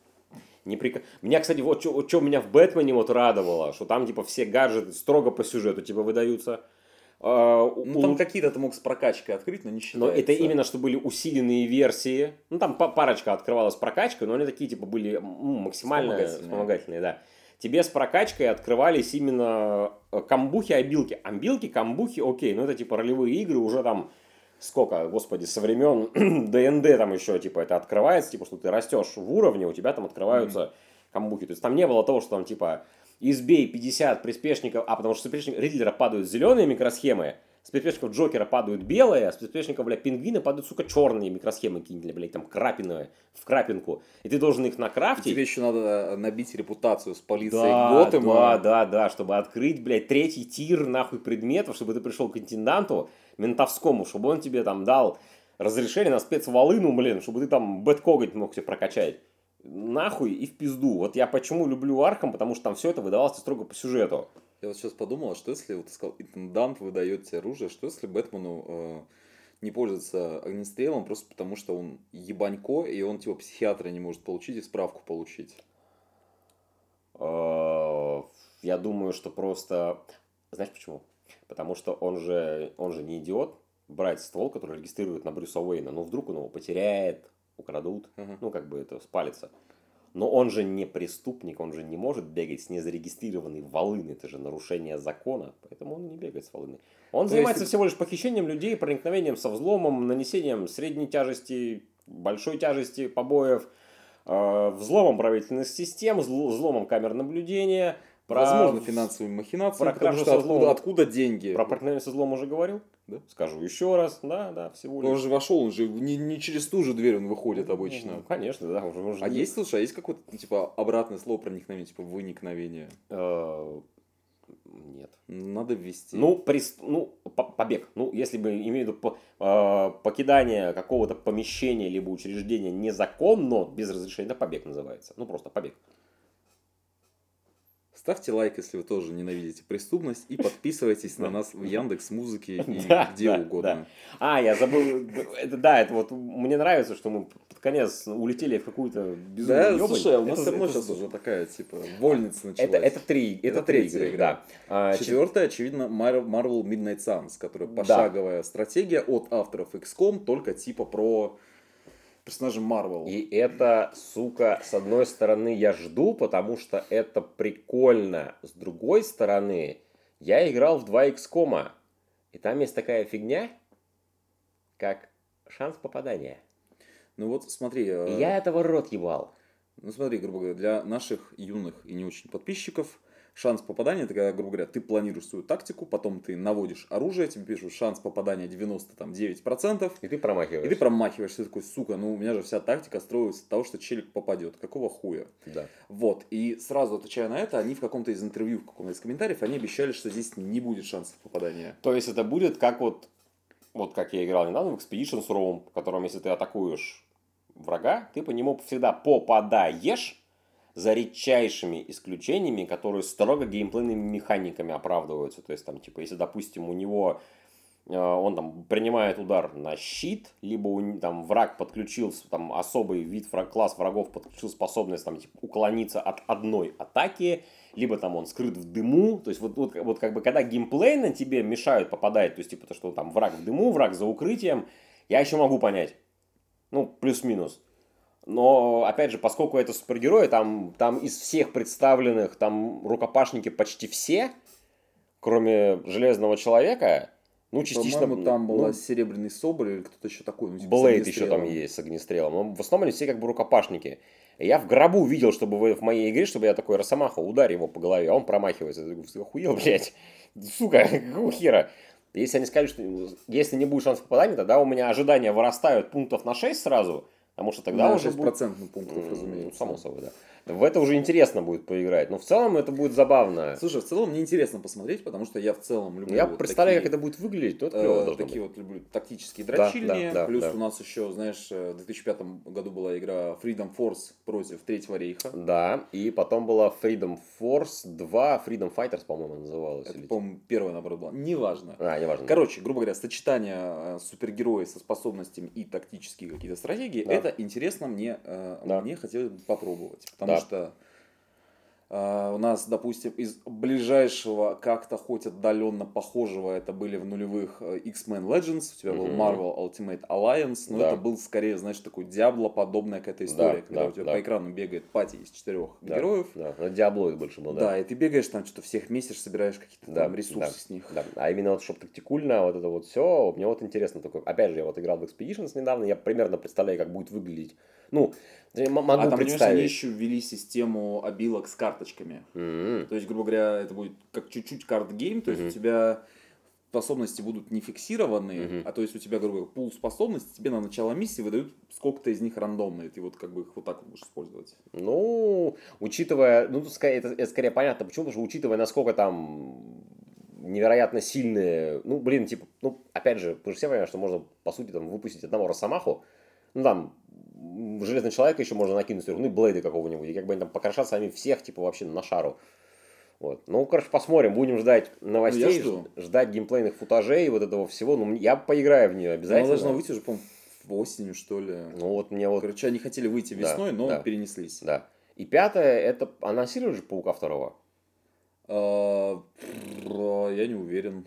Не прик... Меня, кстати, вот что вот меня в Бэтмене вот радовало, что там, типа, все гаджеты строго по сюжету, типа, выдаются. А, ну, у... там какие-то ты мог с прокачкой открыть, но не считается. Но это именно, что были усиленные версии. Ну, там парочка открывалась с прокачкой, но они такие, типа, были максимально вспомогательные, вспомогательные да. Тебе с прокачкой открывались именно камбухи, обилки. Амбилки, камбухи, окей, ну, это, типа, ролевые игры, уже там... Сколько, господи, со времен ди энд ди там еще, типа, это открывается, типа, что ты растешь в уровне, у тебя там открываются mm-hmm. камбухи. То есть там не было того, что там, типа, избей пятьдесят приспешников, а потому что с приспешников Ридлера падают зеленые микросхемы, с приспешников Джокера падают белые, а с приспешников, бля, Пингвина падают, сука, черные микросхемы какие-нибудь, блядь, там, крапиновые, в крапинку. И ты должен их накрафтить. И тебе еще надо набить репутацию с полицией да, Готэма. Да, да, да, чтобы открыть, блядь, третий тир, нахуй, предметов, чтобы ты пришел к интенданту ментовскому, чтобы он тебе там дал разрешение на спецволыну, блин, чтобы ты там бэткоготь мог себе прокачать. Нахуй и в пизду. Вот я почему люблю Архам, потому что там все это выдавалось строго по сюжету. Я вот сейчас подумал, что если, вот ты сказал, интендант выдает тебе оружие, что если Бэтмену э, не пользуется огнестрелом просто потому, что он ебанько, и он типа психиатра не может получить и справку получить? Я думаю, что просто... Знаешь почему? Потому что он же, он же не идиот брать ствол, который регистрирует на Брюса Уэйна. Ну, вдруг он его потеряет, украдут, uh-huh. ну, как бы это спалится. Но он же не преступник, он же не может бегать с незарегистрированной волыны. Это же нарушение закона, поэтому он не бегает с волыны. Он То занимается есть... всего лишь похищением людей, проникновением со взломом, нанесением средней тяжести, большой тяжести побоев, э, взломом правительственных систем, взломом камер наблюдения. Про... Возможно, финансовыми махинациями, потому что откуда, откуда деньги? Про проникновение со взломом уже говорил? Да? Скажу еще раз, да, да, всего лишь. Он же вошел, он же не, не через ту же дверь он выходит обычно. Ну, конечно, да. Уже, уже а не... есть, слушай, а есть какое-то, типа, обратное слово проникновение, типа, выникновение? Нет. Надо ввести. Ну, прист... ну побег. Ну, если бы имею в виду по, э, покидание какого-то помещения либо учреждения незаконно, без разрешения, побег называется. Ну, просто побег. Ставьте лайк, если вы тоже ненавидите преступность, и подписывайтесь на нас в Яндекс.Музыке и да, где да, угодно. Да. А, я забыл. Это да, это вот мне нравится, что мы под конец улетели в какую-то безумную Да, слушай, у нас все равно сейчас уже такая, типа, вольница началась. Это, это три, это, это три игры, игра. Да. Четвертая, очевидно, Marvel Midnight Suns, которая пошаговая да. стратегия от авторов икс ком, только типа про... персонажи Marvel. И это, сука, с одной стороны я жду, потому что это прикольно. С другой стороны, я играл в два икс кома. И там есть такая фигня, как шанс попадания. Ну вот смотри. И я этого рот ебал. Ну смотри, грубо говоря, для наших юных и не очень подписчиков шанс попадания, это когда, грубо говоря, ты планируешь свою тактику, потом ты наводишь оружие, тебе пишут шанс попадания девяносто девять процентов. И ты промахиваешься. И ты промахиваешься. Ты такой, сука, ну у меня же вся тактика строится от того, что челик попадет. Какого хуя? Да. Вот. И сразу отвечая на это, они в каком-то из интервью, в каком-то из комментариев, они обещали, что здесь не будет шансов попадания. То есть это будет как вот, вот как я играл недавно в Expeditions Rome, в котором если ты атакуешь врага, ты по нему всегда попадаешь, за редчайшими исключениями, которые строго геймплейными механиками оправдываются. То есть, там, типа, если, допустим, у него э, он там принимает удар на щит, либо у, там враг подключился, там особый вид, враг, класс врагов подключил способность там, типа, уклониться от одной атаки, либо там он скрыт в дыму. То есть, вот, вот, вот как бы, когда геймплейно тебе мешают попадать, то есть, типа, то, что там враг в дыму, враг за укрытием, я еще могу понять. Ну, плюс-минус. Но, опять же, поскольку это супергерои, там, там из всех представленных, там рукопашники почти все, кроме Железного Человека, ну, частично... По-моему, там ну, была Серебряный Соболь или кто-то еще такой. Ну, типа Блейд еще там есть с огнестрелом. Но в основном они все как бы рукопашники. И я в гробу видел, чтобы вы в моей игре, чтобы я такой Росомаха, ударь его по голове, а он промахивается. Я говорю, охуел, блядь? Сука, какого хера? Если они скажут, что если не будет шанса попадания, тогда у меня ожидания вырастают пунктов на шесть сразу. Потому что тогда на уже шесть процентов будет... пунктов, разумеется. Ну, само собой, да. В это уже интересно будет поиграть. Но в целом это будет забавно. Слушай, в целом мне интересно посмотреть, потому что я в целом люблю... Я вот представляю, такие, как это будет выглядеть. Это клево э, такие быть. вот люблю тактические дрочильни. Да, да, Плюс да. у нас еще, знаешь, в две тысячи пятом году была игра Freedom Force против Третьего рейха. Да, и потом была Freedom Force два, Freedom Fighters, по-моему, называлась. Это, по-моему, первая, наоборот, была. Неважно. А, неважно. Короче, грубо говоря, сочетание супергероя со способностями и тактические какие-то стратегии, да. Это интересно мне, да. Мне хотелось бы попробовать. Потому да. что Uh, у нас, допустим, из ближайшего как-то хоть отдаленно похожего это были в нулевых X-Men Legends, у тебя был Marvel Ultimate Alliance, но да. это был скорее, знаешь, такой Диабло-подобная какая-то история, да, когда да, у тебя да. по экрану бегает пати из четырех да, героев. Да, но Диаблоид больше был, да. Да, и ты бегаешь там, что-то всех месяц, собираешь какие-то да, там ресурсы да, с них. Да. А именно вот, чтобы тактикульно, вот это вот все, мне вот интересно, только, опять же, я вот играл в Expeditions недавно, я примерно представляю, как будет выглядеть. Ну, могу а там, представить. они еще ввели систему обилок с карточками. Mm-hmm. То есть, грубо говоря, это будет как чуть-чуть карт-гейм, то есть mm-hmm. у тебя способности будут не фиксированы, mm-hmm. а то есть у тебя, грубо говоря, пул способностей, тебе на начало миссии выдают сколько-то из них рандомные, ты вот как бы их вот так вот будешь использовать. Ну, учитывая, ну, это, это скорее понятно, почему, потому что учитывая, насколько там невероятно сильные, ну, блин, типа, ну, опять же, вы же все понимаете, что можно, по сути, там, выпустить одного Росомаху, ну, там, Железный Человек еще можно накинуть, ну, и Блейда какого-нибудь, и как бы они там покрошат сами всех, типа, вообще на шару. Вот. Ну, короче, посмотрим, будем ждать новостей, ну, ждать геймплейных футажей, вот этого всего. Ну, я поиграю в нее обязательно. Она должна выйти уже, по-моему, осенью, что ли. Ну, вот мне вот... Короче, они хотели выйти весной, да, но да, перенеслись. Да. И пятое, это анонсировали же Паука второго? А, я не уверен.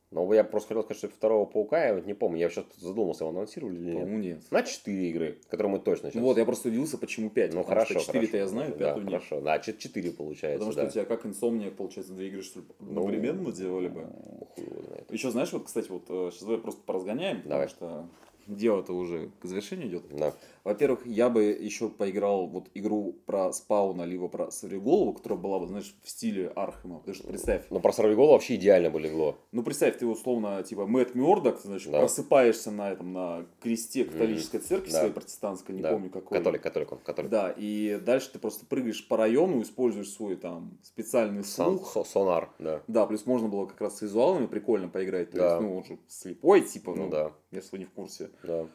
Но я просто хотел сказать, что второго Паука, я вот не помню, я сейчас задумался, его анонсировали или нет? По-моему, нет. На четыре игры, которые мы точно сейчас... Ну вот, я просто удивился, почему пять. Ну хорошо, четыре-то я знаю, да, пятую нет. Хорошо, да, четыре получается, Потому что да. у тебя как Insomniac, получается, две игры, что ли, одновременно ну, делали бы. Хуй его знает. Еще знаешь, вот, кстати, вот сейчас давай просто поразгоняем, Давай. потому что дело-то уже к завершению идет. Да. Во-первых, я бы еще поиграл вот игру про спауна, либо про сорвиголову, которая была бы, знаешь, в стиле Архема. Потому что представь. Ну, про сорвиголову вообще идеально бы легло. Ну, представь, ты условно, типа, Мэтт Мёрдок, значит, да. просыпаешься на этом, на кресте католической церкви да. своей протестантской, не да. помню какой. Католик, католик он, католик. Да, и дальше ты просто прыгаешь по району, используешь свой там специальный слух. Сон, сонар, да. Да, плюс можно было как раз с визуалами прикольно поиграть. То да. есть, ну, он же слепой, типа, ну, ну да. если вы не в курсе. Да.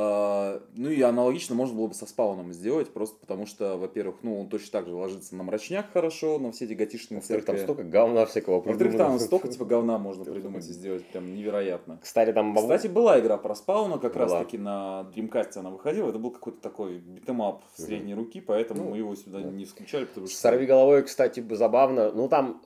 Uh, ну и аналогично можно было бы со спауном сделать, просто потому что, во-первых, ну он точно так же ложится на мрачняк хорошо, на все эти готичные церкви. Там столько говна всякого придумано. Во-вторых, там столько типа говна можно придумать и сделать, прям невероятно. Кстати, там... Кстати, была игра про спауна, как раз таки на Dreamcast она выходила, это был какой-то такой битэмап средней руки, поэтому ну, мы его сюда да. не исключали, потому что... Сорвиголовой, кстати, забавно, ну там,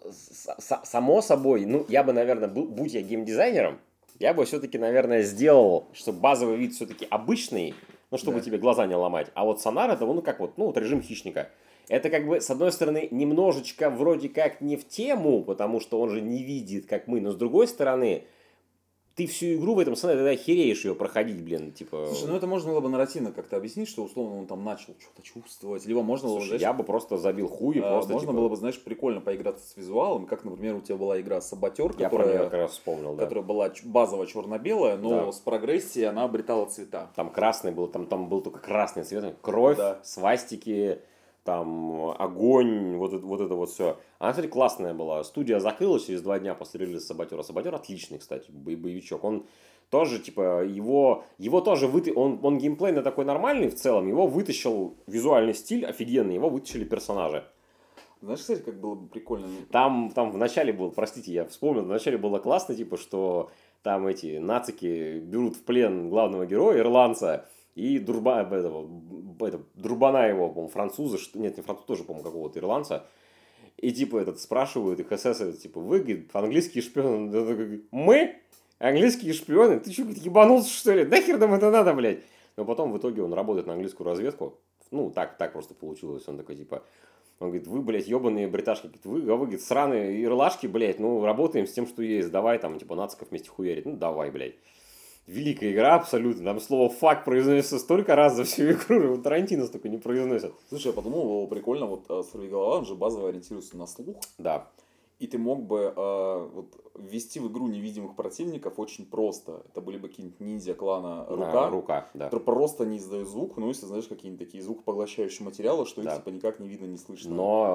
само собой, ну я бы, наверное, был, будь я геймдизайнером, я бы все-таки, наверное, сделал, чтобы базовый вид все-таки обычный, ну, чтобы да. тебе глаза не ломать. А вот сонар, это, ну, как вот, ну, вот режим хищника. Это, как бы, с одной стороны, немножечко вроде как не в тему, потому что он же не видит, как мы, но с другой стороны, ты всю игру в этом сценарии, тогда хереешь ее проходить, блин, типа... Слушай, ну это можно было бы нарративно как-то объяснить, что условно он там начал что-то чувствовать, либо можно Слушай, было, знаешь, я бы просто забил хуй и а, просто, можно типа... было бы, знаешь, прикольно поиграться с визуалом, как, например, у тебя была игра Саботер, я которая, как раз вспомнил, да. которая была базово черно-белая, но да. с прогрессией она обретала цвета. Там красный был, там, там был только красный цвет, кровь, да. свастики... там огонь, вот это вот, это вот все. Она, кстати, классная была. Студия закрылась через два дня после релиза Саботера. Саботер отличный, кстати, боевичок. Он тоже, типа, его, его тоже выты... он, он геймплейно такой нормальный в целом. Его вытащил визуальный стиль офигенный, его вытащили персонажи. Знаешь, кстати, как было бы прикольно? Там, там в начале был, простите, я вспомнил, в начале было классно, типа, что там эти нацики берут в плен главного героя, ирландца, и Дурба, этого, это, Дурбана его, по-моему, француза, что, нет, не француз, тоже, по-моему, какого-то ирландца. И, типа, этот, спрашивают их эсэсы, типа, вы, говорит, английские шпионы? Мы? Английские шпионы? Ты что, говорит, ебанулся, что ли? Нахер нам это надо, блядь? Но потом, в итоге, он работает на английскую разведку. Ну, так, так просто получилось. Он такой, типа, он говорит, вы, блядь, ебаные бриташки. Вы, вы, говорит, сраные ирлашки, блядь, ну, работаем с тем, что есть. Давай, там, типа, нациков вместе хуярить. Ну, давай, блядь. Великая игра, абсолютно. Там слово «фак» произносится столько раз за всю игру, вот Тарантино столько не произносит. Слушай, я подумал, было прикольно, вот «Сорвиголова», он же базово ориентируется на слух. Да. И ты мог бы э, вот, ввести в игру невидимых противников очень просто. Это были бы какие-нибудь ниндзя клана «Рука», а, рука да. которые просто не издают звук, ну, если знаешь, какие-нибудь такие звукопоглощающие материалы, что да. их типа никак не видно, не слышно.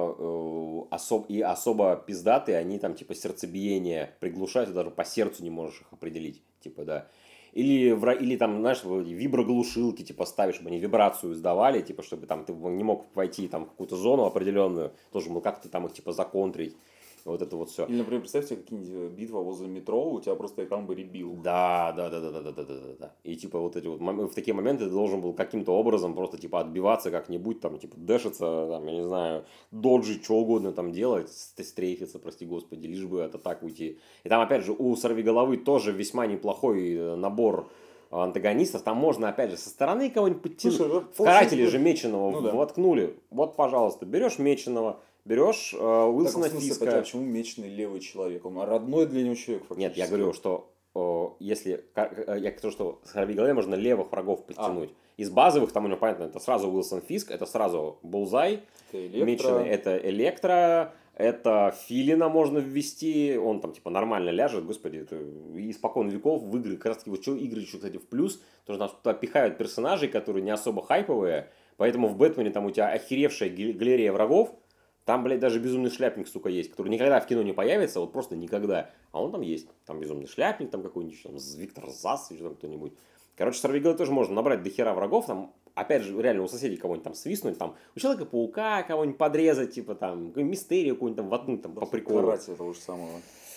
Но э, особ... и особо пиздатые, они там типа сердцебиение приглушают, ты даже по сердцу не можешь их определить. Типа, да. Или, в, или там, знаешь, виброглушилки типа ставишь, чтобы они вибрацию издавали, типа, чтобы там ты не мог войти там, в какую-то зону определенную, тоже ну как-то там их типа законтрить. Вот это вот все. Или, например, представь себе какие-нибудь битвы возле метро, у тебя просто экран бы ребил. Да, да, да, да, да, да, да, да, да. И типа вот эти вот в такие моменты ты должен был каким-то образом просто типа отбиваться как-нибудь, там, типа дэшиться, там, я не знаю, доджить, что угодно там делать, стрейфиться, прости господи, лишь бы от атак уйти. И там, опять же, у Сорвиголовы тоже весьма неплохой набор антагонистов. Там можно, опять же, со стороны кого-нибудь подтянуть. Слушай, в Карателе же Меченого ну, да. воткнули. Вот, пожалуйста, берешь Меченого. Берешь э, Уилсона так, в смысле, Фиска. Хотя, почему Меченый левый человек? Он родной для него человек фактически. Нет, я говорю, что э, если... Я говорю, что с Сорвиголовой можно левых врагов подтянуть. А. Из базовых, там у него, понятно, это сразу Уилсон Фиск, это сразу Булзай. Это Меченый, это Электро, это Филина можно ввести. Он там типа нормально ляжет, господи. Это испокон веков в игры. Как раз таки вот что игры еще, кстати, в плюс. Потому что туда пихают персонажей, которые не особо хайповые. Поэтому в Бэтмене там у тебя охеревшая галерея врагов. Там, блядь, даже безумный шляпник, сука, есть, который никогда в кино не появится, вот просто никогда. А он там есть. Там безумный шляпник, там какой-нибудь, там, Виктор Зас, еще там кто-нибудь. Короче, Сорвиголовой тоже можно набрать до хера врагов, там, опять же, реально у соседей кого-нибудь там свистнуть, там, у Человека-паука кого-нибудь подрезать, типа, там, мистерию какую-нибудь там воткнуть, там, по приколу. Каратель того же самого.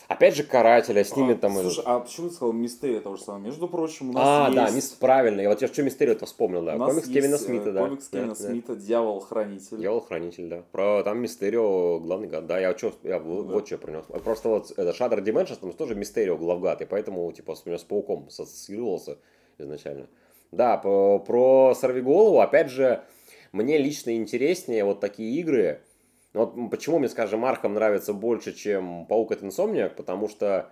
Опять же, Карателя снимет а, там... Слушай, этот... а почему ты сказал Мистерия того же самого? Между прочим, у нас А, есть... да, мисс, правильно. Я вот я что Мистерию-то вспомнил, да. У нас Комикс есть Кевина э, Смита, да. комикс Да, Кевина да. Смита «Дьявол-хранитель». Дьявол-хранитель, да. Про там Мистерио главный гад. Да, я, чё, я Ну, вот да. что принес. Просто вот это Shutter Dimensions, там тоже Мистерио главгад, и поэтому типа с, у меня с Пауком ассоциировался изначально. Да, по, про Сорвиголову, опять же, мне лично интереснее вот такие игры. Вот почему мне, скажем, Архам нравится больше, чем Паук от Insomniac, потому что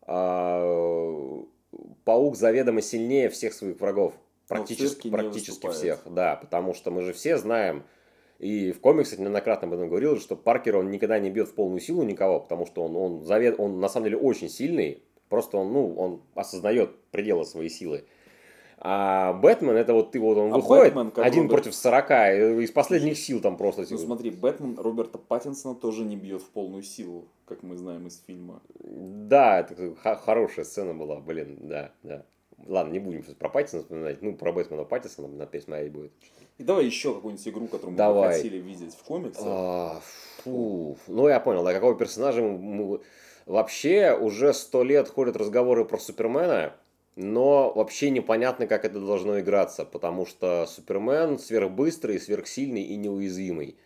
а, Паук заведомо сильнее всех своих врагов. Практически, практически всех, да, потому что мы же все знаем, и в комиксах неоднократно об этом говорил, что Паркер, он никогда не бьет в полную силу никого, потому что он, он, завед, он на самом деле очень сильный, просто он, ну, он осознает пределы своей силы. А Бэтмен, это вот ты вот он а выходит Бэтмен, один Роберт... против сорока, из последних сил там просто... Ну смотри, Бэтмен Роберта Паттинсона тоже не бьет в полную силу, как мы знаем из фильма. Да, это хорошая сцена была, блин, да, да. Ладно, не будем сейчас про Паттисона вспоминать, ну, про Бэтмена Паттисона на пять смотреть будет. И давай еще какую-нибудь игру, которую мы давай. бы хотели видеть в комиксах. А, фу. Ну, я понял, да, какого персонажа мы... Вообще уже сто лет ходят разговоры про Супермена, но вообще непонятно, как это должно играться, потому что Супермен сверхбыстрый, сверхсильный и неуязвимый.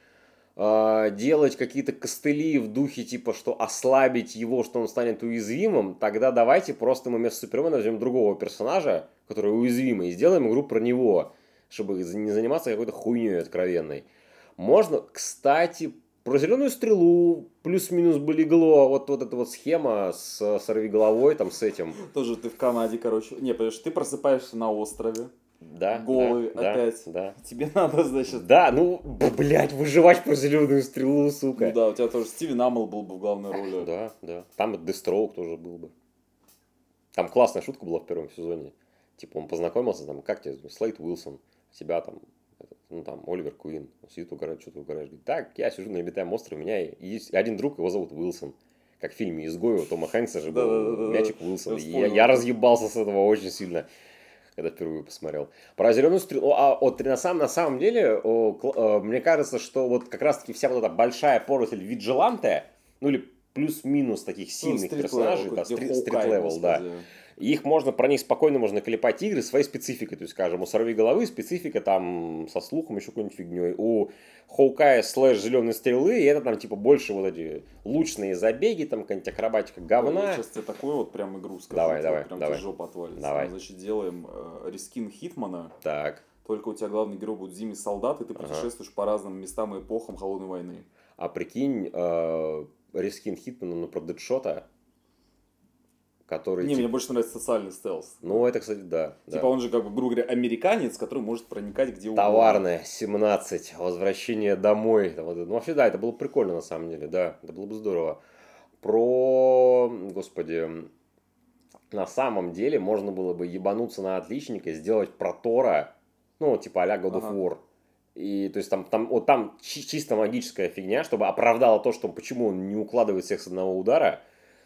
Делать какие-то костыли в духе типа, что ослабить его, что он станет уязвимым, тогда давайте просто мы вместо Супермена возьмем другого персонажа, который уязвимый, и сделаем игру про него, чтобы не заниматься какой-то хуйней откровенной. Можно, кстати, про зеленую стрелу плюс-минус болегло, вот, вот эта вот схема с сорвиголовой, там с этим. Тоже ты в Канаде, короче. Не, понимаешь, ты просыпаешься на острове. Да, голый да, опять. Да, да. Тебе надо, значит... Да, ну, блядь, выживать про зеленую стрелу, сука. Ну да, у тебя тоже Стивен Амелл был бы в главной роли. Да, да. Там Дестроук тоже был бы. Там классная шутка была в первом сезоне. Типа он познакомился, там, как тебе, Слейд Уилсон, тебя там, этот, ну там, Оливер Куин, сидит, угорает, что ты угораешь. Говорит, так, я сижу на обитаемом острове, у меня есть один друг, его зовут Уилсон. Как в фильме «Изгой» у Тома Хэнкса же был мячик Уилсон. Я, я разъебался с этого очень сильно, когда впервые посмотрел. Про зеленую стрелу. А вот на самом, на самом деле, о, о, мне кажется, что вот как раз-таки вся вот эта большая поросль виджиланте, ну или плюс-минус таких сильных ну, персонажей, да, стрит-левел, да. И их можно, про них спокойно можно клепать игры своей спецификой. То есть, скажем, у Сорвиголовы специфика там со слухом еще какой-нибудь фигней. У Хоукая слэш зеленой стрелы, и это там типа больше вот эти лучные забеги, там какая-нибудь акробатика говна. Я сейчас тебе такую вот прям игру скажу. Давай, давай, прям давай. тебе жопа отвалится. Давай. Мы, значит, делаем э, рескин Хитмана. Так. Только у тебя главный герой будет Зимний солдат, и ты путешествуешь ага. по разным местам и эпохам Холодной войны. А прикинь, э, рескин Хитмана, ну, про Дэдшота, который... Не, тип... мне больше нравится социальный стелс. Ну, это, кстати, да. Типа да. он же, как бы, грубо говоря, американец, который может проникать где угодно. Товарная, семнадцать, возвращение домой. Ну, вообще, да, это было прикольно, на самом деле, да. Это было бы здорово. Про... Господи... На самом деле, можно было бы ебануться на отличника, сделать про Тора, ну, типа а-ля God of ага. War. И, то есть, там, там, вот, там чи- чисто магическая фигня, чтобы оправдало то, что почему он не укладывает всех с одного удара.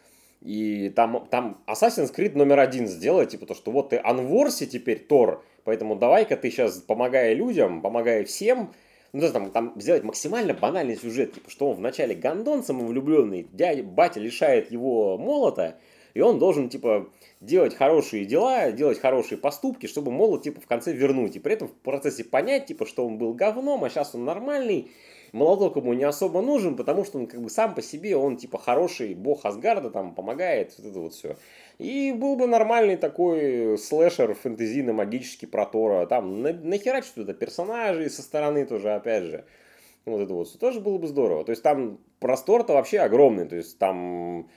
И там, там Assassin's Creed номер один сделать, типа то, что вот ты анворси теперь Тор, поэтому давай-ка ты сейчас, помогая людям, помогая всем, ну, там, там сделать максимально банальный сюжет, типа, что он вначале гондон самовлюбленный, дядя, батя лишает его молота, и он должен, типа, делать хорошие дела, делать хорошие поступки, чтобы молот, типа, в конце вернуть. И при этом в процессе понять, типа, что он был говном, а сейчас он нормальный. Молоток ему не особо нужен, потому что он, как бы, сам по себе, он, типа, хороший бог Асгарда, там, помогает, вот это вот все. И был бы нормальный такой слэшер фэнтезийно-магический про Тора. Там, на, нахера что-то, персонажи со стороны тоже, опять же. Вот это вот все тоже было бы здорово. То есть, там простор-то вообще огромный. То есть, там...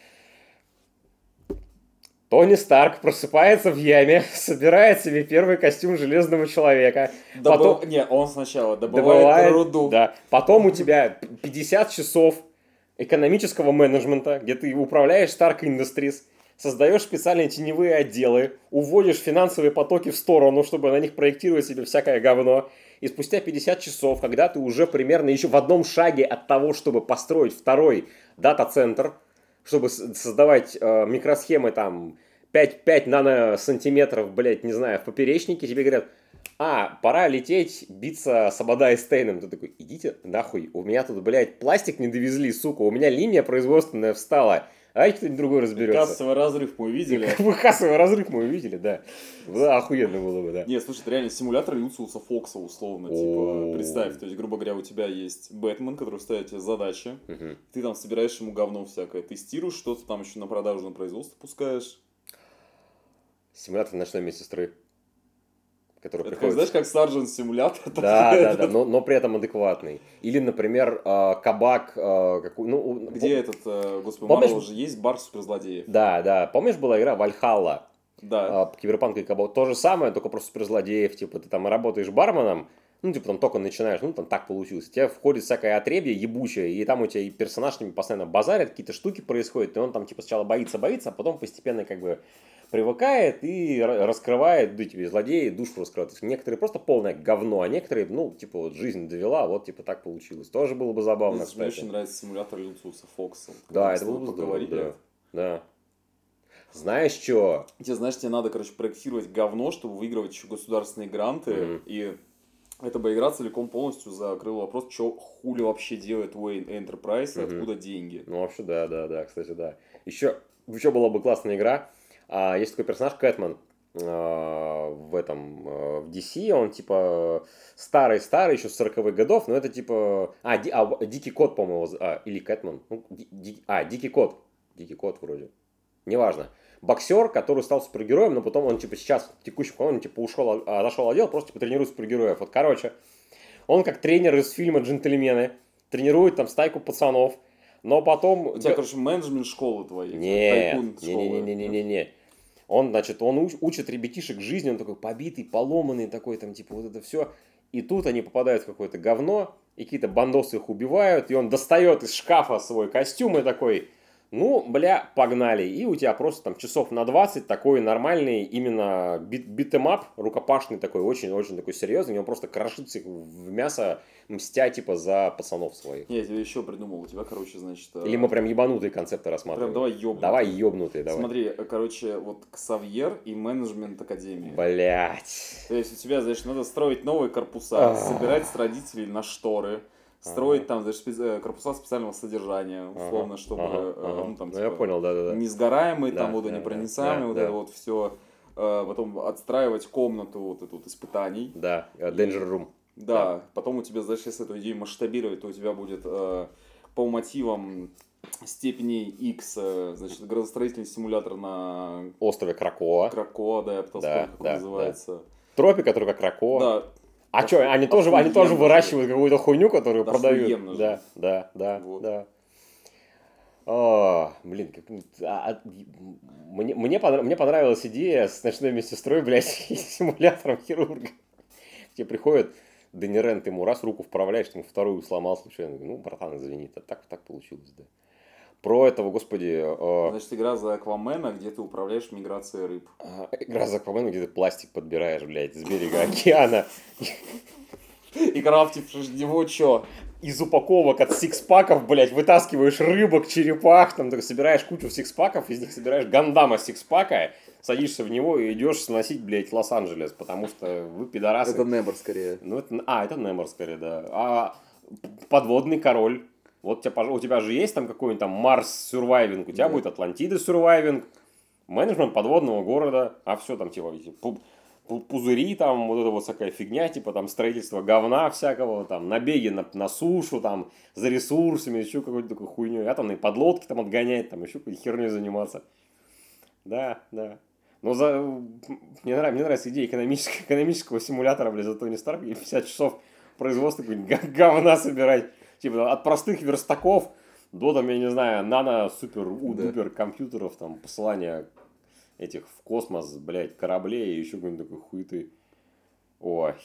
Тони Старк просыпается в яме, собирает себе первый костюм Железного Человека. Добыв... Потом... Не, он сначала добывает, добывает руду. Да. Потом у тебя пятьдесят часов экономического менеджмента, где ты управляешь Stark Industries, создаешь специальные теневые отделы, уводишь финансовые потоки в сторону, чтобы на них проектировать себе всякое говно. И спустя пятьдесят часов, когда ты уже примерно еще в одном шаге от того, чтобы построить второй дата-центр, чтобы создавать э, микросхемы там пять, пять наносантиметров, блядь, не знаю, в поперечнике, тебе говорят, а, пора лететь, биться с Абадай Стейном. Ты такой, идите нахуй, у меня тут, блядь, пластик не довезли, сука, у меня линия производственная встала. а кто-нибудь другой разберется. Кассовый разрыв мы увидели. Кассовый разрыв мы увидели, да. Да, охуенно было бы, да. Нет, слушай, это реально симулятор Люциуса Фокса, условно. Типа, представь, то есть, грубо говоря, у тебя есть Бэтмен, который ставит тебе задачи. Ты там собираешь ему говно всякое, тестируешь что-то, там еще на продажу, на производство пускаешь. Симулятор ночной медсестры. Который это приходит... как, знаешь, как Сарджент симулятор. Да, да, да, но, но при этом адекватный. Или, например, э, кабак... Э, какой, ну, где пом... этот, э, господи, помнишь... Марвел же есть бар суперзлодеев. Да, да. Помнишь, была игра Вальхалла? Да. Э, Киберпанк и Кабак. То же самое, только просто суперзлодеев. Типа, ты там работаешь барменом, ну, типа, там только начинаешь, ну, там так получилось. У тебя входит всякое отребье ебучее, и там у тебя и персонаж с ними постоянно базарят, какие-то штуки происходят, и он там, типа, сначала боится-боится, а потом постепенно, как бы... привыкает и раскрывает, да, тебе злодеи душу раскрывают. Некоторые просто полное говно, а некоторые, ну, типа, вот жизнь довела, вот, типа, так получилось. Тоже было бы забавно, кстати. Мне очень нравится симулятор Люциуса Фокса. Да, это было бы здорово, да. Да. Знаешь, что? Тебе, знаешь, тебе надо, короче, проектировать говно, чтобы выигрывать еще государственные гранты, Mm-hmm. и эта бы игра целиком полностью закрыла вопрос, что хули вообще делает Wayne Enterprise, Mm-hmm. откуда деньги. Ну, вообще, да, да, да, кстати, да. Еще, еще была бы классная игра. А, есть такой персонаж Кэтмен а, в этом, а, в ди си, он типа старый-старый, еще с сороковых годов, но это типа... А, ди, а Дикий Кот, по-моему, а, или Кэтмен. Ну, ди, ди, а, Дикий Кот. Дикий Кот вроде. Неважно. Боксер, который стал супергероем, но потом он типа сейчас в текущем он типа ушел, отошел отдел, просто типа тренирует супергероев. Вот, короче, он как тренер из фильма «Джентльмены» тренирует там стайку пацанов, но потом... У тебя, короче, менеджмент школы твоей. Нет, не-не-не-не-не-не. Он, значит, он уч, учит ребятишек жизни, он такой побитый, поломанный такой, там, типа, вот это все. И тут они попадают в какое-то говно, и какие-то бандосы их убивают, и он достает из шкафа свой костюм и такой... Ну, бля, погнали. И у тебя просто там часов на двадцать такой нормальный именно бит, битэмап, рукопашный такой, очень-очень такой серьезный. Он просто крошится их в мясо, мстя типа за пацанов своих. Я тебе еще придумал. У тебя, короче, значит... Или мы прям ебанутые концепты рассматриваем? Прям давай ебнутые. Давай ебнутые, давай. Смотри, короче, вот Ксавьер и менеджмент академии. Блять. То есть у тебя, значит, надо строить новые корпуса, собирать с родителей на шторы. Строить ага. там, знаешь, корпуса специального содержания, условно, ага, чтобы, ага, ага. ну, там, ну, типа, я понял, да, да, да. несгораемый, да, там, водонепроницаемый, да, вот да. это вот все. Потом отстраивать комнату вот эту вот испытаний. Да, Danger Room. Да, да, потом у тебя, знаешь, если эту идею масштабировать, то у тебя будет э, по мотивам степени X, э, значит, градостроительный симулятор на... острове Кракоа. Кракоа, да, я пытался да, сказать, как да, он называется. Да. Тропик, который как Кракоа. Да. А что, они тоже, они тоже выращивают какую-то хуйню, которую да, продают? Да, да, да, вот. да. О, блин, как, а, а, мне, мне, понрав, мне понравилась идея с ночной медсестрой, блядь, и симулятором хирурга. Тебе приходит Дэнни Рен, ты ему раз руку вправляешь, ты ему вторую сломал случайно. Ну, братан, извини, так, так получилось, да. Про этого, господи... Э... Значит, игра за Аквамена, где ты управляешь миграцией рыб. А, игра за Аквамена, где ты пластик подбираешь, блядь, с берега океана. И крафтишь него чё? Из упаковок от сикспаков, блядь, вытаскиваешь рыбок, черепах, там, собираешь кучу сикспаков, из них собираешь гандама сикспака, садишься в него и идешь сносить, блядь, Лос-Анджелес, потому что вы пидорасы. Это Немор скорее. Ну, это... А, это Немор скорее, да. А подводный король. Вот у тебя, у тебя же есть там какой-нибудь там Марс Surviving, у тебя да. будет Атлантида Surviving, менеджмент подводного города, а все там типа пузыри, там вот эта вот всякая фигня, типа там строительство говна всякого, там набеги на, на сушу, там за ресурсами, еще какой-то такой хуйней, а там и подлодки там отгонять, там еще какой-то херней заниматься. Да, да. Но за... мне, нравится, мне нравится идея экономического, экономического симулятора, блядь, за Тони Старк, и пятьдесят часов производства какой-нибудь говна собирать. Типа от простых верстаков до, там, я не знаю, нано-супер-дупер компьютеров, там, посылания этих в космос, блядь, кораблей и еще какой-нибудь такой хуеты. Ой.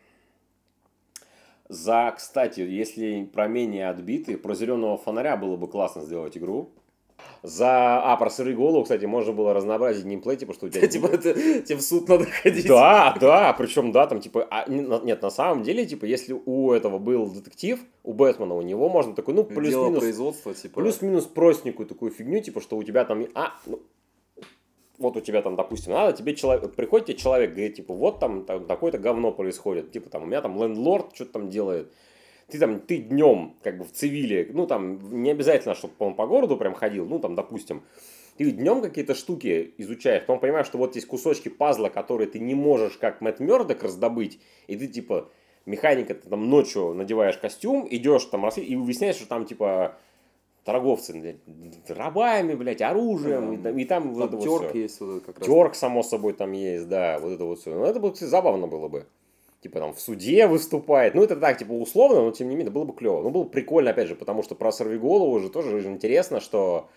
За, кстати, если про менее отбитые, про зеленого фонаря было бы классно сделать игру. За... А, про сырые голову, кстати, можно было разнообразить геймплей, типа, что у тебя... Типа, тебе в суд надо ходить. Да, да, причем, да, там, типа... А, нет, на самом деле, типа, если у этого был детектив, у Бэтмена, у него можно такой, ну, плюс-минус... производства, типа... Плюс-минус простенькую такую фигню, типа, что у тебя там... А, ну, вот у тебя там, допустим, надо, тебе человек... Приходит тебе человек, говорит, типа, вот там, там такое-то говно происходит. Типа, там, у меня там лендлорд что-то там делает. Ты там, ты днем как бы в цивиле, ну там не обязательно, чтобы он по городу прям ходил, ну там, допустим, ты днем какие-то штуки изучаешь, потом понимаешь, что вот есть кусочки пазла, которые ты не можешь как Мэтт Мёрдок раздобыть, и ты типа механика, ты там ночью надеваешь костюм, идешь там и выясняешь, что там типа торговцы, блядь, рабами, блядь, оружием, Да, и, и там, там вот это терк вот все. есть вот это как раз. Терк, само собой, там есть, да, вот это вот все. Ну, это было, кстати, забавно было бы. Типа там в суде выступает. Ну, это так, типа, условно, но тем не менее, было бы клево. Ну, было бы прикольно, опять же, потому что про Сорвиголову же тоже же интересно, что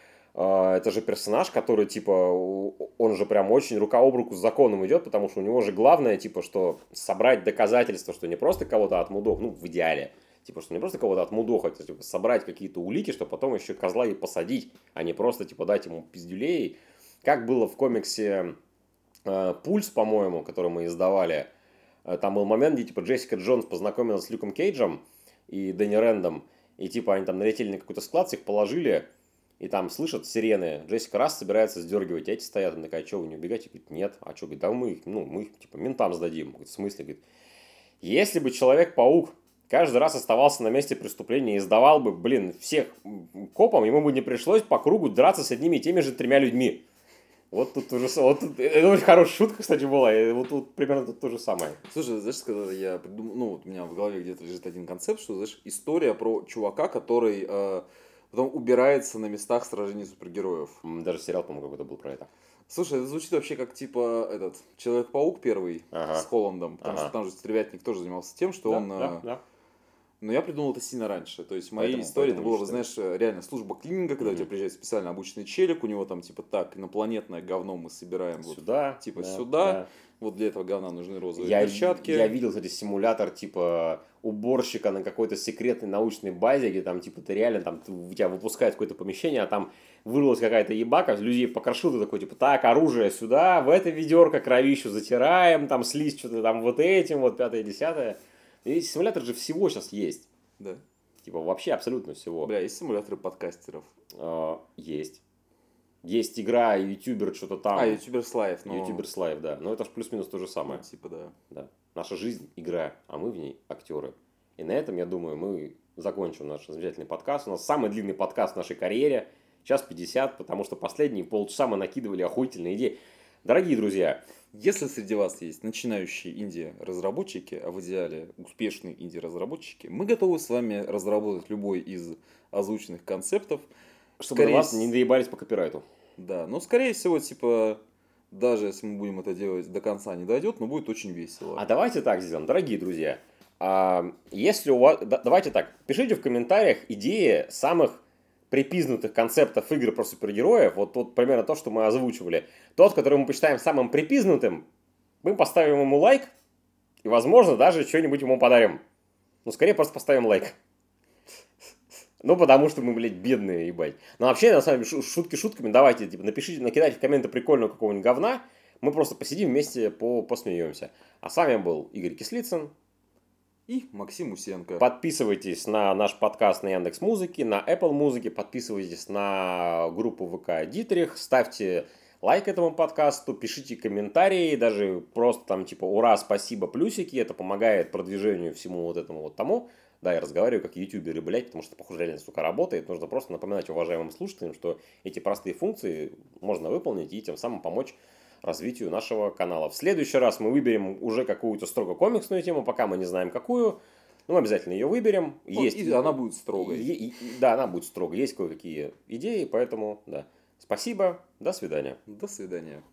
э, это же персонаж, который, типа, он же прям очень рука об руку с законом идет, потому что у него же главное, типа, что собрать доказательства, что не просто кого-то отмудох, ну, в идеале, типа, что не просто кого-то отмудохать, а типа, собрать какие-то улики, чтобы потом еще козла и посадить, а не просто, типа, дать ему пиздюлей. Как было в комиксе э, «Пульс», по-моему, который мы издавали, там был момент, где типа Джессика Джонс познакомилась с Люком Кейджем и Дэнни Рэндом, и типа они там налетели на какой-то склад, их положили, и там слышат сирены. Джессика раз собирается сдергивать, а эти стоят, она такая, что вы не убегаете? Говорит, нет. А что, говорит, да мы их, ну, мы их типа ментам сдадим. Говорит, в смысле? Говорит, если бы Человек-паук каждый раз оставался на месте преступления и сдавал бы, блин, всех копам, ему бы не пришлось по кругу драться с одними и теми же тремя людьми. Вот тут тоже вот тут, это очень хорошая шутка, кстати, была. И вот тут примерно тут то же самое. Слушай, знаешь, когда я придумал, ну, вот у меня в голове где-то лежит один концепт, что, знаешь, история про чувака, который э, потом убирается на местах сражений супергероев. Даже сериал, по-моему, какой-то был про это. Слушай, это звучит вообще как, типа, этот, Человек-паук первый ага. с Холландом, потому ага. что там же Стервятник тоже занимался тем, что да, он... Да, да. Но я придумал это сильно раньше. То есть в моей поэтому, истории поэтому это было, знаешь, реально служба клининга, когда mm-hmm. у тебя приезжает специально обученный челик, у него там типа так, инопланетное говно мы собираем сюда, вот, типа да, сюда. Да. Вот для этого говна нужны розовые я, перчатки. Я видел, кстати, симулятор типа уборщика на какой-то секретной научной базе, где там типа ты реально там у тебя выпускают какое-то помещение, а там вырвалась какая-то ебака, людей покрошил, ты такой типа так, оружие сюда, в это ведерко кровищу затираем, там слизь что-то там вот этим, вот пятое, десятое. И симулятор же всего сейчас есть. Да. Типа вообще абсолютно всего. Бля, есть симуляторы подкастеров? А, есть. Есть игра, ютубер, что-то там. А, ютуберс лайв. Но... ютуберс лайв, да. Но это же плюс-минус то же самое. Ну, типа, да. да. Наша жизнь – игра, а мы в ней актеры. И на этом, я думаю, мы закончим наш замечательный подкаст. У нас самый длинный подкаст в нашей карьере. Час пятьдесят, потому что последние полчаса мы накидывали охуительные идеи. Дорогие друзья, если среди вас есть начинающие инди-разработчики, а в идеале успешные инди-разработчики, мы готовы с вами разработать любой из озвученных концептов. Чтобы скорее... вас не доебались по копирайту. Да, но скорее всего, типа, даже если мы будем это делать до конца не дойдет, но будет очень весело. А давайте так сделаем, дорогие друзья. А, если у вас... Да, давайте так, пишите в комментариях идеи самых припизнутых концептов игр про супергероев, вот, вот примерно то, что мы озвучивали. Тот, который мы посчитаем самым припизнутым, мы поставим ему лайк, и, возможно, даже что-нибудь ему подарим. Ну, скорее просто поставим лайк. Ну, потому что мы, блядь, бедные, ебать. Но вообще, на самом деле, шутки шутками, давайте, типа, напишите, накидайте в комменты прикольного какого-нибудь говна, мы просто посидим вместе, по посмеемся. А с вами был Игорь Кислицын. И Максим Усенко. Подписывайтесь на наш подкаст на Яндекс.Музыке, на Apple Музыке, подписывайтесь на группу ВК Дитрих, ставьте лайк этому подкасту, пишите комментарии, даже просто там типа ура, спасибо, плюсики, это помогает продвижению всему вот этому вот тому. Да, я разговариваю как ютуберы, блядь, потому что, похоже, реально, сука, работает. Нужно просто напоминать уважаемым слушателям, что эти простые функции можно выполнить и тем самым помочь развитию нашего канала. В следующий раз мы выберем уже какую-то строго комиксную тему, пока мы не знаем какую. Но мы обязательно ее выберем. Ну, есть... И она будет строгой. И, и, да, она будет строгой. Есть кое-какие идеи, поэтому, да. Спасибо, до свидания. До свидания.